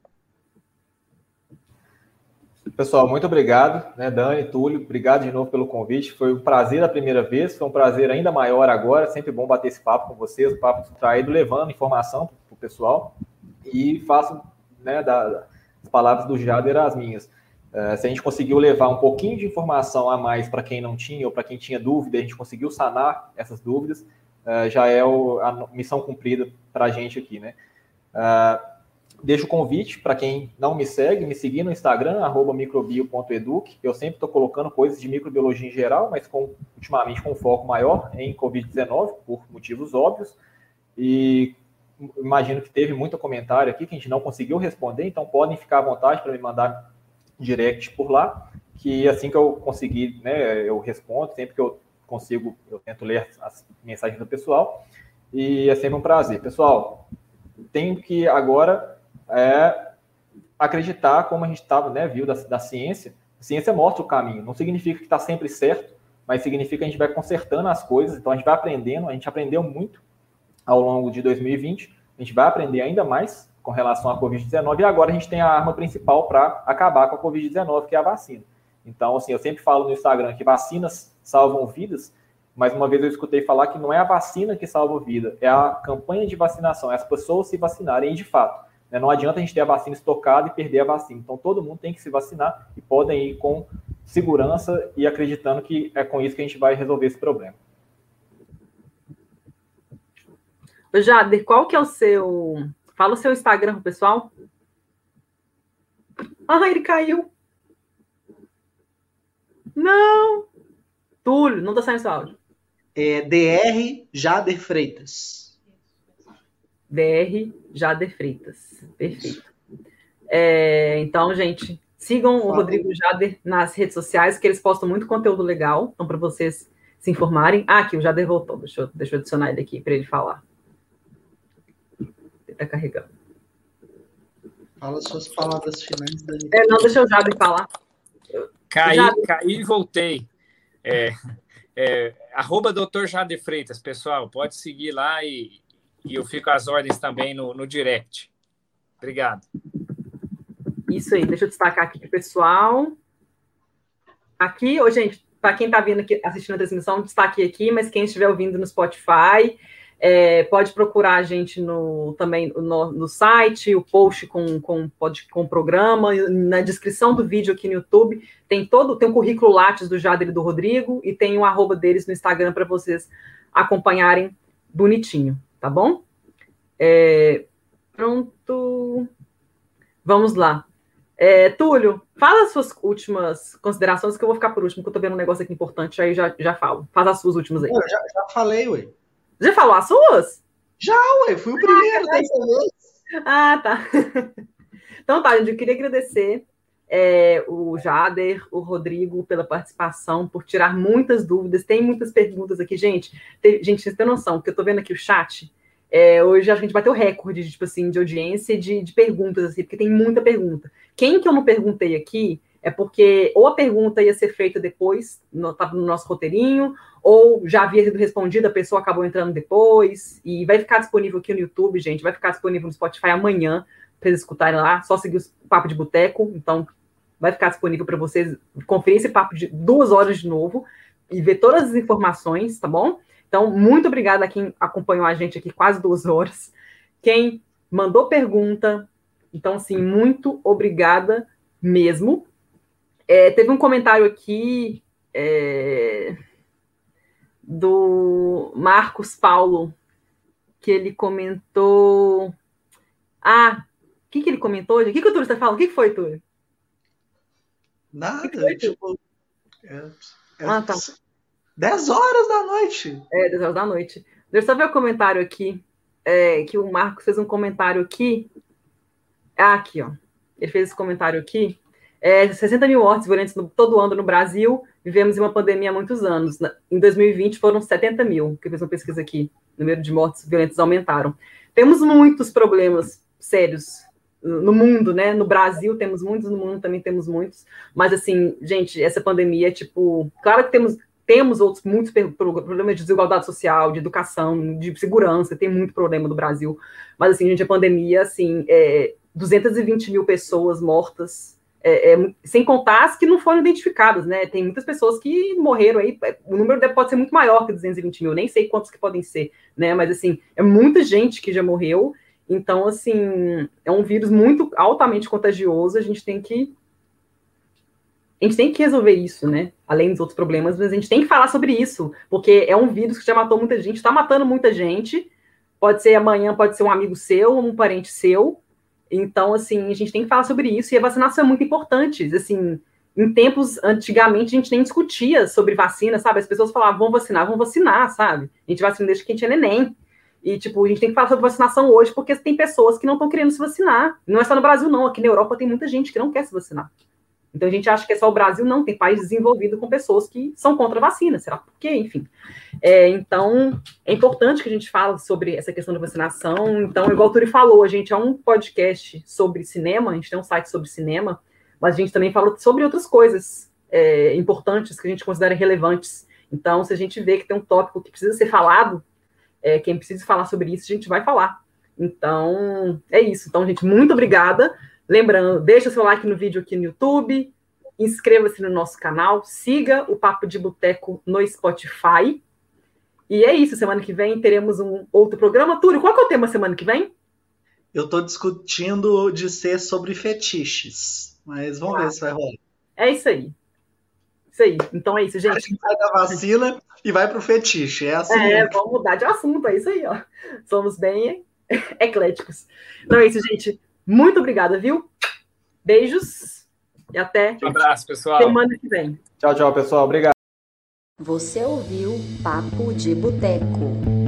Pessoal, muito obrigado, né, Dani, Túlio, obrigado de novo pelo convite. Foi um prazer a primeira vez, foi um prazer ainda maior agora. Sempre bom bater esse papo com vocês, um papo distraído, levando informação para o pessoal. E faço, né, das palavras do Jader as minhas. Se a gente conseguiu levar um pouquinho de informação a mais para quem não tinha ou para quem tinha dúvida, a gente conseguiu sanar essas dúvidas, já é a missão cumprida para a gente aqui, né? Deixo o convite para quem não me segue, me seguir no Instagram, @microbio.educ. Eu sempre estou colocando coisas de microbiologia em geral, mas ultimamente com foco maior em Covid-19, por motivos óbvios. E imagino que teve muito comentário aqui que a gente não conseguiu responder, então podem ficar à vontade para me mandar direct por lá, que assim que eu conseguir, né, eu respondo. Sempre que eu consigo, eu tento ler as mensagens do pessoal. E é sempre um prazer. Pessoal, tenho que agora acreditar, como a gente estava, né, viu da ciência. A ciência mostra o caminho, não significa que está sempre certo, mas significa que a gente vai consertando as coisas, então a gente vai aprendendo. A gente aprendeu muito ao longo de 2020, a gente vai aprender ainda mais com relação à Covid-19, e agora a gente tem a arma principal para acabar com a Covid-19, que é a vacina. Então, assim, eu sempre falo no Instagram que vacinas salvam vidas, mas uma vez eu escutei falar que não é a vacina que salva a vida, é a campanha de vacinação, é as pessoas se vacinarem, e de fato, né, não adianta a gente ter a vacina estocada e perder a vacina. Então, todo mundo tem que se vacinar e podem ir com segurança e acreditando que é com isso que a gente vai resolver esse problema. Jader, qual que é o seu... Fala o seu Instagram pro pessoal. Ele caiu. Não! Túlio, não tá saindo seu áudio. DR Jader Freitas. DR Jader Freitas. Perfeito. Então, gente, sigam o Rodrigo Jader nas redes sociais, que eles postam muito conteúdo legal. Então, para vocês se informarem. Aqui, o Jader voltou. Deixa eu adicionar ele aqui para ele falar. Ele tá carregando. Fala suas palavras finais, Dani. Não, deixa o Jader falar. Caí e voltei. @Dr. Jader Freitas, pessoal, pode seguir lá e eu fico às ordens também no direct. Obrigado. Isso aí, deixa eu destacar aqui pro pessoal. Aqui, gente, para quem está vendo aqui, assistindo a transmissão, destaque aqui, mas quem estiver ouvindo no Spotify, pode procurar a gente também no site, o post com o programa, na descrição do vídeo aqui no YouTube, tem um currículo Lattes do Jader e do Rodrigo, e tem o @ deles no Instagram para vocês acompanharem bonitinho, tá bom? Pronto. Vamos lá. Túlio, fala as suas últimas considerações, que eu vou ficar por último, porque eu tô vendo um negócio aqui importante, aí já falo. Faz as suas últimas aí. Eu já falei, ué. Já falou as suas? Já, ué, fui o primeiro dessa vez. Ah, tá. Então tá, gente, eu queria agradecer o Jader, o Rodrigo, pela participação, por tirar muitas dúvidas. Tem muitas perguntas aqui, gente. Gente, vocês têm noção, porque eu tô vendo aqui o chat. Hoje acho que a gente bateu recorde tipo assim, de audiência e de perguntas, assim, porque tem muita pergunta. Quem que eu não perguntei aqui é porque ou a pergunta ia ser feita depois, estava no nosso roteirinho, ou já havia sido respondida, a pessoa acabou entrando depois, e vai ficar disponível aqui no YouTube, gente, vai ficar disponível no Spotify amanhã, para eles escutarem lá, só seguir o Papo de Boteco, então vai ficar disponível para vocês conferir esse papo de 2 horas de novo, e ver todas as informações, tá bom? Então, muito obrigada a quem acompanhou a gente aqui quase 2 horas, quem mandou pergunta, então, assim, muito obrigada mesmo. Teve um comentário aqui do Marcos Paulo, que ele comentou... o que ele comentou hoje? O que o Túlio está falando? O que foi, Túlio? Nada, foi, tipo... tá. 10 horas da noite. 10 horas da noite. Deixa eu só ver o comentário aqui, que o Marcos fez um comentário aqui. Aqui, ó. Ele fez esse comentário aqui. 60 mil mortes violentas todo ano no Brasil. Vivemos em uma pandemia há muitos anos. Em 2020 foram 70 mil, que eu fiz uma pesquisa aqui. O número de mortes violentas aumentaram. Temos muitos problemas sérios no mundo, né? No Brasil temos muitos, no mundo também temos muitos. Mas, assim, gente, essa pandemia, tipo... Claro que temos outros muitos problemas de desigualdade social, de educação, de segurança, tem muito problema no Brasil. Mas, assim, gente, a pandemia, assim, 220 mil pessoas mortas, sem contar as que não foram identificadas, né? Tem muitas pessoas que morreram aí, o número pode ser muito maior que 220 mil, nem sei quantos que podem ser, né? Mas, assim, é muita gente que já morreu, então, assim, é um vírus muito altamente contagioso, a gente tem que resolver isso, né? Além dos outros problemas, mas a gente tem que falar sobre isso, porque é um vírus que já matou muita gente, está matando muita gente, pode ser amanhã, pode ser um amigo seu, um parente seu. Então, assim, a gente tem que falar sobre isso, e a vacinação é muito importante. Assim, em tempos, antigamente, a gente nem discutia sobre vacina, sabe? As pessoas falavam, vão vacinar, sabe? A gente vacina desde que a gente é neném. E, tipo, a gente tem que falar sobre vacinação hoje, porque tem pessoas que não estão querendo se vacinar. Não é só no Brasil, não. Aqui na Europa tem muita gente que não quer se vacinar. Então, a gente acha que é só o Brasil, não. Tem país desenvolvido com pessoas que são contra a vacina, será por quê? Enfim. Então, é importante que a gente fale sobre essa questão da vacinação. Então, igual o Turi falou, a gente é um podcast sobre cinema, a gente tem um site sobre cinema, mas a gente também fala sobre outras coisas importantes que a gente considera relevantes. Então, se a gente vê que tem um tópico que precisa ser falado, quem precisa falar sobre isso, a gente vai falar. Então, é isso. Então, gente, muito obrigada. Lembrando, deixa o seu like no vídeo aqui no YouTube, inscreva-se no nosso canal, siga o Papo de Boteco no Spotify. E é isso, semana que vem teremos um outro programa. Túlio, qual que é o tema semana que vem? Eu estou discutindo de ser sobre fetiches, mas vamos ver se vai rolar. É isso aí. Isso aí. Então é isso, gente. A gente sai da vacina e vai pro fetiche. É assim. Vamos mudar de assunto, é isso aí, ó. Somos bem ecléticos. Então é isso, gente. Muito obrigada, viu? Beijos e até Um abraço, pessoal. Semana que vem. Tchau, pessoal. Obrigado. Você ouviu Papo de Boteco.